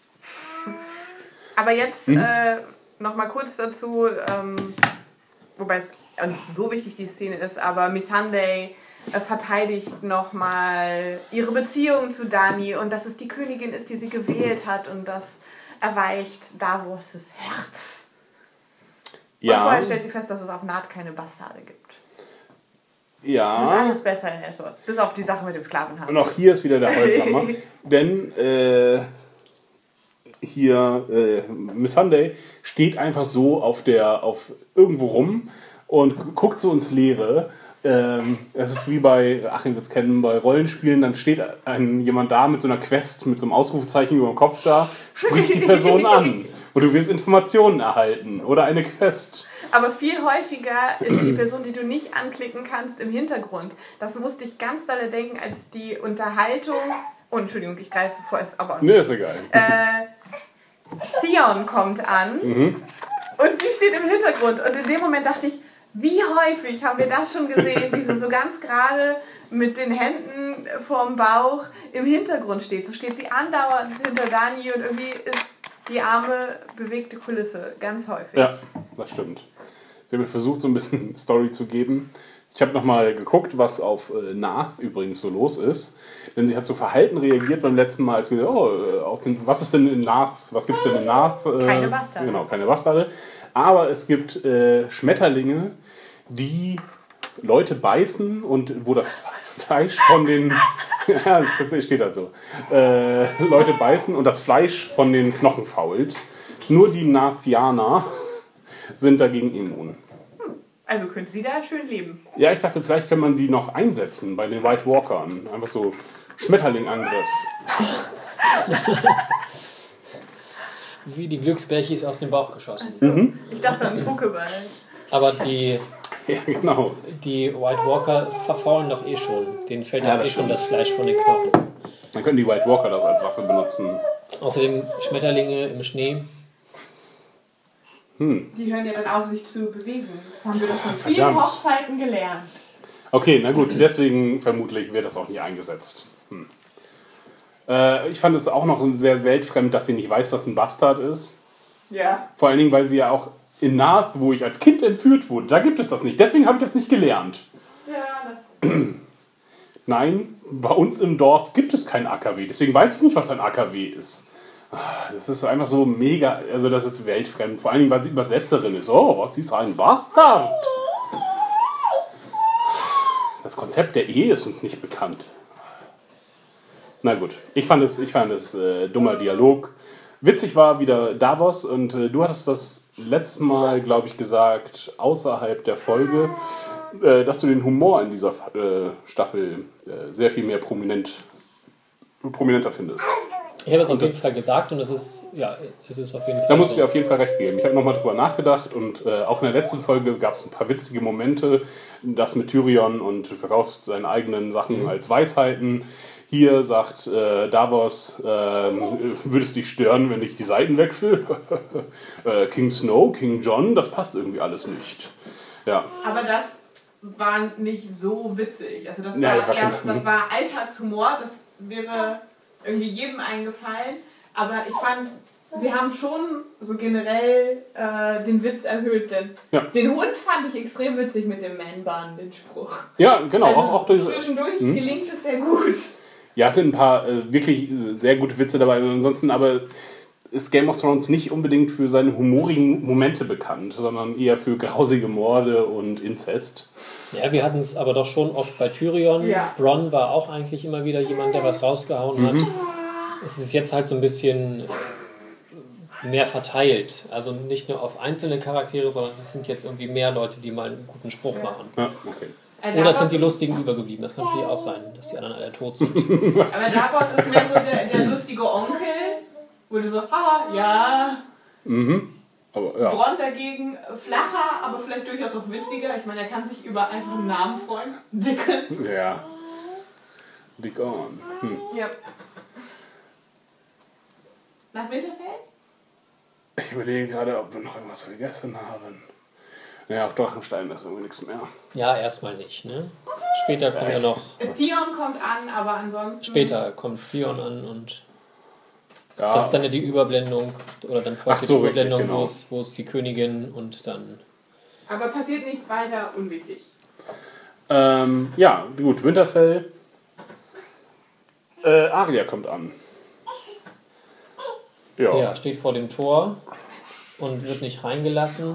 [SPEAKER 4] Aber jetzt
[SPEAKER 5] Mhm.
[SPEAKER 4] äh, nochmal kurz dazu, ähm, wobei es auch nicht so wichtig die Szene ist, aber Missandei äh, verteidigt nochmal ihre Beziehung zu Dany und dass es die Königin ist, die sie gewählt hat und das erweicht Davos' Herz. Und
[SPEAKER 5] Ja,
[SPEAKER 4] vorher stellt sie fest, dass es auf Naht keine Bastarde gibt. Das ist
[SPEAKER 5] ja.
[SPEAKER 4] alles besser in Essos, bis auf die Sache mit dem Sklavenhandel.
[SPEAKER 5] Und auch hier ist wieder der Holzhammer. Denn äh, hier äh, Missandei steht einfach so auf der auf irgendwo rum und guckt so ins Leere. Ähm, es ist wie bei, Achim wird es kennen, bei Rollenspielen, dann steht ein, jemand da mit so einer Quest, mit so einem Ausrufezeichen über dem Kopf da, spricht die Person an und du wirst Informationen erhalten oder eine Quest.
[SPEAKER 4] Aber viel häufiger ist die Person, die du nicht anklicken kannst, im Hintergrund. Das musste ich ganz doll denken, als die Unterhaltung... Oh, Entschuldigung, ich greife vor, ist aber auch nicht.
[SPEAKER 5] Nee, ist egal.
[SPEAKER 4] Äh, Theon kommt an
[SPEAKER 5] Mhm.
[SPEAKER 4] und sie steht im Hintergrund. Und in dem Moment dachte ich, wie häufig haben wir das schon gesehen, wie sie so ganz gerade mit den Händen vorm Bauch im Hintergrund steht. So steht sie andauernd hinter Dani und irgendwie ist die arme, bewegte Kulisse ganz häufig.
[SPEAKER 5] Ja, das stimmt. Sie haben mir versucht, so ein bisschen Story zu geben. Ich habe nochmal geguckt, was auf äh, Nath übrigens so los ist. Denn sie hat so verhalten reagiert beim letzten Mal, als wir gesagt, oh, äh, auf den, was ist denn in Nath, was gibt es denn in Nath? Äh,
[SPEAKER 4] Keine Bastarde.
[SPEAKER 5] Genau, keine Bastarde. Aber es gibt äh, Schmetterlinge, die Leute beißen und wo das Fleisch von den... ja, das steht da so. Äh, Leute beißen und das Fleisch von den Knochen fault. Nur die Nathianer sind dagegen immun.
[SPEAKER 4] Also könnte sie da schön leben.
[SPEAKER 5] Ja, ich dachte, vielleicht kann man die noch einsetzen bei den White Walkern. Einfach so Schmetterlingangriff.
[SPEAKER 6] Wie die Glücksbärchis aus dem Bauch geschossen.
[SPEAKER 5] Mhm.
[SPEAKER 4] Ich dachte an Pokéball.
[SPEAKER 6] Aber die,
[SPEAKER 5] Ja, genau.
[SPEAKER 6] die White Walker verfaulen doch eh schon. Denen fällt
[SPEAKER 5] Ja,
[SPEAKER 6] ja, eh
[SPEAKER 5] das
[SPEAKER 6] schon
[SPEAKER 5] stimmt.
[SPEAKER 6] das Fleisch von den Knochen.
[SPEAKER 5] Dann können die White Walker das als Waffe benutzen.
[SPEAKER 6] Außerdem Schmetterlinge im Schnee.
[SPEAKER 4] Die hören ja dann auf, sich zu bewegen. Das haben wir doch von vielen
[SPEAKER 5] Verdammt.
[SPEAKER 4] Hochzeiten gelernt.
[SPEAKER 5] Okay, na gut, deswegen vermutlich wird das auch nie eingesetzt. Hm. Äh, ich fand es auch noch sehr weltfremd, dass sie nicht weiß, was ein Bastard ist.
[SPEAKER 4] Ja.
[SPEAKER 5] Vor allen Dingen, weil sie ja auch in Nath, wo ich als Kind entführt wurde, da gibt es das nicht. Deswegen habe ich das nicht gelernt.
[SPEAKER 4] Ja, das...
[SPEAKER 5] Nein, bei uns im Dorf gibt es kein A K W. Deswegen weiß ich nicht, was ein A K W ist. Das ist einfach so mega, also das ist weltfremd. Vor allen Dingen, weil sie Übersetzerin ist. Oh, was ist ein Bastard? Das Konzept der Ehe ist uns nicht bekannt. Na gut, ich fand es, ich fand es äh, dummer Dialog. Witzig war wieder Davos und äh, du hattest das letzte Mal, glaube ich, gesagt, außerhalb der Folge, äh, dass du den Humor in dieser äh, Staffel äh, sehr viel mehr prominent, prominenter findest.
[SPEAKER 6] Ich habe das auf jeden Fall gesagt und es ist, ja, es ist auf jeden Fall
[SPEAKER 5] Da musst
[SPEAKER 6] so.
[SPEAKER 5] du dir auf jeden Fall recht geben. Ich habe nochmal drüber nachgedacht und äh, auch in der letzten Folge gab es ein paar witzige Momente, das mit Tyrion und verkauft seine eigenen Sachen als Weisheiten. Hier sagt äh, Davos, äh, würde es dich stören, wenn ich die Seiten wechsle? äh, King Snow, King John, das passt irgendwie alles nicht. Ja.
[SPEAKER 4] Aber das war nicht so witzig. Also das,
[SPEAKER 5] Ja,
[SPEAKER 4] war,
[SPEAKER 5] das war
[SPEAKER 4] eher,
[SPEAKER 5] kein-
[SPEAKER 4] das war Alltagshumor, das wäre irgendwie jedem eingefallen. Aber ich fand, sie haben schon so generell äh, den Witz erhöht. Denn
[SPEAKER 5] Ja.
[SPEAKER 4] den Hund fand ich extrem witzig mit dem Man-Bun, den Spruch.
[SPEAKER 5] Ja, genau.
[SPEAKER 4] Also
[SPEAKER 5] auch, auch durch,
[SPEAKER 4] zwischendurch
[SPEAKER 5] Hm?
[SPEAKER 4] gelingt es sehr gut.
[SPEAKER 5] ja, es sind ein paar äh, wirklich sehr gute Witze dabei. Ansonsten aber ist Game of Thrones nicht unbedingt für seine humorigen Momente bekannt, sondern eher für grausige Morde und Inzest.
[SPEAKER 6] Ja, wir hatten es aber doch schon oft bei Tyrion.
[SPEAKER 4] Ja.
[SPEAKER 6] Bronn war auch eigentlich immer wieder jemand, der was rausgehauen hat. Es ist jetzt halt so ein bisschen mehr verteilt. Also nicht nur auf einzelne Charaktere, sondern es sind jetzt irgendwie mehr Leute, die mal einen guten Spruch machen.
[SPEAKER 5] Ja, okay.
[SPEAKER 4] Äh,
[SPEAKER 6] Oder es
[SPEAKER 4] Davos
[SPEAKER 6] sind die
[SPEAKER 4] ist-
[SPEAKER 6] lustigen übergeblieben. Das kann natürlich auch sein, dass die anderen alle tot sind.
[SPEAKER 4] Aber Davos ist mehr so der, der lustige Onkel, wo du so, haha, ja.
[SPEAKER 5] Mhm. Aber ja.
[SPEAKER 4] Bronn dagegen flacher, aber vielleicht durchaus auch witziger. Ich meine, er kann sich über einfach einen Namen freuen. Dicke.
[SPEAKER 5] Ja. Dick on. Hm.
[SPEAKER 4] Ja. Nach Winterfell?
[SPEAKER 5] Ich überlege gerade, ob wir noch irgendwas vergessen haben. Ja, auf Drachenstein ist irgendwie nichts mehr.
[SPEAKER 6] Ja, erstmal nicht. Ne? Später kommt ja noch.
[SPEAKER 4] Theon kommt an, aber ansonsten...
[SPEAKER 6] Später kommt Theon an und
[SPEAKER 5] Ja,
[SPEAKER 6] das ist dann ja die Überblendung oder dann folgt
[SPEAKER 5] Ach so,
[SPEAKER 6] die Überblendung,
[SPEAKER 5] richtig, genau.
[SPEAKER 6] wo, es, wo es die Königin und dann.
[SPEAKER 4] Aber passiert nichts weiter unwichtig.
[SPEAKER 5] ähm, ja, gut, Winterfell. Äh, Arya kommt an. Ja.
[SPEAKER 6] Ja, steht vor dem Tor und wird nicht reingelassen.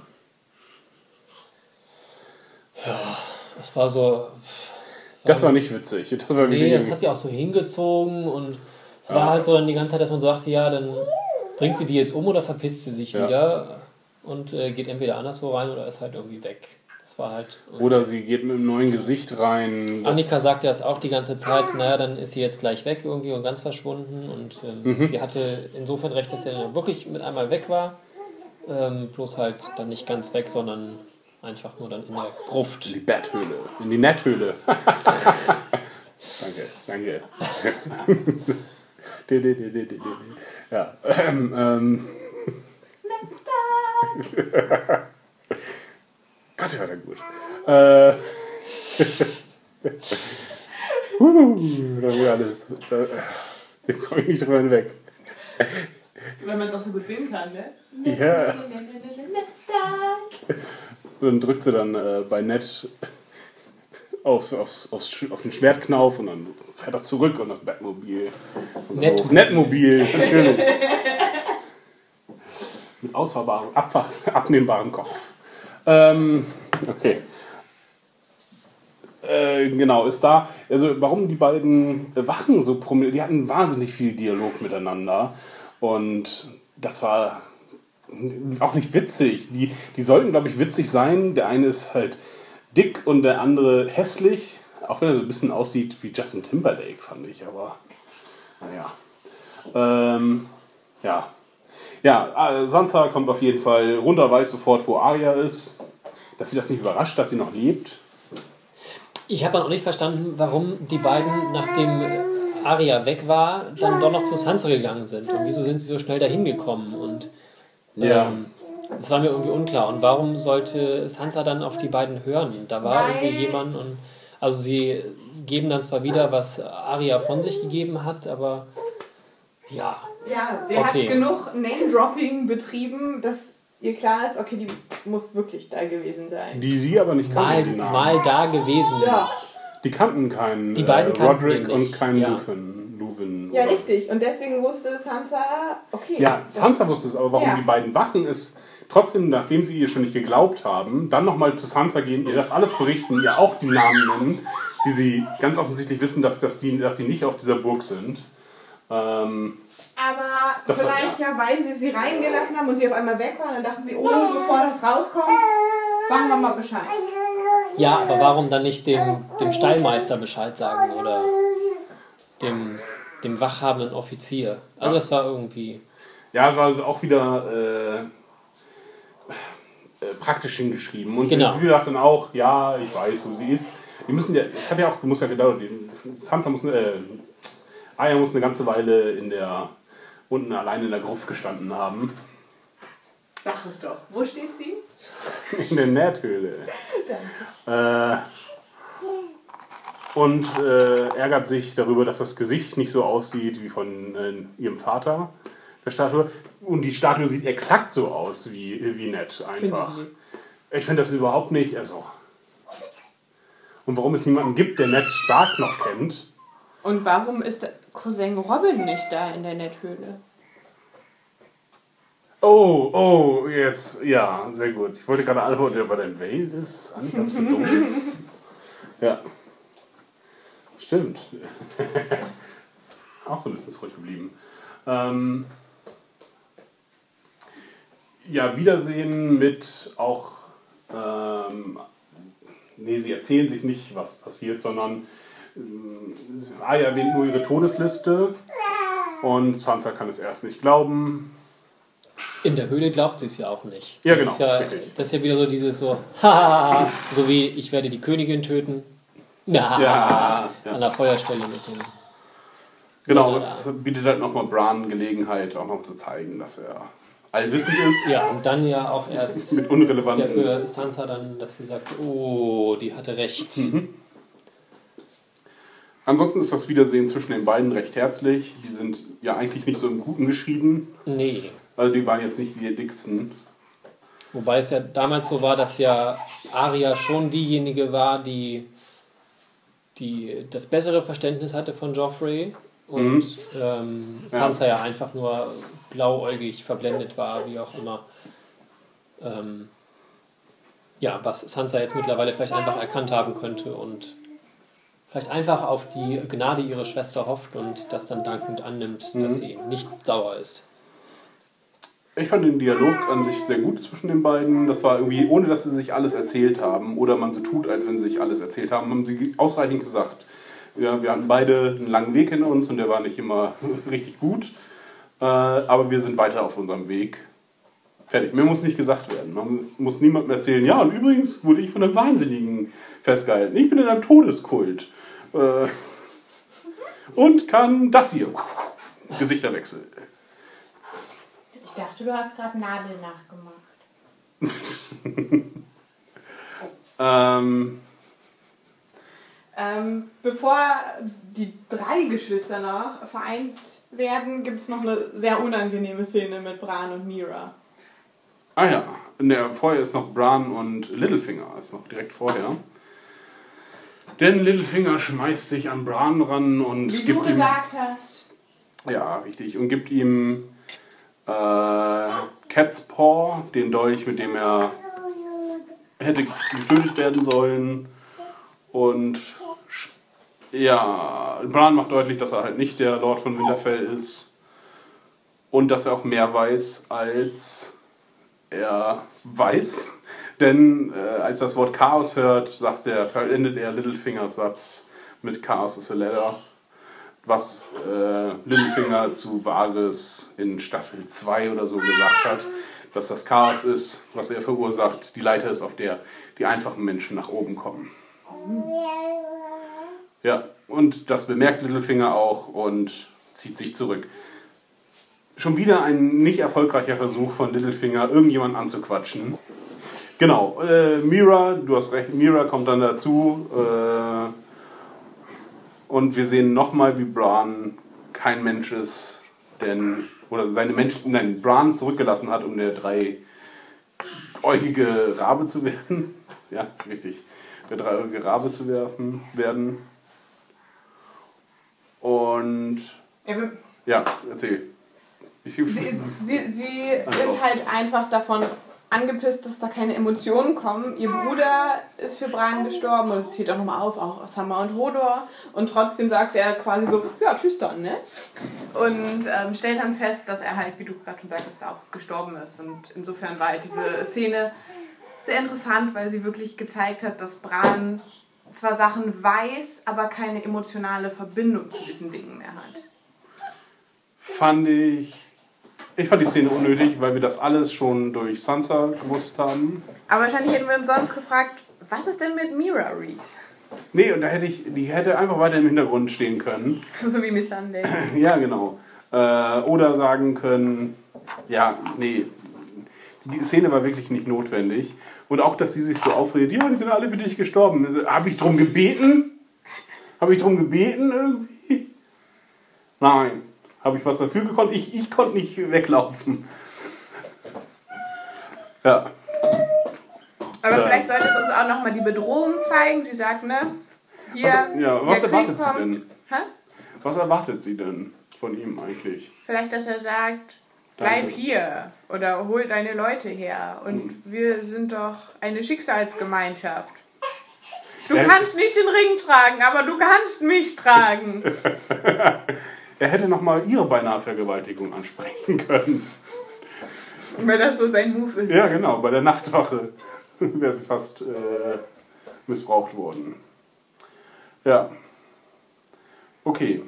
[SPEAKER 6] Ja, das war so.
[SPEAKER 5] Das war nicht witzig. Das war
[SPEAKER 6] Nee,
[SPEAKER 5] wieder
[SPEAKER 6] das hat sie auch so hingezogen und es
[SPEAKER 5] Ja.
[SPEAKER 6] war halt so dann die ganze Zeit, dass man so dachte, ja, dann bringt sie die jetzt um oder verpisst sie sich
[SPEAKER 5] Ja.
[SPEAKER 6] wieder und äh, geht entweder anderswo rein oder ist halt irgendwie weg. Das war halt.
[SPEAKER 5] Oder sie geht mit einem neuen Gesicht rein. Das-
[SPEAKER 6] Annika sagte das auch die ganze Zeit, naja, dann ist sie jetzt gleich weg irgendwie und ganz verschwunden und ähm,
[SPEAKER 5] Mhm.
[SPEAKER 6] sie hatte insofern recht, dass sie dann wirklich mit einmal weg war. Ähm, bloß halt dann nicht ganz weg, sondern einfach nur dann in der Gruft.
[SPEAKER 5] In die Betthöhle. In die Netthöhle. Danke, danke. Ja, ähm, ähm.
[SPEAKER 4] Netztag!
[SPEAKER 5] Gott, war der gut. Äh. uh, da wäre alles. Da, da komme ich nicht drüber hinweg.
[SPEAKER 4] Wenn man es auch so gut sehen kann, ne?
[SPEAKER 5] Ja.
[SPEAKER 4] Netztag!
[SPEAKER 5] Und dann drückt sie dann äh, bei Ned auf, aufs, aufs, auf den Schwertknauf und dann fährt das zurück und das Batmobil.
[SPEAKER 6] Net-
[SPEAKER 5] Netmobil, natürlich. Mit ausfahrbarem, abfahr, abnehmbarem Kopf. Ähm, okay. Äh, genau, ist da. Also, warum die beiden Wachen so prominent. Die hatten wahnsinnig viel Dialog miteinander. Und das war auch nicht witzig. Die, die sollten, glaube ich, witzig sein. Der eine ist halt dick und der andere hässlich. Auch wenn er so ein bisschen aussieht wie Justin Timberlake, fand ich. Aber, naja. Ähm, ja. Ja, Sansa kommt auf jeden Fall runter, weiß sofort, wo Arya ist. Dass sie das nicht überrascht, dass sie noch lebt.
[SPEAKER 6] Ich habe auch nicht verstanden, warum die beiden, nachdem Arya weg war, dann doch noch zu Sansa gegangen sind. Und wieso sind sie so schnell dahin gekommen? Und
[SPEAKER 5] Ja.
[SPEAKER 6] ähm, das war mir irgendwie unklar. Und warum sollte Sansa dann auf die beiden hören? Da war
[SPEAKER 4] Weil-
[SPEAKER 6] irgendwie jemand und also sie geben dann zwar wieder, was Arya von sich gegeben hat, aber ja.
[SPEAKER 4] Ja, sie
[SPEAKER 6] Okay.
[SPEAKER 4] hat genug Name-Dropping betrieben, dass ihr klar ist, okay, die muss wirklich da gewesen sein.
[SPEAKER 5] Die sie aber nicht
[SPEAKER 6] Mal,
[SPEAKER 5] kannten, die Namen.
[SPEAKER 6] mal da gewesen.
[SPEAKER 4] Ja,
[SPEAKER 5] Die kannten keinen
[SPEAKER 6] Die beiden
[SPEAKER 5] äh,
[SPEAKER 6] kannten
[SPEAKER 5] Roderick
[SPEAKER 6] ihn
[SPEAKER 5] und
[SPEAKER 6] nicht.
[SPEAKER 5] keinen
[SPEAKER 6] Ja.
[SPEAKER 5] Luven. Luven
[SPEAKER 4] ja
[SPEAKER 5] oder-
[SPEAKER 4] richtig. Und deswegen wusste Sansa, okay.
[SPEAKER 5] Ja,
[SPEAKER 4] das-
[SPEAKER 5] Sansa wusste es, aber warum
[SPEAKER 4] Ja.
[SPEAKER 5] die beiden Wachen es trotzdem, nachdem sie ihr schon nicht geglaubt haben, dann nochmal zu Sansa gehen, ihr das alles berichten, ihr auch die Namen nennen, die sie ganz offensichtlich wissen, dass, dass, die, dass die nicht auf dieser Burg sind. Ähm,
[SPEAKER 4] Aber
[SPEAKER 5] Das war-
[SPEAKER 4] vielleicht ja, weil sie sie reingelassen haben und sie auf einmal weg waren, dann dachten sie, oh, bevor das rauskommt, sagen wir mal Bescheid.
[SPEAKER 6] Ja, aber warum dann nicht dem, dem Stallmeister Bescheid sagen oder dem, dem wachhabenden Offizier? Also das war irgendwie...
[SPEAKER 5] ja, war also auch wieder äh, äh, praktisch hingeschrieben. Und
[SPEAKER 6] Genau.
[SPEAKER 5] sie, sie sagt dann auch, ja, ich weiß, wo sie ist. Die müssen ja, es hat ja auch, muss ja gedauert, die- Sansa muss, äh, Arya muss eine ganze Weile in der, unten allein in der Gruft gestanden haben.
[SPEAKER 4] Sag es doch. Wo steht sie?
[SPEAKER 5] In der Netthöhle.
[SPEAKER 4] Danke.
[SPEAKER 5] Äh, und äh, ärgert sich darüber, dass das Gesicht nicht so aussieht wie von äh, ihrem Vater, der Statue. Und die Statue sieht exakt so aus wie, wie Ned, einfach.
[SPEAKER 4] Finden
[SPEAKER 5] Ich finde das überhaupt nicht, also... Und warum es niemanden gibt, der Ned Stark noch kennt.
[SPEAKER 4] Und warum ist der Cousin Robin nicht da in der Netthöhle?
[SPEAKER 5] Oh, oh, jetzt, ja, sehr gut. Ich wollte gerade antworten, ob er ein Vale ist. Eigentlich ganz so dumm. Ja. Stimmt. Auch so ein bisschen zurück geblieben. Ähm, ja, Wiedersehen mit auch. Ähm, nee, sie erzählen sich nicht, was passiert, sondern. Ähm, Arya erwähnt nur ihre Todesliste. Und Sansa kann es erst nicht glauben.
[SPEAKER 6] In der Höhle glaubt sie es ja auch nicht.
[SPEAKER 5] Ja,
[SPEAKER 6] Das
[SPEAKER 5] genau,
[SPEAKER 6] Ist ja,
[SPEAKER 5] richtig.
[SPEAKER 6] das ist ja wieder so dieses so, haha, so wie ich werde die Königin töten. Na,
[SPEAKER 5] Ja, ja.
[SPEAKER 6] an der Feuerstelle mit dem.
[SPEAKER 5] Genau,
[SPEAKER 6] Ja.
[SPEAKER 5] das bietet halt nochmal Bran Gelegenheit, auch noch zu zeigen, dass er allwissend ist.
[SPEAKER 6] Ja, und dann ja auch erst ist
[SPEAKER 5] Mit
[SPEAKER 6] ja
[SPEAKER 5] unrelevanten.
[SPEAKER 6] für Sansa dann, dass sie sagt, oh, die hatte recht.
[SPEAKER 5] Mhm. Ansonsten ist das Wiedersehen zwischen den beiden recht herzlich. Die sind ja eigentlich nicht so im Guten geschieden.
[SPEAKER 6] Nee.
[SPEAKER 5] Also die waren jetzt nicht die dicksten.
[SPEAKER 6] Wobei es ja damals so war, dass ja Arya schon diejenige war, die, die das bessere Verständnis hatte von Joffrey und
[SPEAKER 5] Mhm.
[SPEAKER 6] ähm,
[SPEAKER 5] Ja.
[SPEAKER 6] Sansa ja. einfach nur blauäugig verblendet war, wie auch immer. Ähm, ja, was Sansa jetzt mittlerweile vielleicht einfach erkannt haben könnte und vielleicht einfach auf die Gnade ihrer Schwester hofft und das dann dankend annimmt,
[SPEAKER 5] Mhm.
[SPEAKER 6] dass sie nicht sauer ist.
[SPEAKER 5] Ich fand den Dialog an sich sehr gut zwischen den beiden. Das war irgendwie, ohne dass sie sich alles erzählt haben oder man so tut, als wenn sie sich alles erzählt haben, haben sie ausreichend gesagt. Ja, wir hatten beide einen langen Weg hinter uns und der war nicht immer richtig gut. Äh, aber wir sind weiter auf unserem Weg. Fertig. Mehr muss nicht gesagt werden. Man muss niemandem erzählen, ja, und übrigens wurde ich von einem Wahnsinnigen festgehalten. Ich bin in einem Todeskult. Äh, und kann das hier. Gesichterwechsel.
[SPEAKER 4] Ich dachte, du hast gerade Nadel nachgemacht.
[SPEAKER 5] ähm...
[SPEAKER 4] Ähm, bevor die drei Geschwister noch vereint werden, gibt es noch eine sehr unangenehme Szene mit Bran und Mira.
[SPEAKER 5] Ah ja, in der, vorher ist noch Bran und Littlefinger, ist noch direkt vorher. Denn Littlefinger schmeißt sich an Bran ran und
[SPEAKER 4] Wie
[SPEAKER 5] gibt
[SPEAKER 4] du
[SPEAKER 5] ihm...
[SPEAKER 4] gesagt hast.
[SPEAKER 5] Ja, richtig. Und gibt ihm äh, Cat's Paw, den Dolch, mit dem er hätte getötet werden sollen. Und ja, Bran macht deutlich, dass er halt nicht der Lord von Winterfell ist. Und dass er auch mehr weiß, als er weiß. Denn äh, als er das Wort Chaos hört, sagt er, vollendet er Littlefingers Satz mit Chaos is a Ladder. Was äh, Littlefinger zu Varys in Staffel zwei oder so gesagt hat. Dass das Chaos ist, was er verursacht. Die Leiter ist, auf der die einfachen Menschen nach oben kommen. Ja, und das bemerkt Littlefinger auch und zieht sich zurück. Schon wieder ein nicht erfolgreicher Versuch von Littlefinger, irgendjemanden anzuquatschen. Genau, äh, Mira, du hast recht, Mira kommt dann dazu äh, und wir sehen nochmal, wie Bran kein Mensch ist, denn, oder seine Menschen, nein, Bran zurückgelassen hat, um der dreieugige Rabe zu werden. Ja, richtig. Der dreieugige Rabe zu werfen, werden. Und ja, erzähl. Ich,
[SPEAKER 4] sie sie, sie ist halt einfach davon angepisst, dass da keine Emotionen kommen. Ihr Bruder ist für Bran gestorben und zählt auch nochmal auf, auch Samma und Hodor. Und trotzdem sagt er quasi so, ja, tschüss dann, ne? Und ähm, stellt dann fest, dass er halt, wie du gerade schon sagtest, auch gestorben ist. Und insofern war halt diese Szene sehr interessant, weil sie wirklich gezeigt hat, dass Bran zwar Sachen weiß, aber keine emotionale Verbindung zu diesen Dingen mehr hat.
[SPEAKER 5] Fand ich... Ich fand die Szene unnötig, weil wir das alles schon durch Sansa gewusst haben.
[SPEAKER 4] Aber wahrscheinlich hätten wir uns sonst gefragt, was ist denn mit Mira Reed?
[SPEAKER 5] Nee, und da hätte ich, die hätte einfach weiter im Hintergrund stehen können.
[SPEAKER 4] So wie Miss Sunday.
[SPEAKER 5] Ja, genau. Äh, oder sagen können, ja, nee, die Szene war wirklich nicht notwendig. Und auch, dass sie sich so aufregt, ja, die sind alle für dich gestorben. Also, habe ich drum gebeten? Habe ich drum gebeten irgendwie? Nein. Habe ich was dafür gekonnt? Ich, ich konnte nicht weglaufen. Ja.
[SPEAKER 4] Aber
[SPEAKER 5] ja.
[SPEAKER 4] Vielleicht sollte es uns auch nochmal die Bedrohung zeigen, die sagt, ne? Hier,
[SPEAKER 5] was, ja, was erwartet
[SPEAKER 4] kommt.
[SPEAKER 5] sie denn?
[SPEAKER 4] Hä?
[SPEAKER 5] Was erwartet sie denn von ihm eigentlich?
[SPEAKER 4] Vielleicht, dass er sagt, bleib
[SPEAKER 5] Danke.
[SPEAKER 4] hier oder hol deine Leute her. Und hm. wir sind doch eine Schicksalsgemeinschaft. Du
[SPEAKER 5] er
[SPEAKER 4] kannst nicht den Ring tragen, aber du kannst mich tragen.
[SPEAKER 5] Er hätte nochmal ihre beinahe Vergewaltigung ansprechen können.
[SPEAKER 4] Weil das so sein Move ist.
[SPEAKER 5] Ja, genau. Bei der Nachtwache wäre sie fast äh, missbraucht worden. Ja. Okay.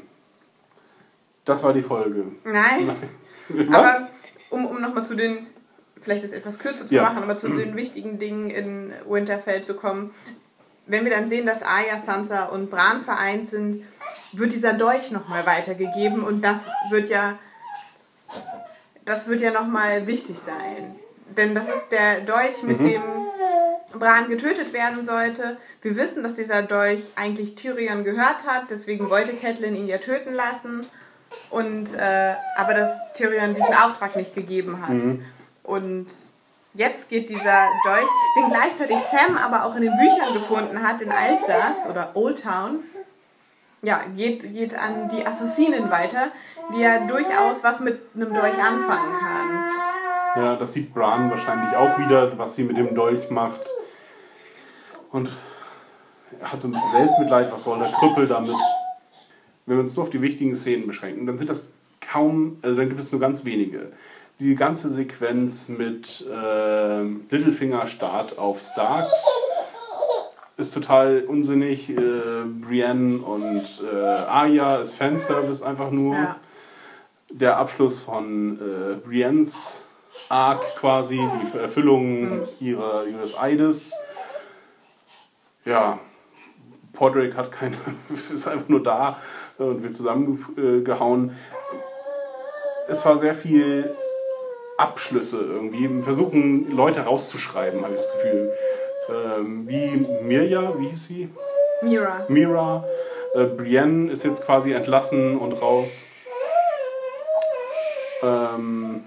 [SPEAKER 5] Das war die Folge.
[SPEAKER 4] Nein.
[SPEAKER 5] Was?
[SPEAKER 4] Aber um, um nochmal zu den, vielleicht ist etwas kürzer zu
[SPEAKER 5] ja.
[SPEAKER 4] machen, aber zu den wichtigen Dingen in Winterfell zu kommen. Wenn wir dann sehen, dass Arya, Sansa und Bran vereint sind, wird dieser Dolch nochmal weitergegeben und das wird ja das wird ja nochmal wichtig sein. Denn das ist der Dolch, mit mhm. dem Bran getötet werden sollte. Wir wissen, dass dieser Dolch eigentlich Tyrion gehört hat, deswegen wollte Catelyn ihn ja töten lassen. Und, äh, aber dass Tyrion diesen Auftrag nicht gegeben hat. Mhm. Und jetzt geht dieser Dolch, den gleichzeitig Sam aber auch in den Büchern gefunden hat, in Alsace oder Old Town, ja, geht, geht an die Assassinen weiter, die ja durchaus was mit einem Dolch anfangen kann.
[SPEAKER 5] Ja, das sieht Bran wahrscheinlich auch wieder, was sie mit dem Dolch macht. Und er hat so ein bisschen Selbstmitleid, was soll der Krüppel damit? Wenn wir uns nur auf die wichtigen Szenen beschränken, dann sind das kaum, also dann gibt es nur ganz wenige. Die ganze Sequenz mit äh, Littlefinger Start auf Starks ist total unsinnig. Äh, Brienne und äh, Arya ist Fanservice einfach nur. Ja. Der Abschluss von äh, Briennes Arc quasi, die Erfüllung ihrer, ihres Eides. Ja, Podrick hat keine, ist einfach nur da und wird zusammengehauen. Es war sehr viel Abschlüsse irgendwie, versuchen Leute rauszuschreiben, habe ich das Gefühl. Ähm, wie Mirja, wie hieß sie?
[SPEAKER 4] Mira.
[SPEAKER 5] Mira. Äh, Brienne ist jetzt quasi entlassen und raus. Ähm,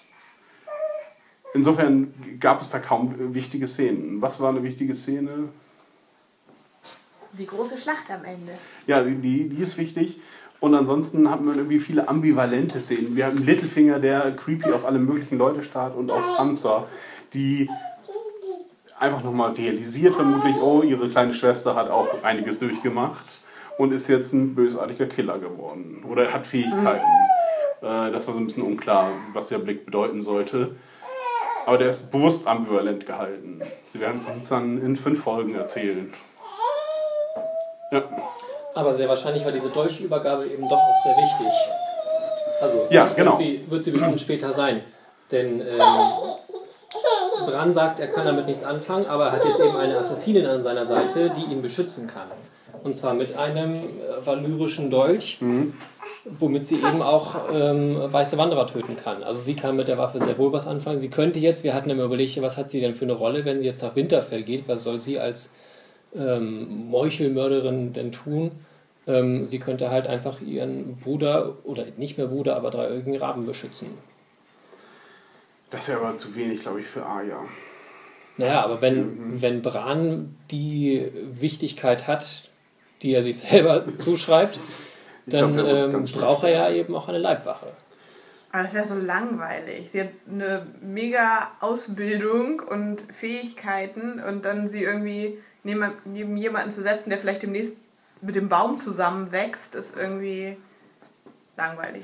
[SPEAKER 5] insofern gab es da kaum wichtige Szenen. Was war eine wichtige Szene?
[SPEAKER 4] Die große Schlacht am Ende.
[SPEAKER 5] Ja, die, die ist wichtig. Und ansonsten hat man irgendwie viele ambivalente Szenen. Wir haben Littlefinger, der creepy auf alle möglichen Leute starrt, und auch Sansa, die einfach nochmal realisiert vermutlich, oh, ihre kleine Schwester hat auch einiges durchgemacht und ist jetzt ein bösartiger Killer geworden. Oder hat Fähigkeiten. Mhm. Äh, das war so ein bisschen unklar, was der Blick bedeuten sollte. Aber der ist bewusst ambivalent gehalten. Sie werden es uns dann in fünf Folgen erzählen. Ja.
[SPEAKER 6] Aber sehr wahrscheinlich war diese Dolchübergabe eben doch auch sehr wichtig. Also
[SPEAKER 5] ja, genau.
[SPEAKER 6] wird, sie, wird sie bestimmt später sein. Denn ähm, Bran sagt, er kann damit nichts anfangen, aber er hat jetzt eben eine Assassinin an seiner Seite, die ihn beschützen kann. Und zwar mit einem äh, valyrischen Dolch, mhm. womit sie eben auch ähm, weiße Wanderer töten kann. Also sie kann mit der Waffe sehr wohl was anfangen. Sie könnte jetzt, wir hatten immer überlegt, was hat sie denn für eine Rolle, wenn sie jetzt nach Winterfell geht, was soll sie als ähm, Meuchelmörderin denn tun? Ähm, sie könnte halt einfach ihren Bruder, oder nicht mehr Bruder, aber dreieugigen Raben beschützen.
[SPEAKER 5] Das wäre aber zu wenig, glaube ich, für Arya.
[SPEAKER 6] Naja, aber wenn, wenn Bran die Wichtigkeit hat, die er sich selber zuschreibt, dann glaub, ähm, braucht er ja eben auch eine Leibwache.
[SPEAKER 4] Aber das wäre so langweilig. Sie hat eine mega Ausbildung und Fähigkeiten und dann sie irgendwie neben, neben jemanden zu setzen, der vielleicht demnächst mit dem Baum zusammenwächst, ist irgendwie langweilig.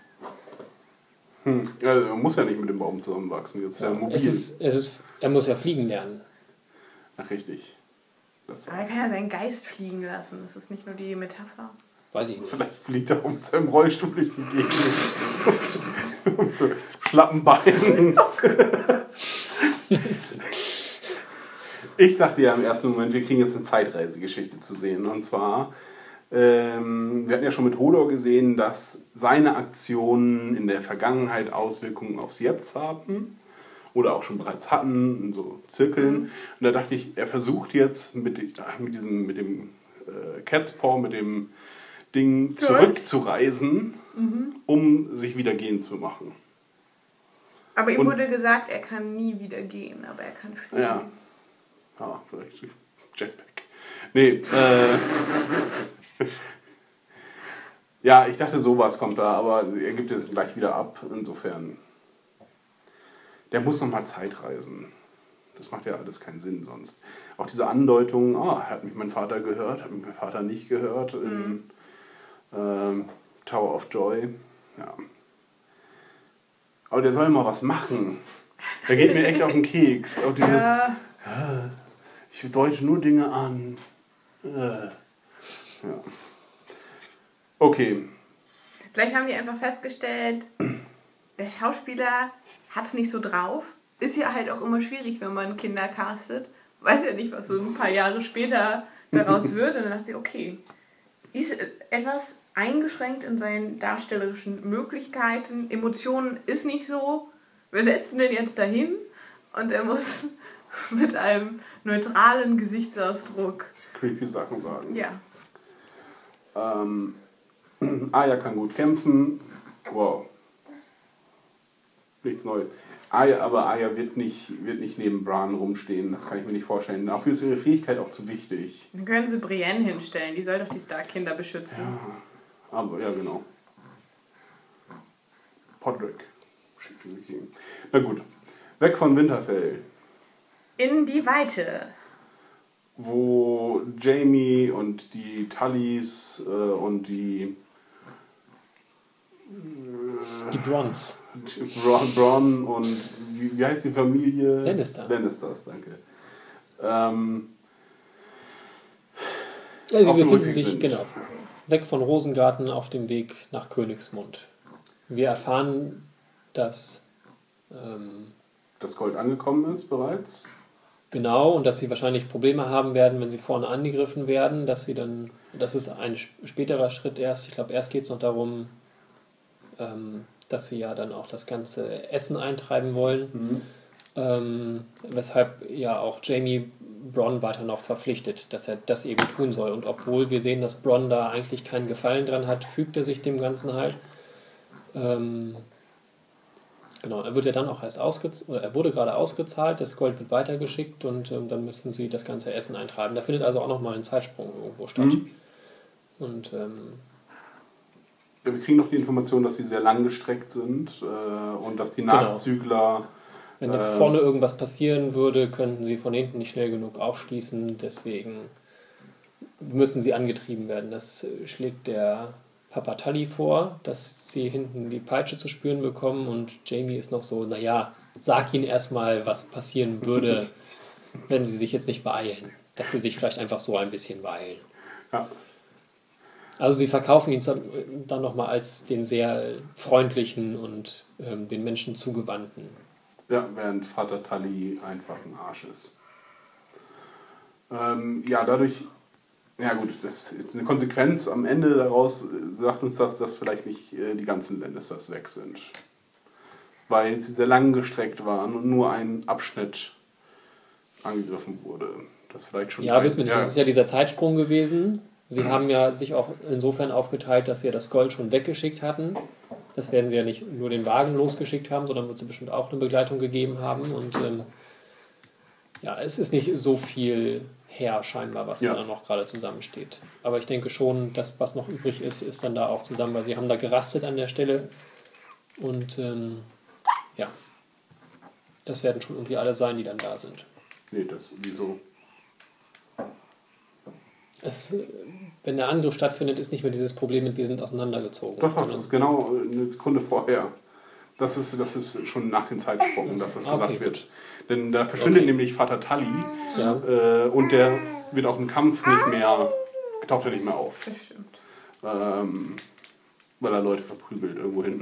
[SPEAKER 5] Hm. Ja, er muss ja nicht mit dem Baum zusammenwachsen, jetzt ist ja mobil.
[SPEAKER 6] Es ist, es ist, er muss ja fliegen lernen.
[SPEAKER 5] Ach, richtig. Das
[SPEAKER 4] Aber er kann ja seinen Geist fliegen lassen, das ist nicht nur die Metapher.
[SPEAKER 6] Weiß ich nicht.
[SPEAKER 5] Vielleicht fliegt er auch mit seinem Rollstuhl durch die Gegend. Und so schlappen Beinen. Ich dachte ja im ersten Moment, wir kriegen jetzt eine Zeitreisegeschichte zu sehen. Und zwar, ähm, wir hatten ja schon mit Hodor gesehen, dass seine Aktionen in der Vergangenheit Auswirkungen aufs Jetzt haben. Oder auch schon bereits hatten, in so Zirkeln. Und da dachte ich, er versucht jetzt mit, mit diesem, mit dem äh, Catspaw, mit dem Ding zurückzureisen, mhm. um sich wieder gehen zu machen.
[SPEAKER 4] Aber ihm
[SPEAKER 5] Und,
[SPEAKER 4] wurde gesagt, er kann nie wieder gehen, aber er kann fliegen.
[SPEAKER 5] Ja, ja vielleicht Jetpack. Nee, äh... ja, ich dachte, sowas kommt da, aber er gibt es gleich wieder ab, insofern... Der muss nochmal Zeit reisen. Das macht ja alles keinen Sinn sonst. Auch diese Andeutungen, ah, hat mich mein Vater gehört, hat mich mein Vater nicht gehört, in mhm. ähm, Tower of Joy. Ja. Aber der soll mal was machen. Der geht mir echt auf den Keks. Auch dieses, ja. Ja, ich deute nur Dinge an. Ja. Okay.
[SPEAKER 4] Vielleicht haben die einfach festgestellt, der Schauspieler hat es nicht so drauf. Ist ja halt auch immer schwierig, wenn man Kinder castet. Weiß ja nicht, was so ein paar Jahre später daraus wird. Und dann dachte sie, okay, ist etwas eingeschränkt in seinen darstellerischen Möglichkeiten. Emotionen ist nicht so. Wir setzen den jetzt dahin und er muss mit einem neutralen Gesichtsausdruck
[SPEAKER 5] creepy Sachen sagen.
[SPEAKER 4] Ja.
[SPEAKER 5] Ähm, Arya kann gut kämpfen. Wow. Nichts Neues. Arya, aber Arya wird nicht, wird nicht neben Bran rumstehen, das kann ich mir nicht vorstellen. Dafür ist ihre Fähigkeit auch zu wichtig.
[SPEAKER 4] Dann können sie Brienne hinstellen, die soll doch die Stark-Kinder beschützen.
[SPEAKER 5] Ja, aber ja, genau. Podrick. Na gut, weg von Winterfell.
[SPEAKER 4] In die Weite.
[SPEAKER 5] Wo Jaime und die Tullys äh, und die
[SPEAKER 6] Die Brons.
[SPEAKER 5] Bron, Bron und wie, wie heißt die Familie?
[SPEAKER 6] Lannister.
[SPEAKER 5] Lannisters, danke. Ähm,
[SPEAKER 6] ja, sie befinden sich, sind. genau, weg von Rosengarten auf dem Weg nach Königsmund. Wir erfahren, dass Ähm,
[SPEAKER 5] dass Gold angekommen ist bereits.
[SPEAKER 6] Genau, und dass sie wahrscheinlich Probleme haben werden, wenn sie vorne angegriffen werden, dass sie dann, das ist ein späterer Schritt erst, ich glaube erst geht es noch darum, ähm, dass sie ja dann auch das ganze Essen eintreiben wollen,
[SPEAKER 5] Mhm.
[SPEAKER 6] ähm, weshalb ja auch Jaime Bronn weiter noch verpflichtet, dass er das eben tun soll. Und obwohl wir sehen, dass Bronn da eigentlich keinen Gefallen dran hat, fügt er sich dem Ganzen halt. Ähm, genau, er wird ja dann auch erst ausgezahlt, oder er wurde gerade ausgezahlt, das Gold wird weitergeschickt und ähm, dann müssen sie das ganze Essen eintreiben. Da findet also auch nochmal ein Zeitsprung irgendwo statt.
[SPEAKER 5] Mhm.
[SPEAKER 6] Und ähm,
[SPEAKER 5] Ja, wir kriegen noch die Information, dass sie sehr langgestreckt sind äh, und dass die
[SPEAKER 6] Genau.
[SPEAKER 5] Nachzügler...
[SPEAKER 6] wenn jetzt
[SPEAKER 5] äh,
[SPEAKER 6] vorne irgendwas passieren würde, könnten sie von hinten nicht schnell genug aufschließen, deswegen müssen sie angetrieben werden. Das äh, schlägt der Papa Tully vor, dass sie hinten die Peitsche zu spüren bekommen und Jaime ist noch so, naja, sag ihnen erstmal, was passieren würde, wenn sie sich jetzt nicht beeilen. Dass sie sich vielleicht einfach so ein bisschen beeilen.
[SPEAKER 5] Ja.
[SPEAKER 6] Also sie verkaufen ihn dann, dann nochmal als den sehr freundlichen und ähm, den Menschen zugewandten.
[SPEAKER 5] Ja, während Vater Tully einfach ein Arsch ist. Ähm, ja, dadurch, ja gut, das ist jetzt eine Konsequenz. Am Ende daraus sagt uns das, dass vielleicht nicht äh, die ganzen Lannisters weg sind. Weil sie sehr lang gestreckt waren und nur ein Abschnitt angegriffen wurde. Das vielleicht schon.
[SPEAKER 6] Ja,
[SPEAKER 5] ein,
[SPEAKER 6] wissen wir nicht.
[SPEAKER 5] ja.
[SPEAKER 6] Das ist ja dieser Zeitsprung gewesen. Sie haben ja sich auch insofern aufgeteilt, dass sie ja das Gold schon weggeschickt hatten. Das werden sie ja nicht nur den Wagen losgeschickt haben, sondern wird sie bestimmt auch eine Begleitung gegeben haben. Und ähm, ja, es ist nicht so viel her scheinbar, was
[SPEAKER 5] Ja.
[SPEAKER 6] da noch gerade zusammensteht. Aber ich denke schon, das, was noch übrig ist, ist dann da auch zusammen, weil sie haben da gerastet an der Stelle. Und ähm, ja, das werden schon irgendwie alle sein, die dann da sind.
[SPEAKER 5] Nee, das wieso?
[SPEAKER 6] Es, wenn der Angriff stattfindet, ist nicht mehr dieses Problem mit wir sind auseinandergezogen.
[SPEAKER 5] Doch, doch,
[SPEAKER 6] sondern-
[SPEAKER 5] das ist genau eine Sekunde vorher. Das ist, das ist schon nach dem Zeitsprung, dass das
[SPEAKER 6] Okay.
[SPEAKER 5] gesagt wird. Denn da verschwindet
[SPEAKER 6] Okay.
[SPEAKER 5] nämlich Vater Tully
[SPEAKER 6] Ja.
[SPEAKER 5] äh, und der wird auch im Kampf nicht mehr, taucht er nicht mehr auf.
[SPEAKER 4] Das stimmt.
[SPEAKER 5] Ähm, weil er Leute verprügelt irgendwo hinten.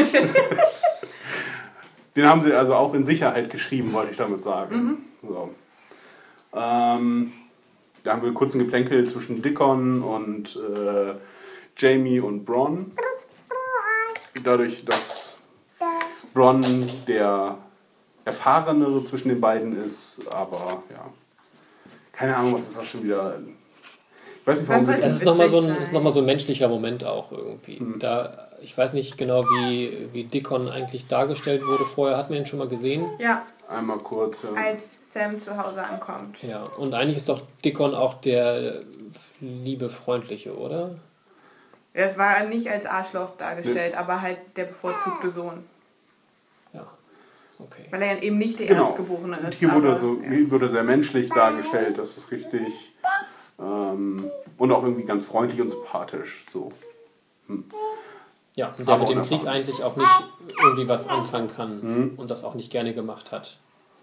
[SPEAKER 5] Den haben sie also auch in Sicherheit geschrieben, wollte ich damit sagen. So. Ähm, da haben wir kurz ein Geplänkel zwischen Dickon und äh, Jaime und Bronn. Dadurch, dass Bronn der erfahrenere zwischen den beiden ist, aber ja. Keine Ahnung, was ist das schon wieder. Ich weiß nicht, warum
[SPEAKER 4] Was soll
[SPEAKER 5] sie.
[SPEAKER 6] Das ist nochmal so, ein,
[SPEAKER 4] Witzig
[SPEAKER 6] ist noch mal so ein menschlicher Moment auch irgendwie.
[SPEAKER 5] Hm.
[SPEAKER 6] Da, ich weiß nicht genau, wie, wie Dickon eigentlich dargestellt wurde. Vorher hat man ihn schon mal gesehen.
[SPEAKER 4] Ja,
[SPEAKER 5] Einmal kurz. Ja.
[SPEAKER 4] als Sam zu Hause ankommt.
[SPEAKER 6] Ja, und eigentlich ist doch Dickon auch der liebe, freundliche, oder?
[SPEAKER 4] Es war nicht als Arschloch dargestellt, aber halt der bevorzugte Sohn.
[SPEAKER 6] Ja, okay.
[SPEAKER 4] Weil er eben nicht der
[SPEAKER 5] Genau.
[SPEAKER 4] Erstgeborene
[SPEAKER 5] Und
[SPEAKER 4] ist.
[SPEAKER 5] hier wurde,
[SPEAKER 4] aber-
[SPEAKER 5] so,
[SPEAKER 4] ja.
[SPEAKER 5] hier wurde sehr menschlich dargestellt, das ist richtig. Ähm, und auch irgendwie ganz freundlich und sympathisch. So.
[SPEAKER 6] Ja, und der
[SPEAKER 5] Aber
[SPEAKER 6] mit dem
[SPEAKER 5] unerfahren.
[SPEAKER 6] Krieg eigentlich auch nicht irgendwie was anfangen kann
[SPEAKER 5] Mhm.
[SPEAKER 6] und das auch nicht gerne gemacht hat.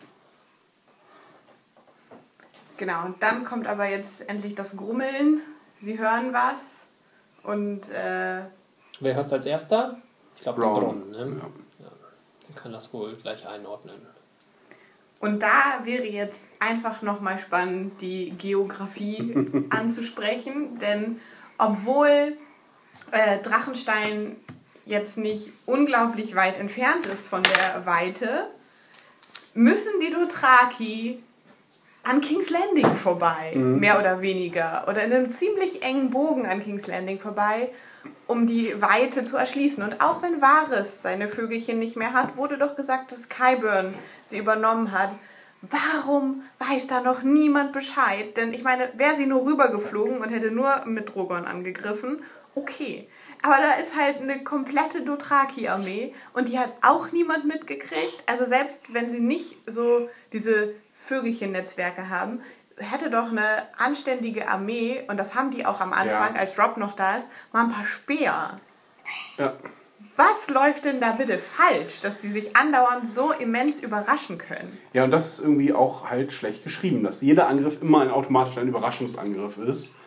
[SPEAKER 4] Genau, und dann kommt aber jetzt endlich das Grummeln. Sie hören was. Und äh,
[SPEAKER 6] Wer hört es als erster? Ich glaube, der
[SPEAKER 5] Bronn.
[SPEAKER 6] Bronn. Ne?
[SPEAKER 5] Ja.
[SPEAKER 6] Der kann das wohl gleich einordnen.
[SPEAKER 4] Und da wäre jetzt einfach nochmal spannend, die Geografie anzusprechen. Denn obwohl äh, Drachenstein jetzt nicht unglaublich weit entfernt ist von der Weite, müssen die Dothraki an King's Landing vorbei, mehr oder weniger. Oder in einem ziemlich engen Bogen an King's Landing vorbei, um die Weite zu erschließen. Und auch wenn Varys seine Vögelchen nicht mehr hat, wurde doch gesagt, dass Qyburn sie übernommen hat. Warum weiß da noch niemand Bescheid? Denn ich meine, wäre sie nur rübergeflogen und hätte nur mit Drogon angegriffen, okay. Aber da ist halt eine komplette Dothraki-Armee und die hat auch niemand mitgekriegt. Also selbst wenn sie nicht so diese Vögelchen-Netzwerke haben, hätte doch eine anständige Armee, und das haben die auch am Anfang,
[SPEAKER 5] Ja.
[SPEAKER 4] als Robb noch da ist, mal ein paar Speer.
[SPEAKER 5] Ja.
[SPEAKER 4] Was läuft denn da bitte falsch, dass die sich andauernd so immens überraschen können?
[SPEAKER 5] ja, und das ist irgendwie auch halt schlecht geschrieben, dass jeder Angriff immer ein automatisch ein Überraschungsangriff ist.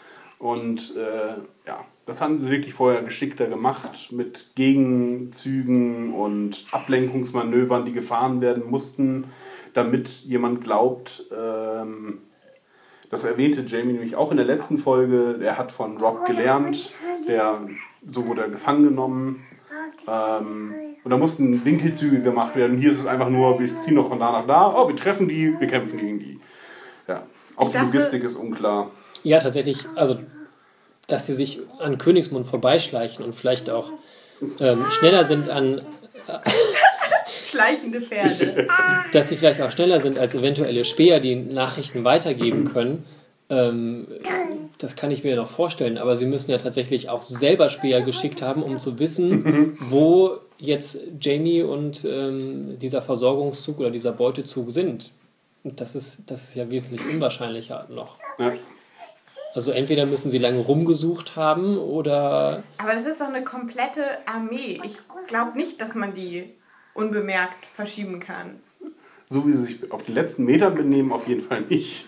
[SPEAKER 5] Und äh, ja, das haben sie wirklich vorher geschickter gemacht mit Gegenzügen und Ablenkungsmanövern, die gefahren werden mussten, damit jemand glaubt, ähm, das erwähnte Jamie nämlich auch in der letzten Folge, der hat von Rob gelernt, der, so wurde er gefangen genommen. Ähm, und da mussten Winkelzüge gemacht werden. Hier ist es einfach nur, wir ziehen noch von da nach da, oh, wir treffen die, wir kämpfen gegen die. Ja, auch die Logistik ist unklar.
[SPEAKER 6] Ja, tatsächlich, also, dass sie sich an Königsmund vorbeischleichen und vielleicht auch ähm, schneller sind an... Äh,
[SPEAKER 4] schleichende Pferde.
[SPEAKER 6] Dass sie vielleicht auch schneller sind als eventuelle Späher, die Nachrichten weitergeben können, ähm, das kann ich mir noch vorstellen. Aber sie müssen ja tatsächlich auch selber Späher geschickt haben, um zu wissen, wo jetzt Jamie und ähm, dieser Versorgungszug oder dieser Beutezug sind. Und das ist, das ist ja wesentlich unwahrscheinlicher noch.
[SPEAKER 5] Ja.
[SPEAKER 6] Also entweder müssen sie lange rumgesucht haben oder...
[SPEAKER 4] Aber das ist doch eine komplette Armee. Ich glaube nicht, dass man die unbemerkt verschieben kann.
[SPEAKER 5] So wie sie sich auf den letzten Metern benehmen, auf jeden Fall nicht.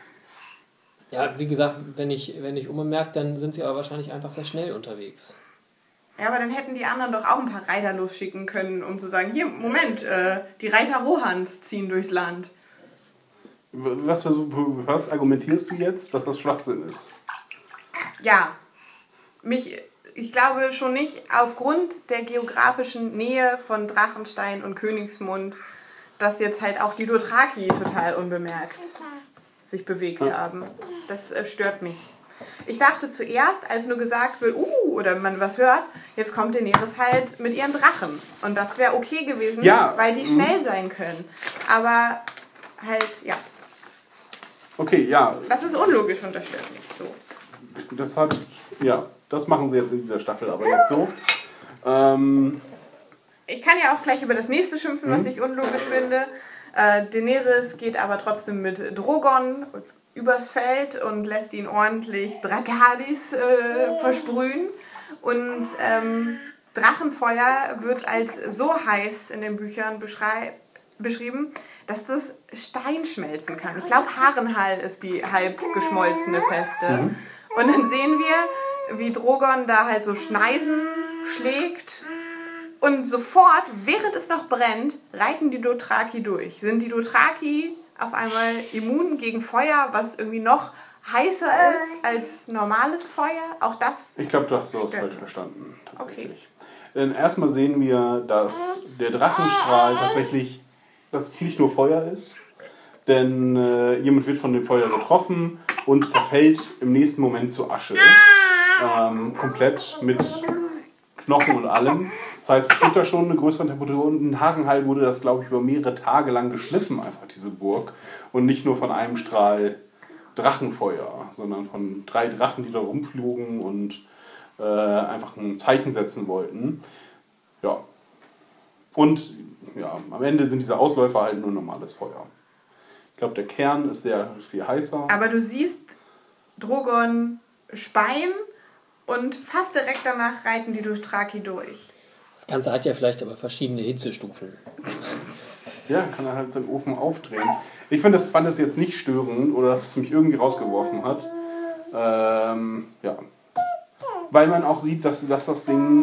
[SPEAKER 6] Ja, wie gesagt, wenn ich, wenn ich unbemerkt, dann sind sie aber wahrscheinlich einfach sehr schnell unterwegs.
[SPEAKER 4] Ja, aber dann hätten die anderen doch auch ein paar Reiter losschicken können, um zu sagen, hier, Moment, äh, die Reiter Rohans ziehen durchs Land.
[SPEAKER 5] Was, was argumentierst du jetzt, dass das Schwachsinn ist?
[SPEAKER 4] Ja, mich, ich glaube schon nicht aufgrund der geografischen Nähe von Drachenstein und Königsmund, dass jetzt halt auch die Dothraki total unbemerkt sich bewegt ja. haben. Das äh, stört mich. Ich dachte zuerst, als nur gesagt wird, uh, oder man was hört, jetzt kommt Daenerys halt mit ihren Drachen. Und das wäre okay gewesen,
[SPEAKER 5] ja.
[SPEAKER 4] weil die schnell sein können. Aber halt, ja.
[SPEAKER 5] Okay, ja.
[SPEAKER 4] Das ist unlogisch und das stört mich so.
[SPEAKER 5] Das hat, ja, das machen sie jetzt in dieser Staffel aber jetzt so. Ähm,
[SPEAKER 4] ich kann ja auch gleich über das nächste schimpfen, was ich unlogisch finde. Äh, Daenerys geht aber trotzdem mit Drogon übers Feld und lässt ihn ordentlich Dracarys äh, versprühen. Und ähm, Drachenfeuer wird als so heiß in den Büchern beschrieben, dass das Stein schmelzen kann. Ich glaube, Harrenhal ist die halb geschmolzene Feste. Mhm. Und dann sehen wir, wie Drogon da halt so Schneisen schlägt. Und sofort, während es noch brennt, reiten die Dothraki durch. Sind die Dothraki auf einmal immun gegen Feuer, was irgendwie noch heißer ist als normales Feuer? Auch das...
[SPEAKER 5] Ich glaube, du hast sowas falsch verstanden. Tatsächlich. Okay. Denn erstmal sehen wir, dass der Drachenstrahl tatsächlich, dass es nicht nur Feuer ist. Denn äh, jemand wird von dem Feuer getroffen und zerfällt im nächsten Moment zu Asche. Ähm, komplett mit Knochen und allem. Das heißt, es gibt da schon eine größere Temperatur. Und in Harrenhal wurde das, glaube ich, über mehrere Tage lang geschliffen, einfach diese Burg. Und nicht nur von einem Strahl Drachenfeuer, sondern von drei Drachen, die da rumflogen und äh, einfach ein Zeichen setzen wollten. Ja. Und ja, am Ende sind diese Ausläufer halt nur normales Feuer. Ich glaube, der Kern ist sehr viel heißer.
[SPEAKER 4] Aber du siehst Drogon speien und fast direkt danach reiten die Dothraki durch.
[SPEAKER 6] Das Ganze hat ja vielleicht aber verschiedene Hitzestufen.
[SPEAKER 5] Ja, kann er halt seinen Ofen aufdrehen. Ich find das, fand das jetzt nicht störend oder dass es mich irgendwie rausgeworfen hat. Ähm, ja. Weil man auch sieht, dass, dass das Ding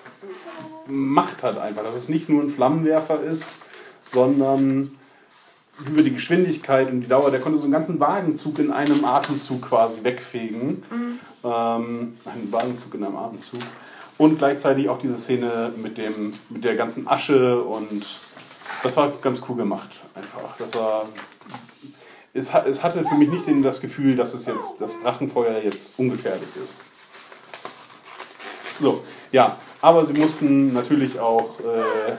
[SPEAKER 5] Macht hat einfach. Dass es nicht nur ein Flammenwerfer ist, sondern über die Geschwindigkeit und die Dauer, der konnte so einen ganzen Wagenzug in einem Atemzug quasi wegfegen. Mhm. Ähm, einen Wagenzug in einem Atemzug. Und gleichzeitig auch diese Szene mit, dem, mit der ganzen Asche und das war ganz cool gemacht einfach. Das war, es, es hatte für mich nicht das Gefühl, dass es jetzt das Drachenfeuer jetzt ungefährlich ist. So, ja, aber sie mussten natürlich auch äh,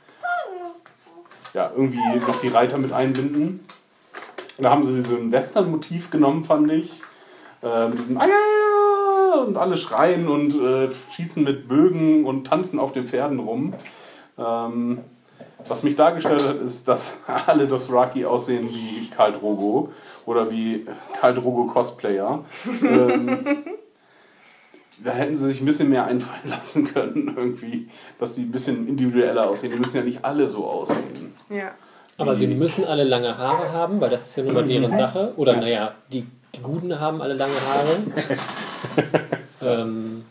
[SPEAKER 5] ja, irgendwie noch die Reiter mit einbinden. Da haben sie so ein Western-Motiv genommen, fand ich. Äh, mit diesem und alle schreien und äh, schießen mit Bögen und tanzen auf den Pferden rum. Ähm, was mich dargestellt hat, ist, dass alle Dothraki aussehen wie Khal Drogo oder wie Khal Drogo Cosplayer. ähm, da hätten sie sich ein bisschen mehr einfallen lassen können, irgendwie, dass sie ein bisschen individueller aussehen. Die müssen ja nicht alle so aussehen.
[SPEAKER 4] Ja.
[SPEAKER 6] Aber sie müssen alle lange Haare haben, weil das ist ja nun mal deren Sache. Oder naja, die, die Guten haben alle lange Haare. ähm,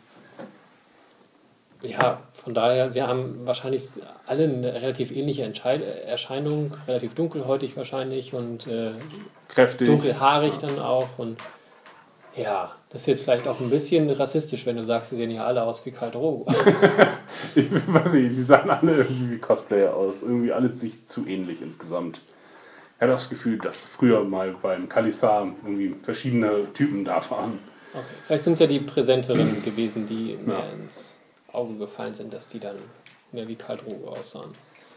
[SPEAKER 6] ja, von daher, wir haben wahrscheinlich alle eine relativ ähnliche Entscheid- Erscheinung, relativ dunkelhäutig wahrscheinlich und äh,
[SPEAKER 5] kräftig.
[SPEAKER 6] Dunkelhaarig dann auch. Und ja, das ist jetzt vielleicht auch ein bisschen rassistisch, wenn du sagst, sie sehen ja alle aus wie Khal Drogo.
[SPEAKER 5] Ich weiß nicht, die sahen alle irgendwie wie Cosplayer aus. Irgendwie alle sich zu ähnlich insgesamt. Ich hatte das Gefühl, dass früher mal beim Khalisa irgendwie verschiedene Typen da waren.
[SPEAKER 6] Okay. Vielleicht sind es ja die präsenteren gewesen, die mehr
[SPEAKER 5] Ja.
[SPEAKER 6] ins Auge gefallen sind, dass die dann mehr wie Khal Drogo aussahen.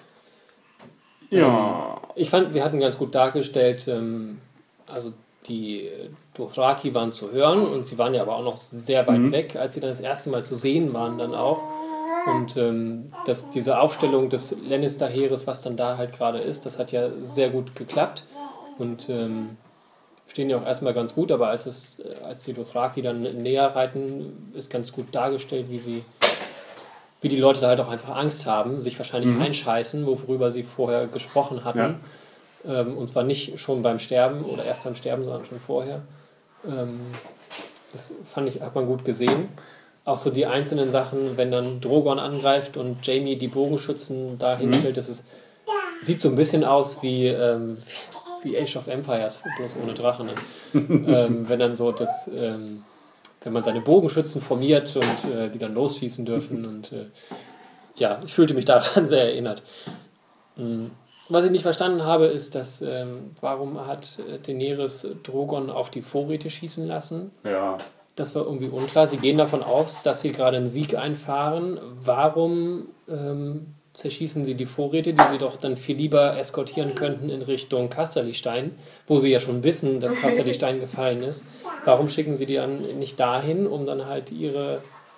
[SPEAKER 5] Ja.
[SPEAKER 6] Ähm, ich fand, sie hatten ganz gut dargestellt, ähm, also die Dothraki waren zu hören und sie waren ja aber auch noch sehr weit
[SPEAKER 5] Mhm.
[SPEAKER 6] weg, als sie dann das erste Mal zu sehen waren dann auch. Und ähm, das, diese Aufstellung des Lannister-Heeres, was dann da halt gerade ist, das hat ja sehr gut geklappt. Und ähm, stehen ja auch erstmal ganz gut, aber als, es, als die Dothraki dann näher reiten, ist ganz gut dargestellt, wie sie wie die Leute da halt auch einfach Angst haben, sich wahrscheinlich
[SPEAKER 5] Mhm.
[SPEAKER 6] einscheißen, worüber sie vorher gesprochen hatten. Ja. Ähm, und zwar nicht schon beim Sterben oder erst beim Sterben, sondern schon vorher. Ähm, das fand ich, hat man gut gesehen. Auch so die einzelnen Sachen, wenn dann Drogon angreift und Jaime die Bogenschützen dahin
[SPEAKER 5] Mhm.
[SPEAKER 6] stellt, das ist, sieht so ein bisschen aus wie, ähm, wie Age of Empires, bloß ohne Drachen. Ne? ähm, wenn dann so das, ähm, wenn man seine Bogenschützen formiert und äh, die dann losschießen dürfen. Und äh, ja, ich fühlte mich daran sehr erinnert. Mhm. Was ich nicht verstanden habe, ist, dass ähm, warum hat Daenerys Drogon auf die Vorräte schießen lassen?
[SPEAKER 5] Ja.
[SPEAKER 6] Das war irgendwie unklar. Sie gehen davon aus, dass sie gerade einen Sieg einfahren. Warum ähm, zerschießen sie die Vorräte, die sie doch dann viel lieber eskortieren könnten in Richtung Casterly-Stein, wo sie ja schon wissen, dass Casterly-Stein gefallen ist? Warum schicken sie die dann nicht dahin, um dann halt ihre,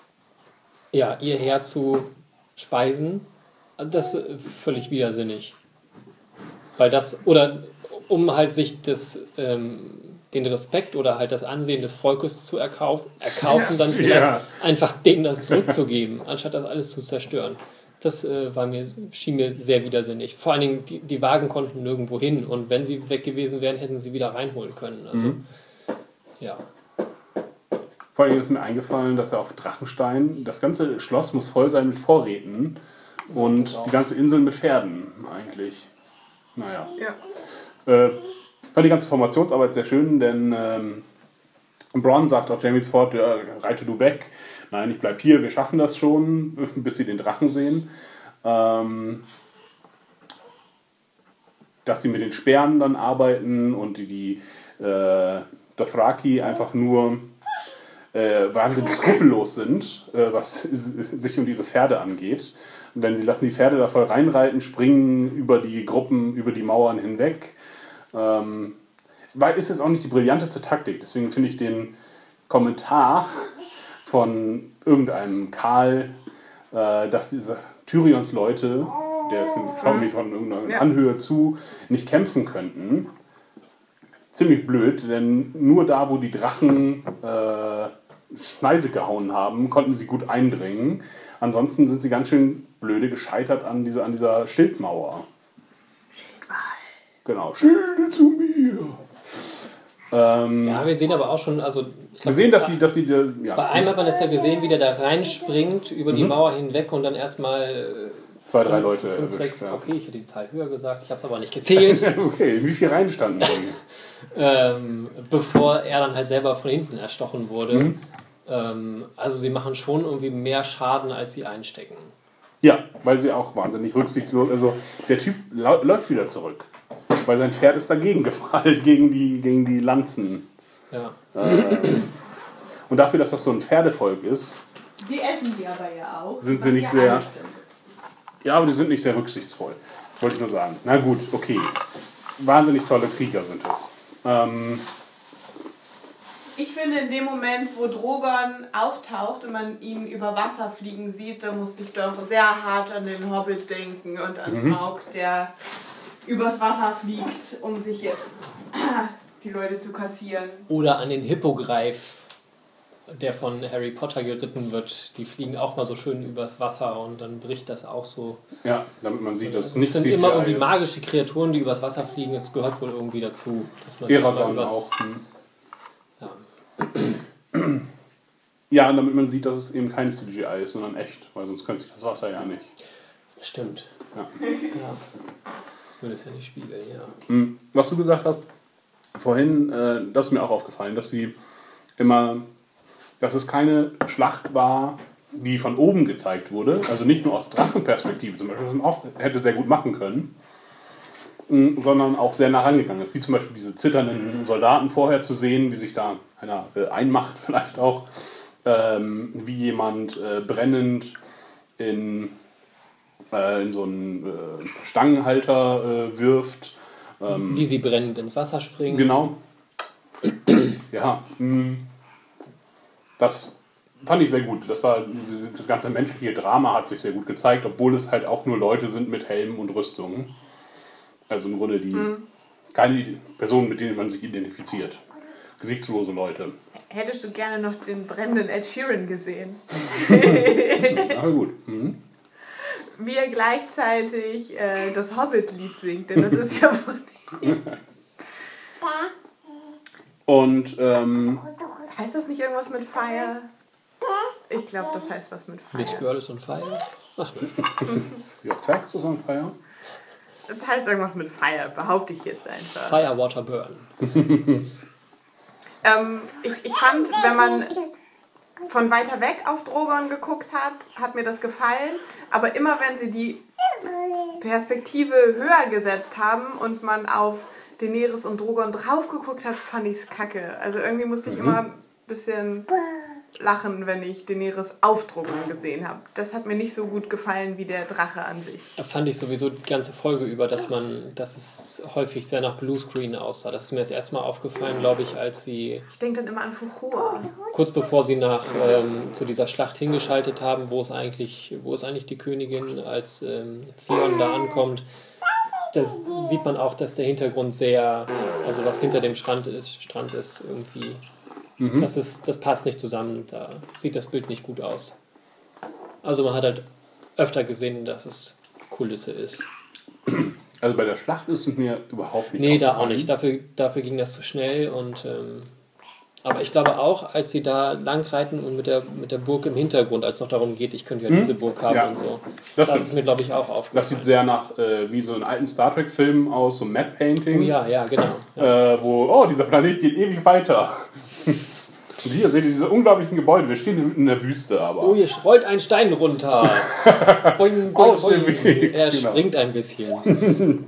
[SPEAKER 6] ja, ihr Heer zu speisen? Das ist völlig widersinnig. Weil das, oder um halt sich das, ähm, den Respekt oder halt das Ansehen des Volkes zu erkaufen, erkaufen dann vielleicht
[SPEAKER 5] Ja.
[SPEAKER 6] einfach denen das zurückzugeben, anstatt das alles zu zerstören. Das äh, war mir, schien mir sehr widersinnig. Vor allen Dingen, die, die Wagen konnten nirgendwo hin und wenn sie weg gewesen wären, hätten sie wieder reinholen können. Also,
[SPEAKER 5] Mhm.
[SPEAKER 6] ja.
[SPEAKER 5] Vor allem ist mir eingefallen, dass er auf Drachenstein, das ganze Schloss muss voll sein mit Vorräten und
[SPEAKER 6] Genau.
[SPEAKER 5] die ganze Insel mit Pferden eigentlich. Naja.
[SPEAKER 4] Ja.
[SPEAKER 5] Äh, ich fand die ganze Formationsarbeit sehr schön, denn ähm, Bronn sagt auch Jaime sofort, ja, reite du weg. Nein, ich bleib hier, wir schaffen das schon, bis sie den Drachen sehen. Ähm, dass sie mit den Speeren dann arbeiten und die, die äh, Dothraki einfach nur äh, wahnsinnig skrupellos sind, äh, was sich um ihre Pferde angeht. Denn sie lassen die Pferde da voll reinreiten, springen über die Gruppen, über die Mauern hinweg. Ähm, weil ist es auch nicht die brillanteste Taktik. Deswegen finde ich den Kommentar von irgendeinem Karl, äh, dass diese Tyrions Leute, der ist schaut mich von irgendeiner
[SPEAKER 4] Ja.
[SPEAKER 5] Anhöhe zu, nicht kämpfen könnten. Ziemlich blöd, denn nur da, wo die Drachen äh, Schneise gehauen haben, konnten sie gut eindringen. Ansonsten sind sie ganz schön blöde gescheitert an dieser, an dieser Schildmauer.
[SPEAKER 4] Schildwall.
[SPEAKER 5] Genau, Schilde zu mir. Ähm,
[SPEAKER 6] Ja, wir sehen aber auch schon, also ich glaub,
[SPEAKER 5] wir sehen, dass die, dass die, ja,
[SPEAKER 6] bei einem hat man das ja gesehen, wie der da reinspringt über die
[SPEAKER 5] Mhm.
[SPEAKER 6] Mauer hinweg und dann erstmal
[SPEAKER 5] zwei, drei Leute
[SPEAKER 6] fünf,
[SPEAKER 5] erwischt.
[SPEAKER 6] sechs,
[SPEAKER 5] Ja.
[SPEAKER 6] okay, ich hätte die Zahl höher gesagt, ich habe es aber nicht gezählt,
[SPEAKER 5] Okay, wie viel reinstanden die?
[SPEAKER 6] ähm, bevor er dann halt selber von hinten erstochen wurde.
[SPEAKER 5] Mhm.
[SPEAKER 6] Ähm, also sie machen schon irgendwie mehr Schaden, als sie einstecken.
[SPEAKER 5] Ja, weil sie auch wahnsinnig rücksichtslos. Also der Typ lau- läuft wieder zurück. Weil sein Pferd ist dagegen geprallt, gegen die, gegen die Lanzen.
[SPEAKER 6] Ja.
[SPEAKER 5] Ähm, und dafür, dass das so ein Pferdevolk ist,
[SPEAKER 4] Die essen die aber ja auch.
[SPEAKER 5] Sind sie
[SPEAKER 4] weil
[SPEAKER 5] nicht
[SPEAKER 4] die
[SPEAKER 5] sehr-
[SPEAKER 4] alt sind.
[SPEAKER 5] ja, aber die sind nicht sehr rücksichtsvoll. Wollte ich nur sagen. Na gut, okay. Wahnsinnig tolle Krieger sind es. Ähm,
[SPEAKER 4] Ich finde, in dem Moment, wo Drogon auftaucht und man ihn über Wasser fliegen sieht, da musste ich doch sehr hart an den Hobbit denken und an
[SPEAKER 5] Mhm.
[SPEAKER 4] Smaug, der übers Wasser fliegt, um sich jetzt die Leute zu kassieren.
[SPEAKER 6] Oder an den Hippogreif, der von Harry Potter geritten wird. Die fliegen auch mal so schön übers Wasser und dann bricht das auch so.
[SPEAKER 5] ja, damit man sieht, dass
[SPEAKER 6] Es
[SPEAKER 5] es nicht
[SPEAKER 6] sind
[SPEAKER 5] C G I
[SPEAKER 6] immer irgendwie
[SPEAKER 5] ist.
[SPEAKER 6] magische Kreaturen, die übers Wasser fliegen. Es gehört wohl irgendwie dazu. Dass man immer
[SPEAKER 5] Eragon
[SPEAKER 6] übers-
[SPEAKER 5] auch. Hm.
[SPEAKER 6] Ja.
[SPEAKER 5] Ja, damit man sieht, dass es eben kein C G I ist, sondern echt, weil sonst könnte sich das Wasser ja nicht.
[SPEAKER 6] Stimmt.
[SPEAKER 5] Ja.
[SPEAKER 6] Ja. Das würde es ja nicht spiegeln, ja.
[SPEAKER 5] Mhm. Was du gesagt hast, vorhin, äh, das ist mir auch aufgefallen, dass sie immer, dass es keine Schlacht war, die von oben gezeigt wurde, also nicht nur aus Drachenperspektive zum Beispiel, was man auch hätte sehr gut machen können, mh, sondern auch sehr nah rangegangen ist, wie zum Beispiel diese zitternden Soldaten vorher zu sehen, wie sich da einer äh, einmacht vielleicht auch, ähm, wie jemand äh, brennend in, äh, in so einen äh, Stangenhalter äh, wirft. Ähm,
[SPEAKER 6] wie sie brennend ins Wasser springen.
[SPEAKER 5] Genau. Ja, mh, das fand ich sehr gut. Das war das ganze menschliche Drama hat sich sehr gut gezeigt, obwohl es halt auch nur Leute sind mit Helmen und Rüstungen. Also im Grunde die mhm. keine Personen, mit denen man sich identifiziert. Gesichtslose Leute.
[SPEAKER 4] Hättest du gerne noch den brennenden Ed Sheeran gesehen?
[SPEAKER 5] Na gut. Mhm.
[SPEAKER 4] Wie er gleichzeitig äh, das Hobbit-Lied singt, denn das ist ja von ihm.
[SPEAKER 5] Und ähm,
[SPEAKER 4] heißt das nicht irgendwas mit Fire? Ich glaube, das heißt was mit Fire.
[SPEAKER 6] This Girl is on Fire? Ach.
[SPEAKER 5] Ja, Sex is on Fire?
[SPEAKER 4] Das heißt irgendwas mit Fire, behaupte ich jetzt einfach.
[SPEAKER 6] Fire, Water, Burn.
[SPEAKER 4] ähm, ich, ich fand, wenn man von weiter weg auf Drogon geguckt hat, hat mir das gefallen. Aber immer wenn sie die Perspektive höher gesetzt haben und man auf Daenerys und Drogon drauf geguckt hat, fand ich es kacke. Also irgendwie musste ich mhm. immer ein bisschen lachen, wenn ich Daenerys auf Drogon gesehen habe. Das hat mir nicht so gut gefallen wie der Drache an sich.
[SPEAKER 6] Da fand ich sowieso die ganze Folge über, dass man, dass es häufig sehr nach Bluescreen aussah. Das ist mir das erste Mal aufgefallen, glaube ich, als sie...
[SPEAKER 4] Ich denke dann immer an Fuchur.
[SPEAKER 6] Kurz bevor sie nach ähm, zu dieser Schlacht hingeschaltet haben, wo es eigentlich, wo ist eigentlich die Königin, als ähm, Theon da ankommt. Das sieht man auch, dass der Hintergrund sehr, also was hinter dem Strand ist, Strand ist irgendwie, mhm. das, ist, das passt nicht zusammen, da sieht das Bild nicht gut aus. Also man hat halt öfter gesehen, dass es Kulisse ist.
[SPEAKER 5] Also bei der Schlacht ist es mir überhaupt nicht
[SPEAKER 6] Nee, da auch nicht, dafür, dafür ging das zu schnell und ähm, aber ich glaube auch, als sie da langreiten und mit der, mit der Burg im Hintergrund, als es noch darum geht, ich könnte ja hm? diese Burg haben ja, und so. Das, das ist mir, glaube ich, auch aufgefallen.
[SPEAKER 5] Das sieht sehr nach, äh, wie so einen alten Star Trek-Film aus, so Map Paintings.
[SPEAKER 6] Oh, ja, ja, genau. Ja.
[SPEAKER 5] Äh, wo, oh, dieser Planet geht ewig weiter. Und hier seht ihr diese unglaublichen Gebäude. Wir stehen in der Wüste, aber...
[SPEAKER 6] Oh, hier rollt ein Stein runter. boing, boing, boing. Er genau. springt ein bisschen.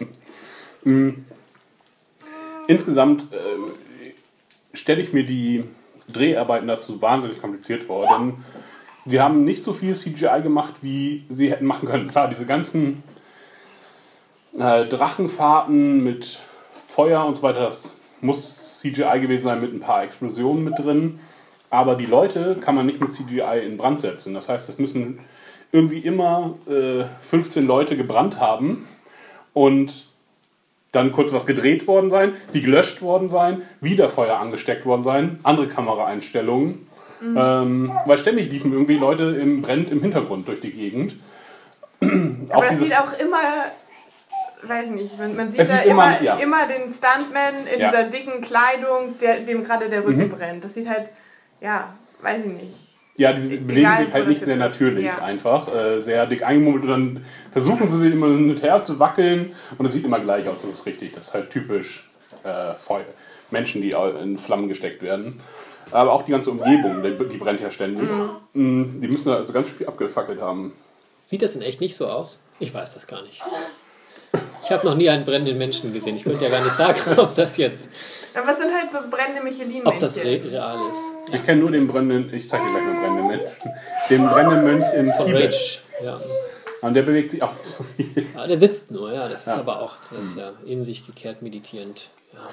[SPEAKER 5] Insgesamt... Äh, stelle ich mir die Dreharbeiten dazu wahnsinnig kompliziert vor, denn sie haben nicht so viel C G I gemacht, wie sie hätten machen können. Klar, diese ganzen äh, Drachenfahrten mit Feuer und so weiter, das muss C G I gewesen sein mit ein paar Explosionen mit drin, aber die Leute kann man nicht mit C G I in Brand setzen. Das heißt, es müssen irgendwie immer äh, fünfzehn Leute gebrannt haben und dann kurz was gedreht worden sein, die gelöscht worden sein, wieder Feuer angesteckt worden sein, andere Kameraeinstellungen. Mhm. Ähm, weil ständig liefen irgendwie Leute im Brand im Hintergrund durch die Gegend.
[SPEAKER 4] Aber auch das sieht auch immer, weiß nicht, man, man sieht da sieht immer, immer, ja. immer den Stuntman in ja. dieser dicken Kleidung, der, dem gerade der Rücken mhm. brennt. Das sieht halt, ja, weiß ich nicht.
[SPEAKER 5] Ja, die Egal, bewegen sich halt nicht sehr natürlich ja. einfach, äh, sehr dick eingemummelt und dann versuchen sie sich immer hin und her zu wackeln und es sieht immer gleich aus, das ist richtig, das ist halt typisch äh, Feuer. Menschen, die in Flammen gesteckt werden. Aber auch die ganze Umgebung, die, die brennt ja ständig. Mhm. Die müssen da also ganz viel abgefackelt haben.
[SPEAKER 6] Sieht das in echt nicht so aus? Ich weiß das gar nicht. Ich habe noch nie einen brennenden Menschen gesehen. Ich könnte ja gar nicht sagen, ob das jetzt...
[SPEAKER 4] Aber es sind halt so brennende Michelin-Männchen.
[SPEAKER 6] Ob das re real ist.
[SPEAKER 5] Ich kenne nur den brennenden, ich zeige dir gleich mal brennenden Menschen, den brennenden Mönch im
[SPEAKER 6] Von
[SPEAKER 5] Tibet.
[SPEAKER 6] Rage, ja.
[SPEAKER 5] Und der bewegt sich auch nicht so viel.
[SPEAKER 6] Ja, der sitzt nur, ja. Das ist ja. aber auch der ist ja in sich gekehrt meditierend.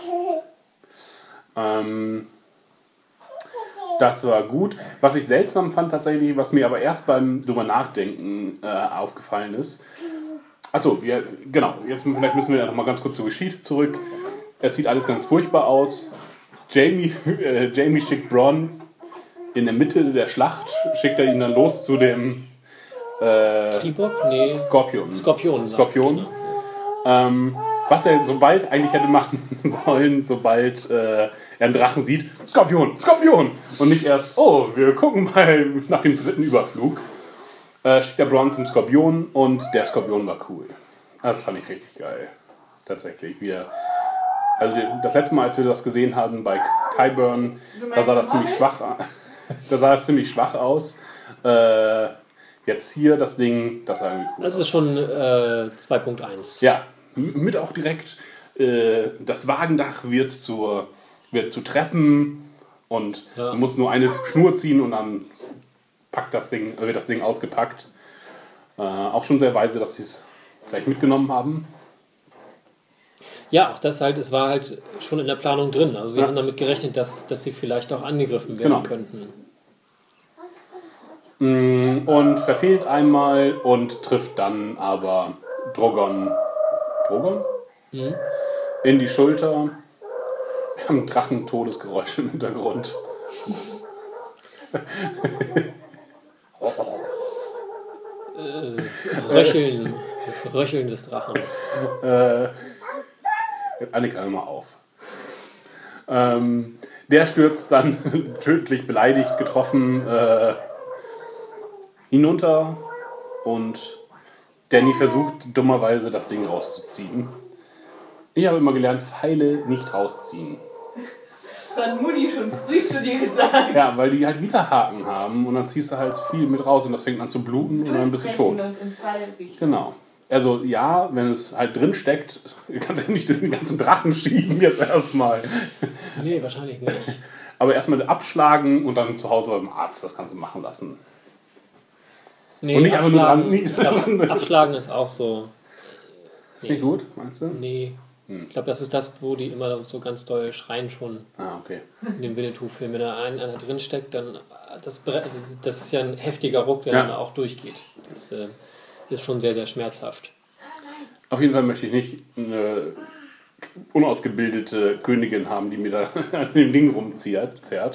[SPEAKER 5] Ja. Ähm, das war gut. Was ich seltsam fand tatsächlich, was mir aber erst beim drüber nachdenken äh, aufgefallen ist. Achso, wir, genau, jetzt vielleicht müssen wir noch mal ganz kurz zur Geschichte zurück. Es sieht alles ganz furchtbar aus. Jamie, äh, Jamie schickt Bronn in der Mitte der Schlacht, schickt er ihn dann los zu dem äh,
[SPEAKER 6] Tribok? Nee.
[SPEAKER 5] Skorpion.
[SPEAKER 6] Skorpion.
[SPEAKER 5] Skorpion. Genau. Ähm, Was er sobald eigentlich hätte machen sollen, sobald äh, er einen Drachen sieht, Skorpion, Skorpion! Und nicht erst, oh, wir gucken mal nach dem dritten Überflug. Äh, schickt der Bronn zum Skorpion und der Skorpion war cool. Das fand ich richtig geil. Tatsächlich. Wir, also das letzte Mal, als wir das gesehen haben bei Qyburn, da sah das ziemlich schwach, da sah das ziemlich schwach aus. Äh, jetzt hier das Ding, das sah irgendwie cool
[SPEAKER 6] Das
[SPEAKER 5] aus.
[SPEAKER 6] ist schon äh, zwei Punkt eins.
[SPEAKER 5] Ja, mit auch direkt äh, das Wagendach wird, zur, wird zu Treppen und
[SPEAKER 6] Ja.
[SPEAKER 5] man muss nur eine Schnur ziehen und dann packt das Ding, wird das Ding ausgepackt. Äh, auch schon sehr weise, dass sie es gleich mitgenommen haben.
[SPEAKER 6] Ja, auch das halt, es war halt schon in der Planung drin. Also sie
[SPEAKER 5] Ja.
[SPEAKER 6] haben damit gerechnet, dass, dass sie vielleicht auch angegriffen werden
[SPEAKER 5] Genau.
[SPEAKER 6] könnten.
[SPEAKER 5] Mm, Und verfehlt einmal und trifft dann aber Drogon, Drogon?
[SPEAKER 6] Mhm.
[SPEAKER 5] In die Schulter. Wir haben Drachentodesgeräusche im Hintergrund.
[SPEAKER 6] Äh, Das Röcheln, das Röcheln des Drachen.
[SPEAKER 5] Äh, jetzt Annika mal auf. Ähm, der stürzt dann tödlich beleidigt, getroffen äh, hinunter und Danny versucht dummerweise das Ding rauszuziehen. Ich habe immer gelernt, Pfeile nicht rausziehen.
[SPEAKER 4] Das hat Mutti schon früh zu dir gesagt.
[SPEAKER 5] Ja, weil die halt wieder Haken haben und dann ziehst du halt zu viel mit raus und das fängt an zu bluten und dann bist du tot.
[SPEAKER 4] Und ins Pfeil richten.
[SPEAKER 5] Genau. Also ja, wenn es halt drin steckt, kannst du nicht durch den ganzen Drachen schieben jetzt erstmal.
[SPEAKER 6] Nee, wahrscheinlich nicht.
[SPEAKER 5] Aber erstmal abschlagen und dann zu Hause beim Arzt, das kannst du machen lassen.
[SPEAKER 6] Nee,
[SPEAKER 5] Und nicht einfach nur dran-
[SPEAKER 6] abschlagen,
[SPEAKER 5] nicht
[SPEAKER 6] ich glaub,
[SPEAKER 5] dran-
[SPEAKER 6] abschlagen ist auch so.
[SPEAKER 5] Ist nicht gut, meinst du?
[SPEAKER 6] Nee.
[SPEAKER 5] Hm.
[SPEAKER 6] Ich glaube, das ist das, wo die immer so ganz doll schreien schon
[SPEAKER 5] Ah, okay.
[SPEAKER 6] in dem Winnetou-Film. Wenn da ein, einer drin steckt, dann das, bre- das ist ja ein heftiger Ruck, der
[SPEAKER 5] Ja.
[SPEAKER 6] dann auch durchgeht. Das äh, ist schon sehr, sehr schmerzhaft.
[SPEAKER 5] Auf jeden Fall möchte ich nicht eine unausgebildete Königin haben, die mir da an dem Ding rumzerrt. zerrt.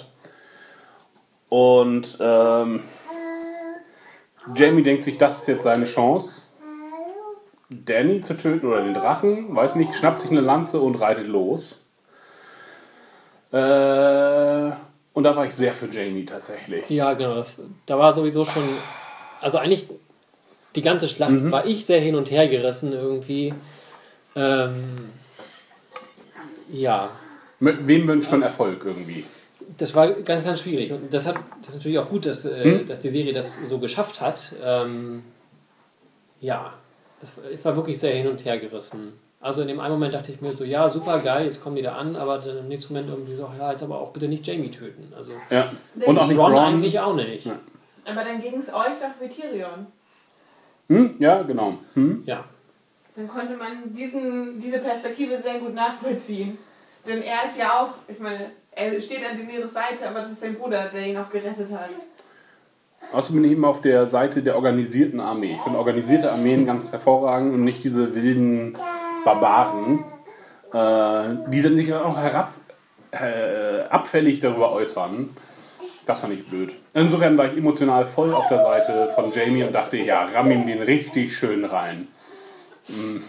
[SPEAKER 5] Und ähm, Jamie denkt sich, das ist jetzt seine Chance, Danny zu töten oder den Drachen, weiß nicht, schnappt sich eine Lanze und reitet los. Äh, und da war ich sehr für Jamie tatsächlich.
[SPEAKER 6] Ja, genau. Das, da war sowieso schon. Also eigentlich die ganze Schlacht
[SPEAKER 5] Mhm.
[SPEAKER 6] war ich sehr hin und her gerissen irgendwie. Ähm, ja,
[SPEAKER 5] Mit wem wünscht man Erfolg irgendwie?
[SPEAKER 6] das war ganz, ganz schwierig. Und das, hat, das ist natürlich auch gut, dass, äh,
[SPEAKER 5] Hm?
[SPEAKER 6] dass die Serie das so geschafft hat. Ähm, ja, das, ich war wirklich sehr hin und her gerissen. Also in dem einen Moment dachte ich mir so, ja, super geil, jetzt kommen die da an, aber dann im nächsten Moment irgendwie so, ja, jetzt aber auch bitte nicht Jamie töten. Also
[SPEAKER 5] Ja. Und auch nicht
[SPEAKER 6] Ron
[SPEAKER 5] Ron.
[SPEAKER 6] eigentlich auch nicht.
[SPEAKER 5] Ja.
[SPEAKER 4] Aber dann ging es euch doch wie Tyrion.
[SPEAKER 5] Hm? Ja, genau. Hm?
[SPEAKER 6] Ja.
[SPEAKER 4] Dann konnte man diesen, diese Perspektive sehr gut nachvollziehen. Denn er ist ja auch, ich meine, er steht an Daenerys Seite, aber das ist sein Bruder, der ihn auch gerettet hat.
[SPEAKER 5] Außerdem bin ich immer auf der Seite der organisierten Armee. Ich finde organisierte Armeen ganz hervorragend und nicht diese wilden Barbaren, äh, die dann sich dann auch herab, äh, abfällig darüber äußern. Das fand ich blöd. Insofern war ich emotional voll auf der Seite von Jamie und dachte, ja, ramm ihm den richtig schön rein. Mm.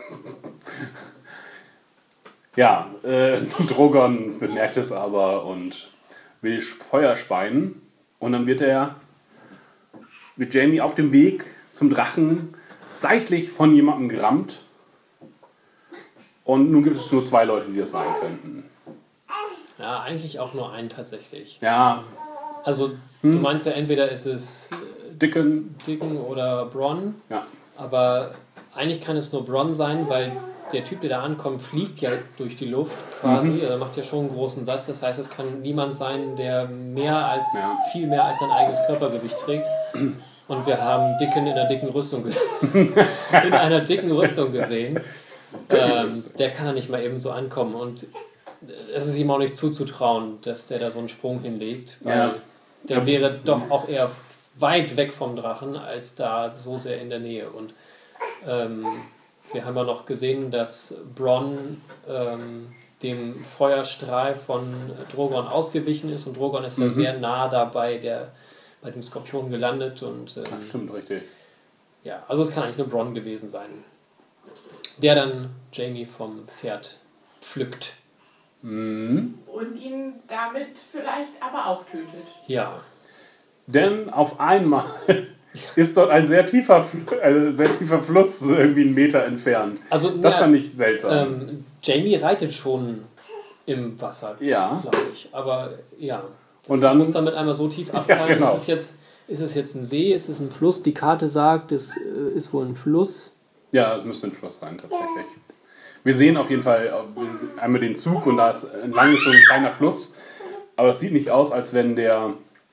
[SPEAKER 5] Ja, äh, Drogon bemerkt es aber und will Feuer speien. Und dann wird er mit Jamie auf dem Weg zum Drachen seitlich von jemandem gerammt. Und nun gibt es nur zwei Leute, die das sein könnten.
[SPEAKER 6] Ja, eigentlich auch nur einen tatsächlich.
[SPEAKER 5] Ja,
[SPEAKER 6] Also
[SPEAKER 5] Hm.
[SPEAKER 6] du meinst ja, entweder ist es
[SPEAKER 5] Dickon,
[SPEAKER 6] Dickon oder Bronn,
[SPEAKER 5] ja.
[SPEAKER 6] aber eigentlich kann es nur Bronn sein, weil der Typ, der da ankommt, fliegt ja durch die Luft quasi,
[SPEAKER 5] Mhm.
[SPEAKER 6] er macht ja schon einen großen Satz, das heißt, es kann niemand sein, der mehr als,
[SPEAKER 5] Ja.
[SPEAKER 6] viel mehr als sein eigenes Körpergewicht trägt. Und wir haben Dickon in einer dicken Rüstung, ge- in einer dicken Rüstung gesehen. Ähm, der kann ja nicht mal eben so ankommen und es ist ihm auch nicht zuzutrauen, dass der da so einen Sprung hinlegt, weil
[SPEAKER 5] Ja.
[SPEAKER 6] der
[SPEAKER 5] Ja.
[SPEAKER 6] wäre doch auch eher weit weg vom Drachen, als da so sehr in der Nähe. Und ähm, wir haben ja noch gesehen, dass Bronn ähm, dem Feuerstrahl von Drogon ausgewichen ist und Drogon ist ja
[SPEAKER 5] Mhm.
[SPEAKER 6] sehr nah dabei, der bei dem Skorpion gelandet und ähm,
[SPEAKER 5] Stimmt, richtig.
[SPEAKER 6] ja, also es kann eigentlich nur Bronn gewesen sein. der dann Jaime vom Pferd pflückt.
[SPEAKER 5] Mhm.
[SPEAKER 4] Und ihn damit vielleicht aber auch tötet.
[SPEAKER 6] Ja.
[SPEAKER 5] Denn auf einmal ist dort ein sehr tiefer, ein sehr tiefer Fluss irgendwie einen Meter entfernt.
[SPEAKER 6] Also,
[SPEAKER 5] das
[SPEAKER 6] ja,
[SPEAKER 5] fand ich seltsam.
[SPEAKER 6] Ähm, Jaime reitet schon im Wasser,
[SPEAKER 5] ja.
[SPEAKER 6] glaube ich. Aber ja, das
[SPEAKER 5] und dann
[SPEAKER 6] muss damit einmal so tief abfallen.
[SPEAKER 5] Ja, genau.
[SPEAKER 6] Ist es jetzt, ist es jetzt ein See, ist es ein Fluss? Die Karte sagt, es äh, ist wohl ein Fluss.
[SPEAKER 5] Ja, es müsste ein Fluss sein, tatsächlich. Wir sehen auf jeden Fall einmal den Zug und da ist entlang ist so ein kleiner Fluss. Aber das sieht nicht aus, als wenn der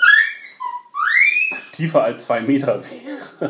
[SPEAKER 5] tiefer als zwei Meter wäre.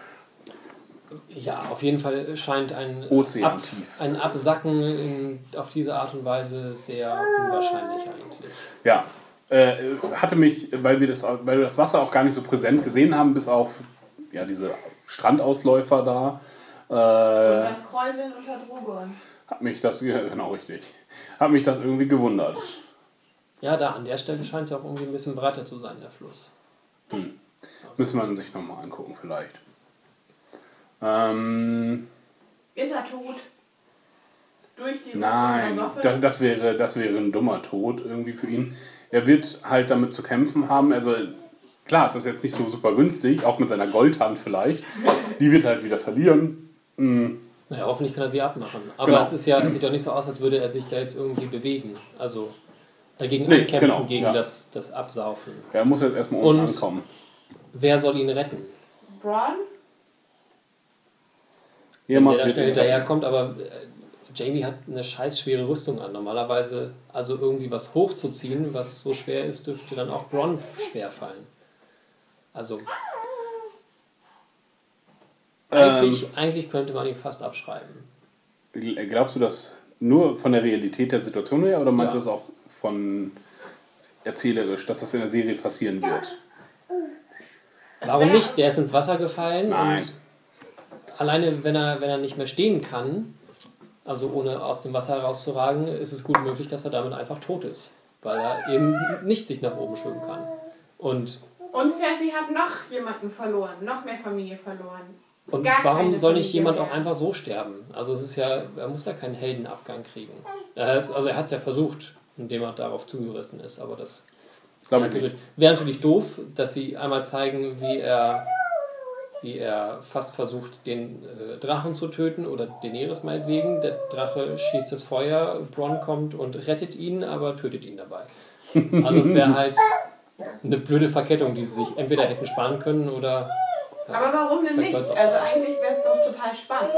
[SPEAKER 6] Ja, auf jeden Fall scheint ein,
[SPEAKER 5] Ozean
[SPEAKER 6] Ab,
[SPEAKER 5] tief.
[SPEAKER 6] ein Absacken in, auf diese Art und Weise sehr unwahrscheinlich eigentlich.
[SPEAKER 5] Ja, äh, hatte mich, weil wir, das, weil wir das Wasser auch gar nicht so präsent gesehen haben, bis auf ja, diese Strandausläufer da. Äh,
[SPEAKER 4] Und das Kräuseln unter Drogon.
[SPEAKER 5] Hat mich das, genau richtig, hat mich das irgendwie gewundert.
[SPEAKER 6] Ja, da an der Stelle scheint es auch irgendwie ein bisschen breiter zu sein, der Fluss.
[SPEAKER 5] Hm. Müssen wir sich nochmal angucken vielleicht. Ähm,
[SPEAKER 4] Ist er tot? Durch die
[SPEAKER 5] Nein, das, das, wäre, das wäre ein dummer Tod irgendwie für ihn. Er wird halt damit zu kämpfen haben. Also klar, es ist jetzt nicht so super günstig, auch mit seiner Goldhand vielleicht. Die wird halt wieder verlieren. Mhm.
[SPEAKER 6] Naja, hoffentlich kann er sie abmachen. Aber
[SPEAKER 5] Genau.
[SPEAKER 6] es ist ja, es sieht doch nicht so aus, als würde er sich da jetzt irgendwie bewegen. Also dagegen
[SPEAKER 5] Nee,
[SPEAKER 6] ankämpfen,
[SPEAKER 5] genau,
[SPEAKER 6] gegen
[SPEAKER 5] ja.
[SPEAKER 6] das, das Absaufen.
[SPEAKER 5] Er muss jetzt erstmal unten
[SPEAKER 6] Und
[SPEAKER 5] ankommen.
[SPEAKER 6] wer soll ihn retten?
[SPEAKER 4] Bronn?
[SPEAKER 5] Jemand
[SPEAKER 6] der da
[SPEAKER 5] wird
[SPEAKER 6] schnell
[SPEAKER 5] ihn
[SPEAKER 6] hinterherkommt, aber äh, Jaime hat eine scheiß schwere Rüstung an. Normalerweise, also irgendwie was hochzuziehen, was so schwer ist, dürfte dann auch Bronn schwer fallen. Also eigentlich,
[SPEAKER 5] Ähm,
[SPEAKER 6] eigentlich könnte man ihn fast abschreiben.
[SPEAKER 5] Glaubst du das nur von der Realität der Situation her oder meinst
[SPEAKER 6] Ja.
[SPEAKER 5] du das auch von erzählerisch, dass das in der Serie passieren wird?
[SPEAKER 6] Warum nicht? Der ist ins Wasser gefallen
[SPEAKER 5] Nein.
[SPEAKER 6] und alleine wenn er, wenn er nicht mehr stehen kann, also ohne aus dem Wasser herauszuragen, ist es gut möglich, dass er damit einfach tot ist. Weil er eben nicht sich nach oben schwimmen kann. Und,
[SPEAKER 4] Und Cersei hat noch jemanden verloren, noch mehr Familie verloren.
[SPEAKER 6] und
[SPEAKER 4] Gar
[SPEAKER 6] warum
[SPEAKER 4] keine
[SPEAKER 6] soll nicht
[SPEAKER 4] Familie
[SPEAKER 6] jemand
[SPEAKER 4] mehr.
[SPEAKER 6] auch einfach so sterben? Also es ist ja, er muss ja keinen Heldenabgang kriegen. Er hat, also er hat es ja versucht, indem er darauf zugeritten ist, aber das
[SPEAKER 5] Glaube
[SPEAKER 6] wäre
[SPEAKER 5] ich nicht.
[SPEAKER 6] natürlich, wäre natürlich doof, dass sie einmal zeigen, wie er, wie er fast versucht, den äh, Drachen zu töten oder Daenerys meinetwegen. Der Drache schießt das Feuer, Bronn kommt und rettet ihn, aber tötet ihn dabei. Also es wäre halt eine blöde Verkettung, die sie sich entweder hätten sparen können oder... ja,
[SPEAKER 4] Aber warum denn
[SPEAKER 6] vielleicht
[SPEAKER 4] nicht?
[SPEAKER 6] soll's auch
[SPEAKER 4] Also
[SPEAKER 6] sein.
[SPEAKER 4] eigentlich wäre es doch total spannend.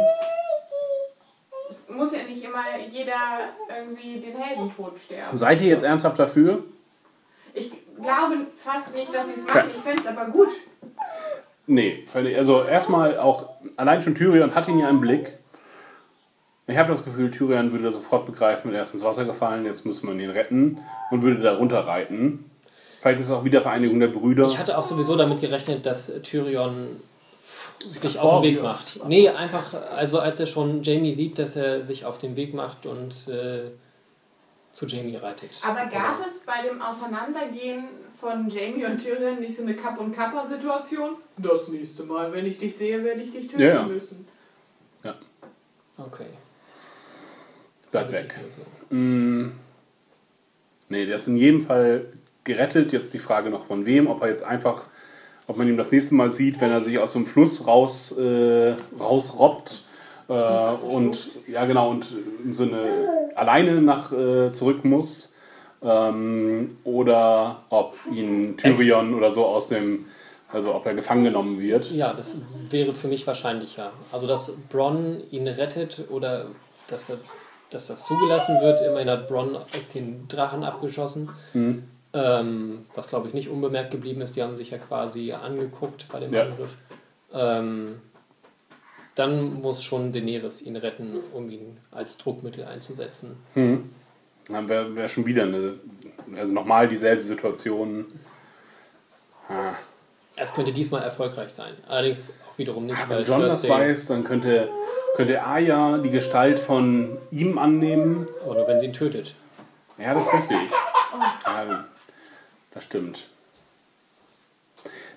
[SPEAKER 4] Es muss ja nicht immer jeder irgendwie den Heldentod sterben.
[SPEAKER 5] Seid ihr jetzt ernsthaft dafür?
[SPEAKER 4] Ich glaube fast nicht, dass sie es machen. Ich fände es aber gut.
[SPEAKER 5] Nee, völlig- also erstmal auch, allein schon Tyrion hat ihn ja im Blick. Ich habe das Gefühl, Tyrion würde da sofort begreifen, er ist ins Wasser gefallen, jetzt muss man ihn retten und würde da runterreiten. Vielleicht ist es auch Wiedervereinigung der Brüder.
[SPEAKER 6] Ich hatte auch sowieso damit gerechnet, dass Tyrion sich
[SPEAKER 5] das
[SPEAKER 6] auf den Weg
[SPEAKER 5] vorwirft.
[SPEAKER 6] macht. Nee, einfach, also als er schon Jaime sieht, dass er sich auf den Weg macht und äh, zu Jaime reitet.
[SPEAKER 4] Aber gab es bei dem Auseinandergehen von Jaime und Tyrion nicht so eine Kapp- und Kappa-Situation? Das nächste Mal, wenn ich dich sehe, werde ich dich töten
[SPEAKER 5] Ja, ja.
[SPEAKER 4] müssen.
[SPEAKER 5] Ja,
[SPEAKER 6] Okay.
[SPEAKER 5] bleibt weg. Mm, nee, der ist in jedem Fall gerettet. Jetzt die Frage noch von wem, ob er jetzt einfach, ob man ihn das nächste Mal sieht, wenn er sich aus so einem Fluss raus, äh, rausrobbt äh, und ja genau und in so eine alleine nach äh, zurück muss. Ähm, oder ob ihn Tyrion oder so aus dem, also ob er gefangen genommen wird.
[SPEAKER 6] Ja, das wäre für mich wahrscheinlicher. Also, dass Bronn ihn rettet oder dass, er, dass das zugelassen wird. Immerhin hat Bronn den Drachen abgeschossen.
[SPEAKER 5] Mhm.
[SPEAKER 6] Ähm, was, glaube ich, nicht unbemerkt geblieben ist. Die haben sich ja quasi angeguckt bei dem
[SPEAKER 5] Ja.
[SPEAKER 6] Angriff. Ähm, dann muss schon Daenerys ihn retten, um ihn als Druckmittel einzusetzen.
[SPEAKER 5] Mhm. Dann wäre wär schon wieder eine, also nochmal dieselbe Situation. Ah.
[SPEAKER 6] Es könnte diesmal erfolgreich sein. Allerdings auch wiederum nicht,
[SPEAKER 5] Wenn
[SPEAKER 6] weil
[SPEAKER 5] John das
[SPEAKER 6] Cersei-
[SPEAKER 5] weiß, dann könnte, könnte Arya die Gestalt von ihm annehmen.
[SPEAKER 6] Aber nur wenn sie ihn tötet.
[SPEAKER 5] Ja, das ist richtig. Ja, das stimmt.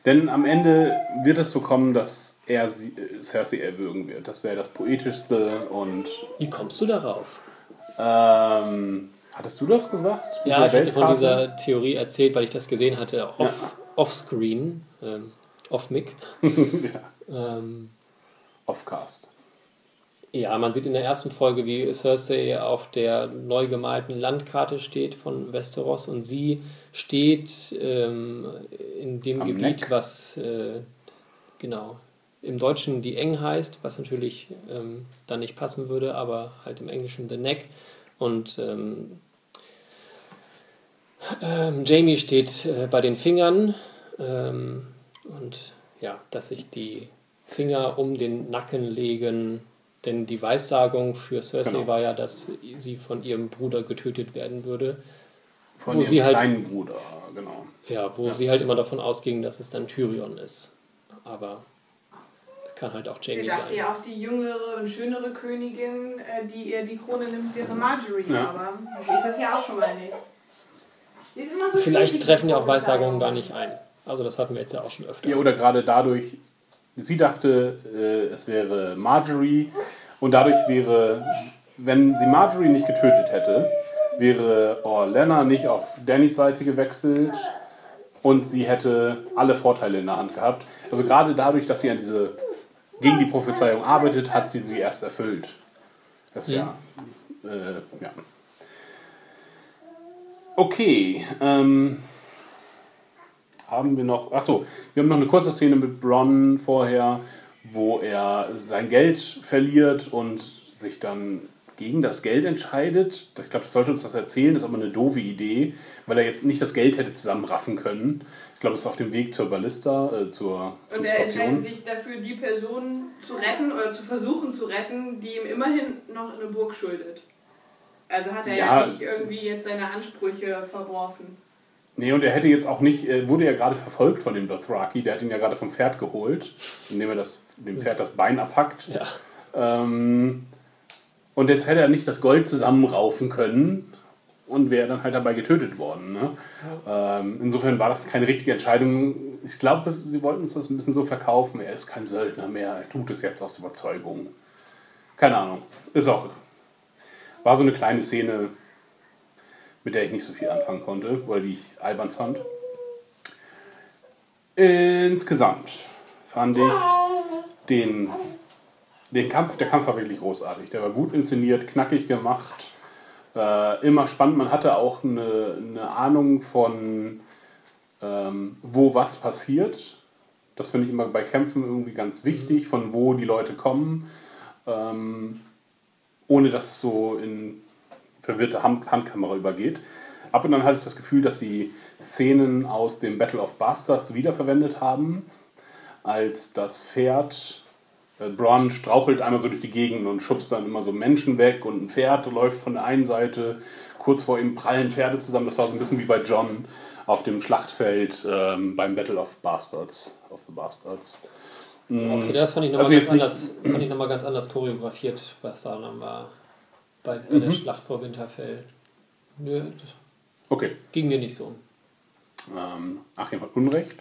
[SPEAKER 5] Denn am Ende wird es so kommen, dass er sie, Cersei erwürgen wird. Das wäre das Poetischste und...
[SPEAKER 6] Wie kommst du darauf?
[SPEAKER 5] Ähm, hattest du das gesagt?
[SPEAKER 6] Ja, ich hatte von dieser Theorie erzählt, weil ich das gesehen hatte, off,
[SPEAKER 5] ja.
[SPEAKER 6] off-screen, ähm, off-mic.
[SPEAKER 5] ja.
[SPEAKER 6] ähm,
[SPEAKER 5] Off-cast.
[SPEAKER 6] Ja, man sieht in der ersten Folge, wie Cersei auf der neu gemalten Landkarte steht von Westeros und sie steht ähm, in dem
[SPEAKER 5] Am
[SPEAKER 6] Gebiet,
[SPEAKER 5] Neck.
[SPEAKER 6] was äh, genau im Deutschen die Eng heißt, was natürlich ähm, dann nicht passen würde, aber halt im Englischen the Neck. Und ähm, ähm, Jaime steht äh, bei den Fingern ähm, und ja, dass sich die Finger um den Nacken legen. Denn die Weissagung für Cersei
[SPEAKER 5] genau.
[SPEAKER 6] war ja, dass sie von ihrem Bruder getötet werden würde.
[SPEAKER 5] Von
[SPEAKER 6] wo
[SPEAKER 5] ihrem
[SPEAKER 6] sie halt,
[SPEAKER 5] kleinen Bruder, genau.
[SPEAKER 6] Ja, wo
[SPEAKER 5] ja.
[SPEAKER 6] sie halt immer davon ausging, dass es dann Tyrion ist. Aber es kann halt auch Jaime
[SPEAKER 4] sie
[SPEAKER 6] sein.
[SPEAKER 4] Sie dachte ja auch, die jüngere und schönere Königin, die ihr die Krone nimmt, wäre Marjorie.
[SPEAKER 5] Ja.
[SPEAKER 4] Aber so ist das ja auch schon mal nicht. Die ist immer so
[SPEAKER 6] Vielleicht
[SPEAKER 4] schwierig,
[SPEAKER 6] treffen ja auch
[SPEAKER 4] die
[SPEAKER 6] Weissagungen gar nicht ein. Also das hatten wir jetzt ja auch schon öfter.
[SPEAKER 5] Ja, oder gerade dadurch, sie dachte, äh, es wäre Marjorie und dadurch wäre, wenn sie Marjorie nicht getötet hätte, wäre Olenna nicht auf Dannys Seite gewechselt und sie hätte alle Vorteile in der Hand gehabt. Also gerade dadurch, dass sie an diese gegen die Prophezeiung arbeitet, hat sie sie erst erfüllt. Das ist ja, äh, ja. Okay, ähm, haben wir noch, achso, wir haben noch eine kurze Szene mit Bronn vorher, wo er sein Geld verliert und sich dann gegen das Geld entscheidet. Ich glaube, das sollte uns das erzählen, das ist aber eine doofe Idee, weil er jetzt nicht das Geld hätte zusammenraffen können. Ich glaube, es ist auf dem Weg zur Ballista, äh, zur, zum
[SPEAKER 4] Und er
[SPEAKER 5] Skorpion.
[SPEAKER 4] entscheidet sich dafür, die Person zu retten oder zu versuchen zu retten, die ihm immerhin noch eine Burg schuldet. Also hat er ja,
[SPEAKER 5] Ja,
[SPEAKER 4] nicht irgendwie jetzt seine Ansprüche verworfen.
[SPEAKER 5] Nee, und er hätte jetzt auch nicht, er wurde ja gerade verfolgt von dem Dothraki, der hat ihn ja gerade vom Pferd geholt, indem er das, dem Pferd das Bein abhackt.
[SPEAKER 6] Ja.
[SPEAKER 5] Ähm, und jetzt hätte er nicht das Gold zusammenraufen können und wäre dann halt dabei getötet worden. Ne? Ja. Ähm, insofern war das keine richtige Entscheidung. Ich glaube, sie wollten uns das ein bisschen so verkaufen, er ist kein Söldner mehr, er tut es jetzt aus Überzeugung. Keine Ahnung, ist auch, war so eine kleine Szene, mit der ich nicht so viel anfangen konnte, weil die ich albern fand. Insgesamt fand ich den, den Kampf, der Kampf war wirklich großartig. Der war gut inszeniert, knackig gemacht, äh, immer spannend. Man hatte auch eine, eine Ahnung von, ähm, wo was passiert. Das finde ich immer bei Kämpfen irgendwie ganz wichtig, von wo die Leute kommen, ähm, ohne dass es so in verwirrte Hand- Handkamera übergeht. Ab und dann hatte ich das Gefühl, dass sie Szenen aus dem Battle of Bastards wiederverwendet haben, als das Pferd, äh, Bronn strauchelt einmal so durch die Gegend und schubst dann immer so Menschen weg und ein Pferd läuft von der einen Seite, kurz vor ihm prallen Pferde zusammen. Das war so ein bisschen wie bei Jon auf dem Schlachtfeld ähm, beim Battle of Bastards, of the Bastards.
[SPEAKER 6] Okay, das fand ich nochmal
[SPEAKER 5] Also
[SPEAKER 6] ganz,
[SPEAKER 5] jetzt nicht-
[SPEAKER 6] anders, fand ich noch mal ganz anders choreografiert, was da dann war bei, bei der
[SPEAKER 5] Mhm.
[SPEAKER 6] Schlacht vor Winterfell. Nö, das
[SPEAKER 5] Okay.
[SPEAKER 6] ging mir nicht so.
[SPEAKER 5] Ähm, Achim hat Unrecht.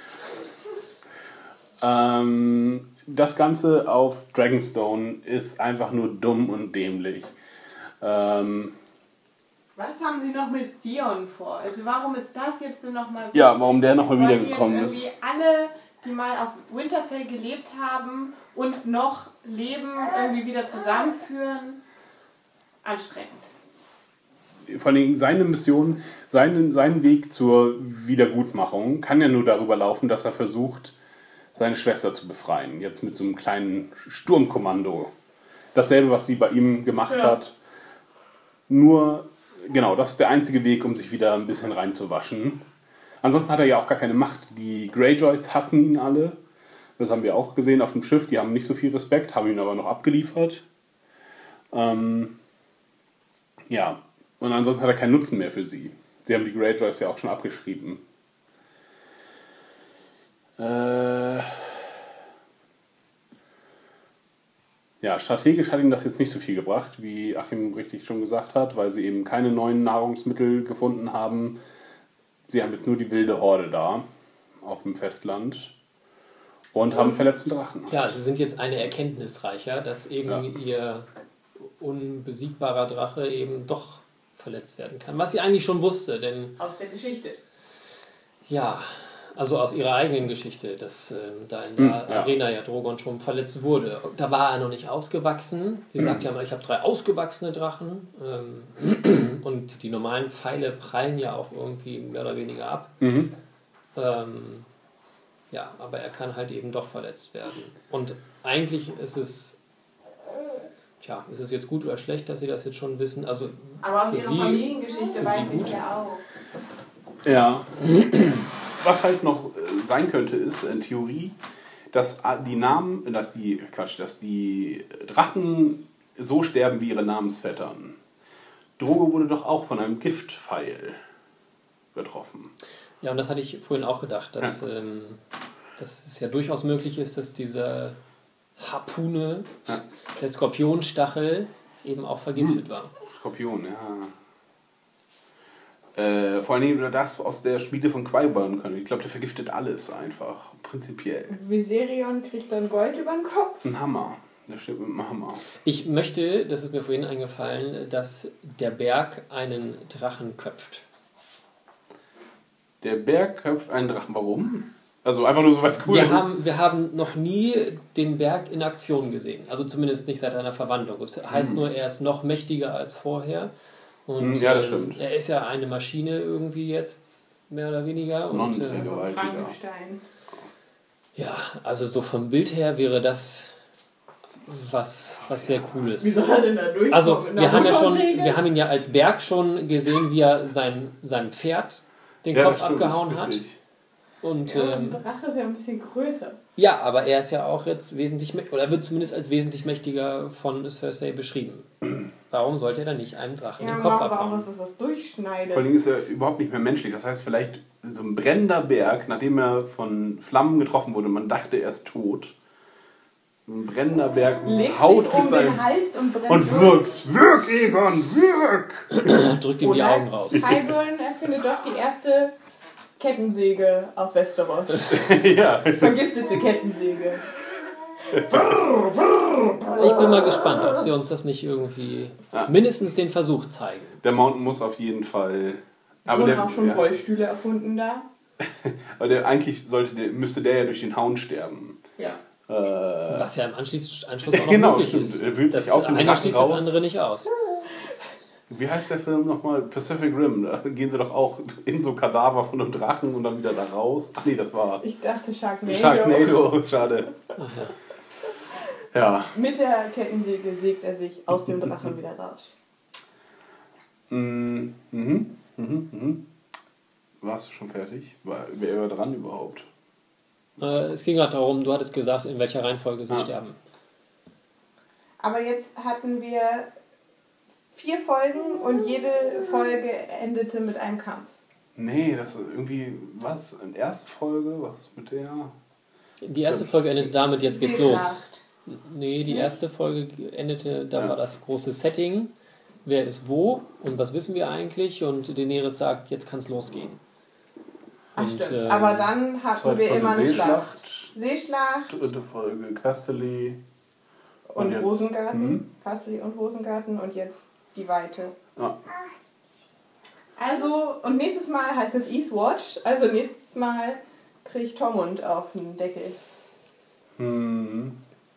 [SPEAKER 5] Ähm, das Ganze auf Dragonstone ist einfach nur dumm und dämlich. Ähm,
[SPEAKER 4] Was haben sie noch mit Theon vor? Also warum ist das jetzt denn nochmal...
[SPEAKER 5] ja, warum der nochmal
[SPEAKER 4] Weil die
[SPEAKER 5] wiedergekommen
[SPEAKER 4] jetzt
[SPEAKER 5] ist.
[SPEAKER 4] irgendwie alle, die mal auf Winterfell gelebt haben und noch leben, irgendwie wieder zusammenführen. Anstrengend.
[SPEAKER 5] Vor allem seine Mission, seinen, sein Weg zur Wiedergutmachung kann ja nur darüber laufen, dass er versucht, seine Schwester zu befreien. Jetzt mit so einem kleinen Sturmkommando. Dasselbe, was sie bei ihm gemacht
[SPEAKER 4] Ja.
[SPEAKER 5] hat. Nur, genau, das ist der einzige Weg, um sich wieder ein bisschen reinzuwaschen. Ansonsten hat er ja auch gar keine Macht. Die Greyjoys hassen ihn alle. Das haben wir auch gesehen auf dem Schiff. Die haben nicht so viel Respekt, haben ihn aber noch abgeliefert. Ähm, ja, und ansonsten hat er keinen Nutzen mehr für sie. Sie haben die Greyjoys ja auch schon abgeschrieben. Äh ja, strategisch hat ihm das jetzt nicht so viel gebracht, wie Achim richtig schon gesagt hat, weil sie eben keine neuen Nahrungsmittel gefunden haben. Sie haben jetzt nur die wilde Horde da. auf dem Festland und haben einen verletzten Drachen.
[SPEAKER 6] Ja, sie sind jetzt eine Erkenntnis reicher, dass eben ja. ihr unbesiegbarer Drache eben doch verletzt werden kann. Was sie eigentlich schon wusste, denn...
[SPEAKER 4] Aus der Geschichte.
[SPEAKER 6] Ja, also aus ihrer eigenen Geschichte, dass äh, da in der hm, ja. Arena ja Drogon schon verletzt wurde. Da war er noch nicht ausgewachsen. Sie hm. sagt ja mal, ich habe drei ausgewachsene Drachen. Ähm, und die normalen Pfeile prallen ja auch irgendwie mehr oder weniger ab. Mhm. Ähm, ja, aber er kann halt eben doch verletzt werden. Und eigentlich ist es... Tja, ist es jetzt gut oder schlecht, dass sie das jetzt schon wissen? Also
[SPEAKER 4] aber aus ihrer sie, Familiengeschichte weiß sie es ja auch.
[SPEAKER 5] Ja. Was halt noch sein könnte, ist in Theorie, dass die Namen, dass die, Quatsch, dass die Drachen so sterben wie ihre Namensvettern. Drogo wurde doch auch von einem Giftpfeil getroffen.
[SPEAKER 6] Ja, und das hatte ich vorhin auch gedacht, dass, ja. ähm, dass es ja durchaus möglich ist, dass diese Harpune, ja. der Skorpionstachel, eben auch vergiftet hm. war.
[SPEAKER 5] Skorpion, ja. Äh, vor allem das aus der Schmiede von Qui-Gon können. Ich glaube, der vergiftet alles einfach, prinzipiell.
[SPEAKER 4] Viserion kriegt dann Gold über den Kopf.
[SPEAKER 5] Ein Hammer. Der steht mit einem Hammer.
[SPEAKER 6] Ich möchte, das ist mir vorhin eingefallen, dass der Berg einen Drachen köpft.
[SPEAKER 5] Der Berg köpft einen Drachen. Warum? Also einfach nur so, weil es cool
[SPEAKER 6] wir
[SPEAKER 5] ist.
[SPEAKER 6] Haben, wir haben noch nie den Berg in Aktion gesehen. Also zumindest nicht seit einer Verwandlung. Das heißt hm. nur, er ist noch mächtiger als vorher. Und
[SPEAKER 5] ja, das stimmt.
[SPEAKER 6] Er ist ja eine Maschine irgendwie jetzt, mehr oder weniger. Und, äh,
[SPEAKER 4] Frankenstein.
[SPEAKER 6] Ja, also so vom Bild her wäre das was, was sehr cool ist.
[SPEAKER 4] Wie soll er denn da durchkommen?
[SPEAKER 6] Also wir haben, ja schon, wir haben ihn ja als Berg schon gesehen, wie er sein, seinem Pferd den ja, Kopf stimmt, abgehauen hat. Und,
[SPEAKER 4] ja,
[SPEAKER 6] ähm,
[SPEAKER 4] der Drache ist ja ein bisschen größer.
[SPEAKER 6] Ja, aber er ist ja auch jetzt wesentlich, oder wird zumindest als wesentlich mächtiger von Cersei beschrieben. Warum sollte er dann nicht einem Drachen
[SPEAKER 4] ja,
[SPEAKER 6] den Kopf abhauen?
[SPEAKER 4] Ja, aber auch was, was, was durchschneidet.
[SPEAKER 5] Vor allem ist er überhaupt nicht mehr menschlich. Das heißt, vielleicht so ein brennender Berg, nachdem er von Flammen getroffen wurde, man dachte, er ist tot. Ein brennender Berg
[SPEAKER 4] legt
[SPEAKER 5] haut
[SPEAKER 4] sich um
[SPEAKER 5] mit seinem
[SPEAKER 4] den Hals und brennt
[SPEAKER 5] und wirkt. Wirk, Egon, wirk!
[SPEAKER 6] Drückt ihm die Augen raus.
[SPEAKER 4] Qyburn erfindet doch die erste Kettensäge auf Westeros.
[SPEAKER 5] Ja.
[SPEAKER 4] Vergiftete Kettensäge.
[SPEAKER 6] Ich bin mal gespannt, ob sie uns das nicht irgendwie ja. mindestens den Versuch zeigen.
[SPEAKER 5] Der Mountain muss auf jeden Fall...
[SPEAKER 4] Es aber wurden der, auch schon ja. Rollstühle erfunden da.
[SPEAKER 5] Aber der, eigentlich sollte der, müsste der ja durch den Hound sterben.
[SPEAKER 4] Ja.
[SPEAKER 6] Äh, Was ja im Anschluss, Anschluss auch noch
[SPEAKER 5] genau,
[SPEAKER 6] möglich ist.
[SPEAKER 5] Er wühlt sich
[SPEAKER 6] das
[SPEAKER 5] aus dem
[SPEAKER 6] eine
[SPEAKER 5] Drachen
[SPEAKER 6] schließt
[SPEAKER 5] raus.
[SPEAKER 6] Das andere nicht aus.
[SPEAKER 5] Wie heißt der Film nochmal? Pacific Rim. Da gehen sie doch auch in so Kadaver von einem Drachen und dann wieder da raus. Ach nee, das war...
[SPEAKER 4] Ich dachte Sharknado.
[SPEAKER 5] Sharknado, schade.
[SPEAKER 6] Ach ja.
[SPEAKER 5] Ja.
[SPEAKER 4] Mit der Kettensäge sägt er sich aus dem Drachen wieder raus.
[SPEAKER 5] Mhm. Mhm. Mhm. Mhm. Warst du schon fertig? War, wer war dran überhaupt?
[SPEAKER 6] Äh, es ging gerade darum, du hattest gesagt, in welcher Reihenfolge sie ah. sterben.
[SPEAKER 4] Aber jetzt hatten wir vier Folgen und jede Folge endete mit einem Kampf.
[SPEAKER 5] Nee, das ist irgendwie... Was? In der ersten Folge? Was mit der...
[SPEAKER 6] Die erste Folge endete damit, jetzt geht's los. Nee, die erste Folge endete, da ja. war das große Setting. Wer ist wo und was wissen wir eigentlich? Und Daenerys sagt, jetzt kann es losgehen.
[SPEAKER 4] Ach
[SPEAKER 6] und,
[SPEAKER 4] stimmt,
[SPEAKER 6] äh,
[SPEAKER 4] aber dann hatten wir immer eine
[SPEAKER 5] Seeschlacht.
[SPEAKER 4] Schlacht. Seeschlacht.
[SPEAKER 5] Dritte Folge Casterly.
[SPEAKER 4] Und, und jetzt, Rosengarten. Hm? Casterly und Rosengarten und jetzt die Weite.
[SPEAKER 5] Ja.
[SPEAKER 4] Also, und nächstes Mal heißt es Eastwatch. Also nächstes Mal kriegt Tormund auf den Deckel.
[SPEAKER 5] Hm.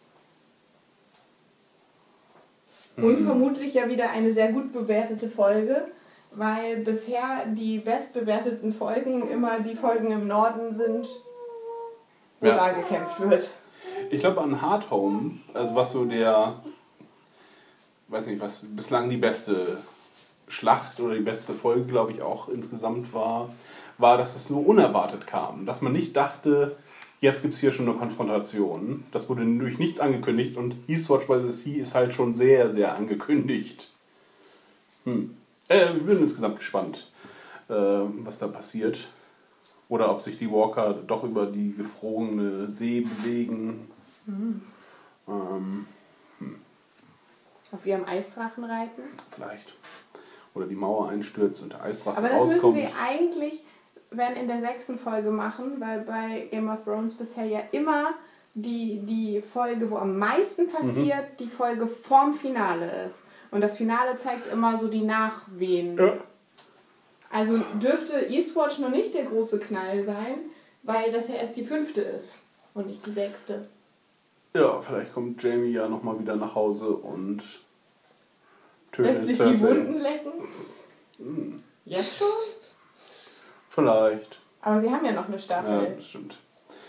[SPEAKER 4] Und vermutlich ja wieder eine sehr gut bewertete Folge, weil bisher die bestbewerteten Folgen immer die Folgen im Norden sind, wo ja. da gekämpft wird.
[SPEAKER 5] Ich glaube an Hard Home, also was so der, weiß nicht, was bislang die beste Schlacht oder die beste Folge, glaube ich, auch insgesamt war, war, dass es so unerwartet kam. Dass man nicht dachte, jetzt gibt es hier schon eine Konfrontation. Das wurde durch nichts angekündigt und Eastwatch by the Sea ist halt schon sehr, sehr angekündigt. Hm. Äh, wir sind insgesamt gespannt, äh, was da passiert. Oder ob sich die Walker doch über die gefrorene See bewegen.
[SPEAKER 4] Mhm.
[SPEAKER 5] Ähm, hm.
[SPEAKER 4] Auf ihrem Eisdrachen reiten?
[SPEAKER 5] Vielleicht. Oder die Mauer einstürzt und der Eisdrache
[SPEAKER 4] rauskommt. Aber das
[SPEAKER 5] rauskommt.
[SPEAKER 4] müssen sie eigentlich werden in der sechsten Folge machen, weil bei Game of Thrones bisher ja immer die, die Folge, wo am meisten passiert, mhm. die Folge vorm Finale ist. Und das Finale zeigt immer so die Nachwehen. Ja. Also dürfte Eastwatch noch nicht der große Knall sein, weil das ja erst die fünfte ist und nicht die sechste.
[SPEAKER 5] Ja, vielleicht kommt Jaime ja nochmal wieder nach Hause und tötet
[SPEAKER 4] Lässt sich die Wunden lecken?
[SPEAKER 5] Hm.
[SPEAKER 4] Jetzt schon?
[SPEAKER 5] Vielleicht.
[SPEAKER 4] Aber sie haben ja noch eine Staffel.
[SPEAKER 5] Ja, das stimmt.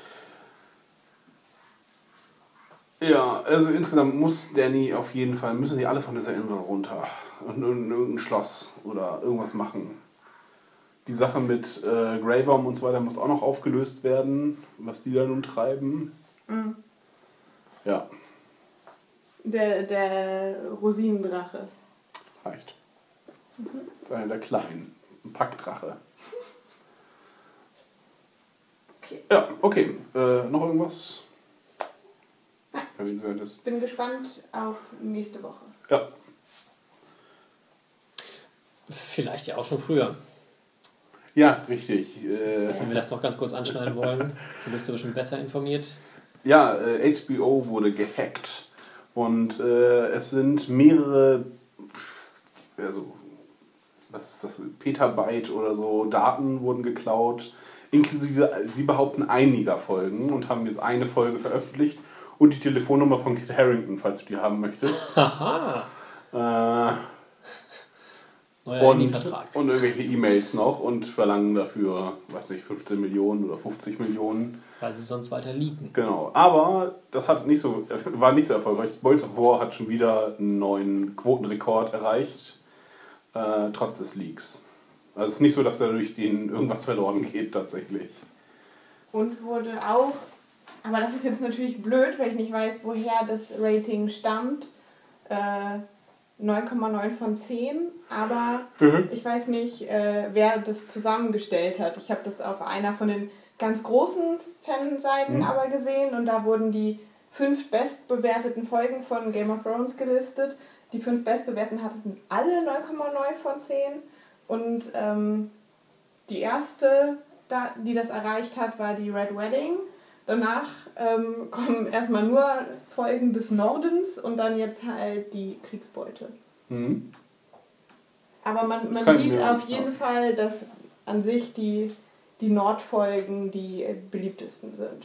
[SPEAKER 5] Ja, also insgesamt muss Dany auf jeden Fall, müssen die alle von dieser Insel runter und in irgendein Schloss oder irgendwas machen. Die Sache mit äh, Grey Worm und so weiter muss auch noch aufgelöst werden, was die da nun treiben. Mhm. Ja.
[SPEAKER 4] Der, der Rosinendrache.
[SPEAKER 5] Reicht. Mhm. Das ist einer der kleinen. Ein Packdrache.
[SPEAKER 4] Okay.
[SPEAKER 5] Ja, okay. Äh, noch irgendwas?
[SPEAKER 4] Nein. Ich bin gespannt auf nächste Woche.
[SPEAKER 5] Ja.
[SPEAKER 6] Vielleicht ja auch schon früher.
[SPEAKER 5] Ja, richtig. Äh,
[SPEAKER 6] Wenn wir das noch ganz kurz anschneiden wollen, du bist du bestimmt besser informiert.
[SPEAKER 5] Ja, äh, H B O wurde gehackt und äh, es sind mehrere, also was ist das, Petabyte oder so, Daten wurden geklaut, inklusive, sie behaupten einiger Folgen und haben jetzt eine Folge veröffentlicht und die Telefonnummer von Kit Harington, falls du die haben möchtest.
[SPEAKER 6] Haha.
[SPEAKER 5] Äh,
[SPEAKER 6] Neuer
[SPEAKER 5] und,
[SPEAKER 6] Handyvertrag.
[SPEAKER 5] und irgendwelche E-Mails noch und verlangen dafür, weiß nicht, fünfzehn Millionen oder fünfzig Millionen.
[SPEAKER 6] Weil sie sonst weiter leaken.
[SPEAKER 5] Genau, aber das hat nicht so, war nicht so erfolgreich. Balls of War hat schon wieder einen neuen Quotenrekord erreicht, äh, trotz des Leaks. Also es ist nicht so, dass dadurch denen irgendwas verloren geht tatsächlich.
[SPEAKER 4] Und wurde auch, aber das ist jetzt natürlich blöd, weil ich nicht weiß, woher das Rating stammt, äh, neun Komma neun von zehn, aber mhm. ich weiß nicht, äh, wer das zusammengestellt hat. Ich habe das auf einer von den ganz großen Fanseiten mhm. aber gesehen und da wurden die fünf bestbewerteten Folgen von Game of Thrones gelistet. Die fünf bestbewerteten hatten alle neun Komma neun von zehn und ähm, die erste, da, die das erreicht hat, war die Red Wedding. Danach ähm, kommen erstmal nur Folgen des Nordens und dann jetzt halt die Kriegsbeute. Mhm. Aber man, man sieht auf jeden Fall, dass an sich die, die Nordfolgen die beliebtesten sind.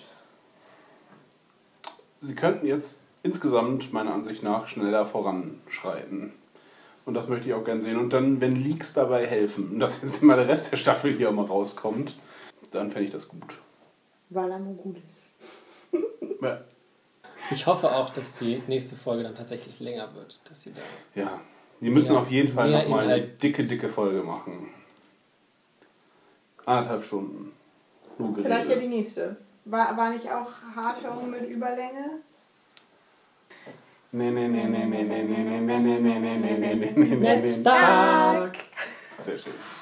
[SPEAKER 5] Sie könnten jetzt insgesamt meiner Ansicht nach schneller voranschreiten. Und das möchte ich auch gerne sehen. Und dann, wenn Leaks dabei helfen, dass jetzt immer der Rest der Staffel hier auch mal rauskommt, dann fände ich das gut.
[SPEAKER 4] Weil er nur gut ist.
[SPEAKER 5] Ja.
[SPEAKER 6] Ich hoffe auch, dass die nächste Folge dann tatsächlich länger wird. Dass sie da
[SPEAKER 5] ja, die müssen
[SPEAKER 6] mehr,
[SPEAKER 5] auf jeden Fall nochmal eine
[SPEAKER 6] Inhalt.
[SPEAKER 5] dicke, dicke Folge machen. Anderthalb Stunden. Nur
[SPEAKER 4] Vielleicht ja die nächste. War, war nicht auch Hardhome mit Überlänge?
[SPEAKER 5] Nee, nee, nee, nee, nee, nee, nee, nee, nee, nee, nee, nee, nee, nee, nee, nee,
[SPEAKER 6] Netztag!
[SPEAKER 5] Sehr schön.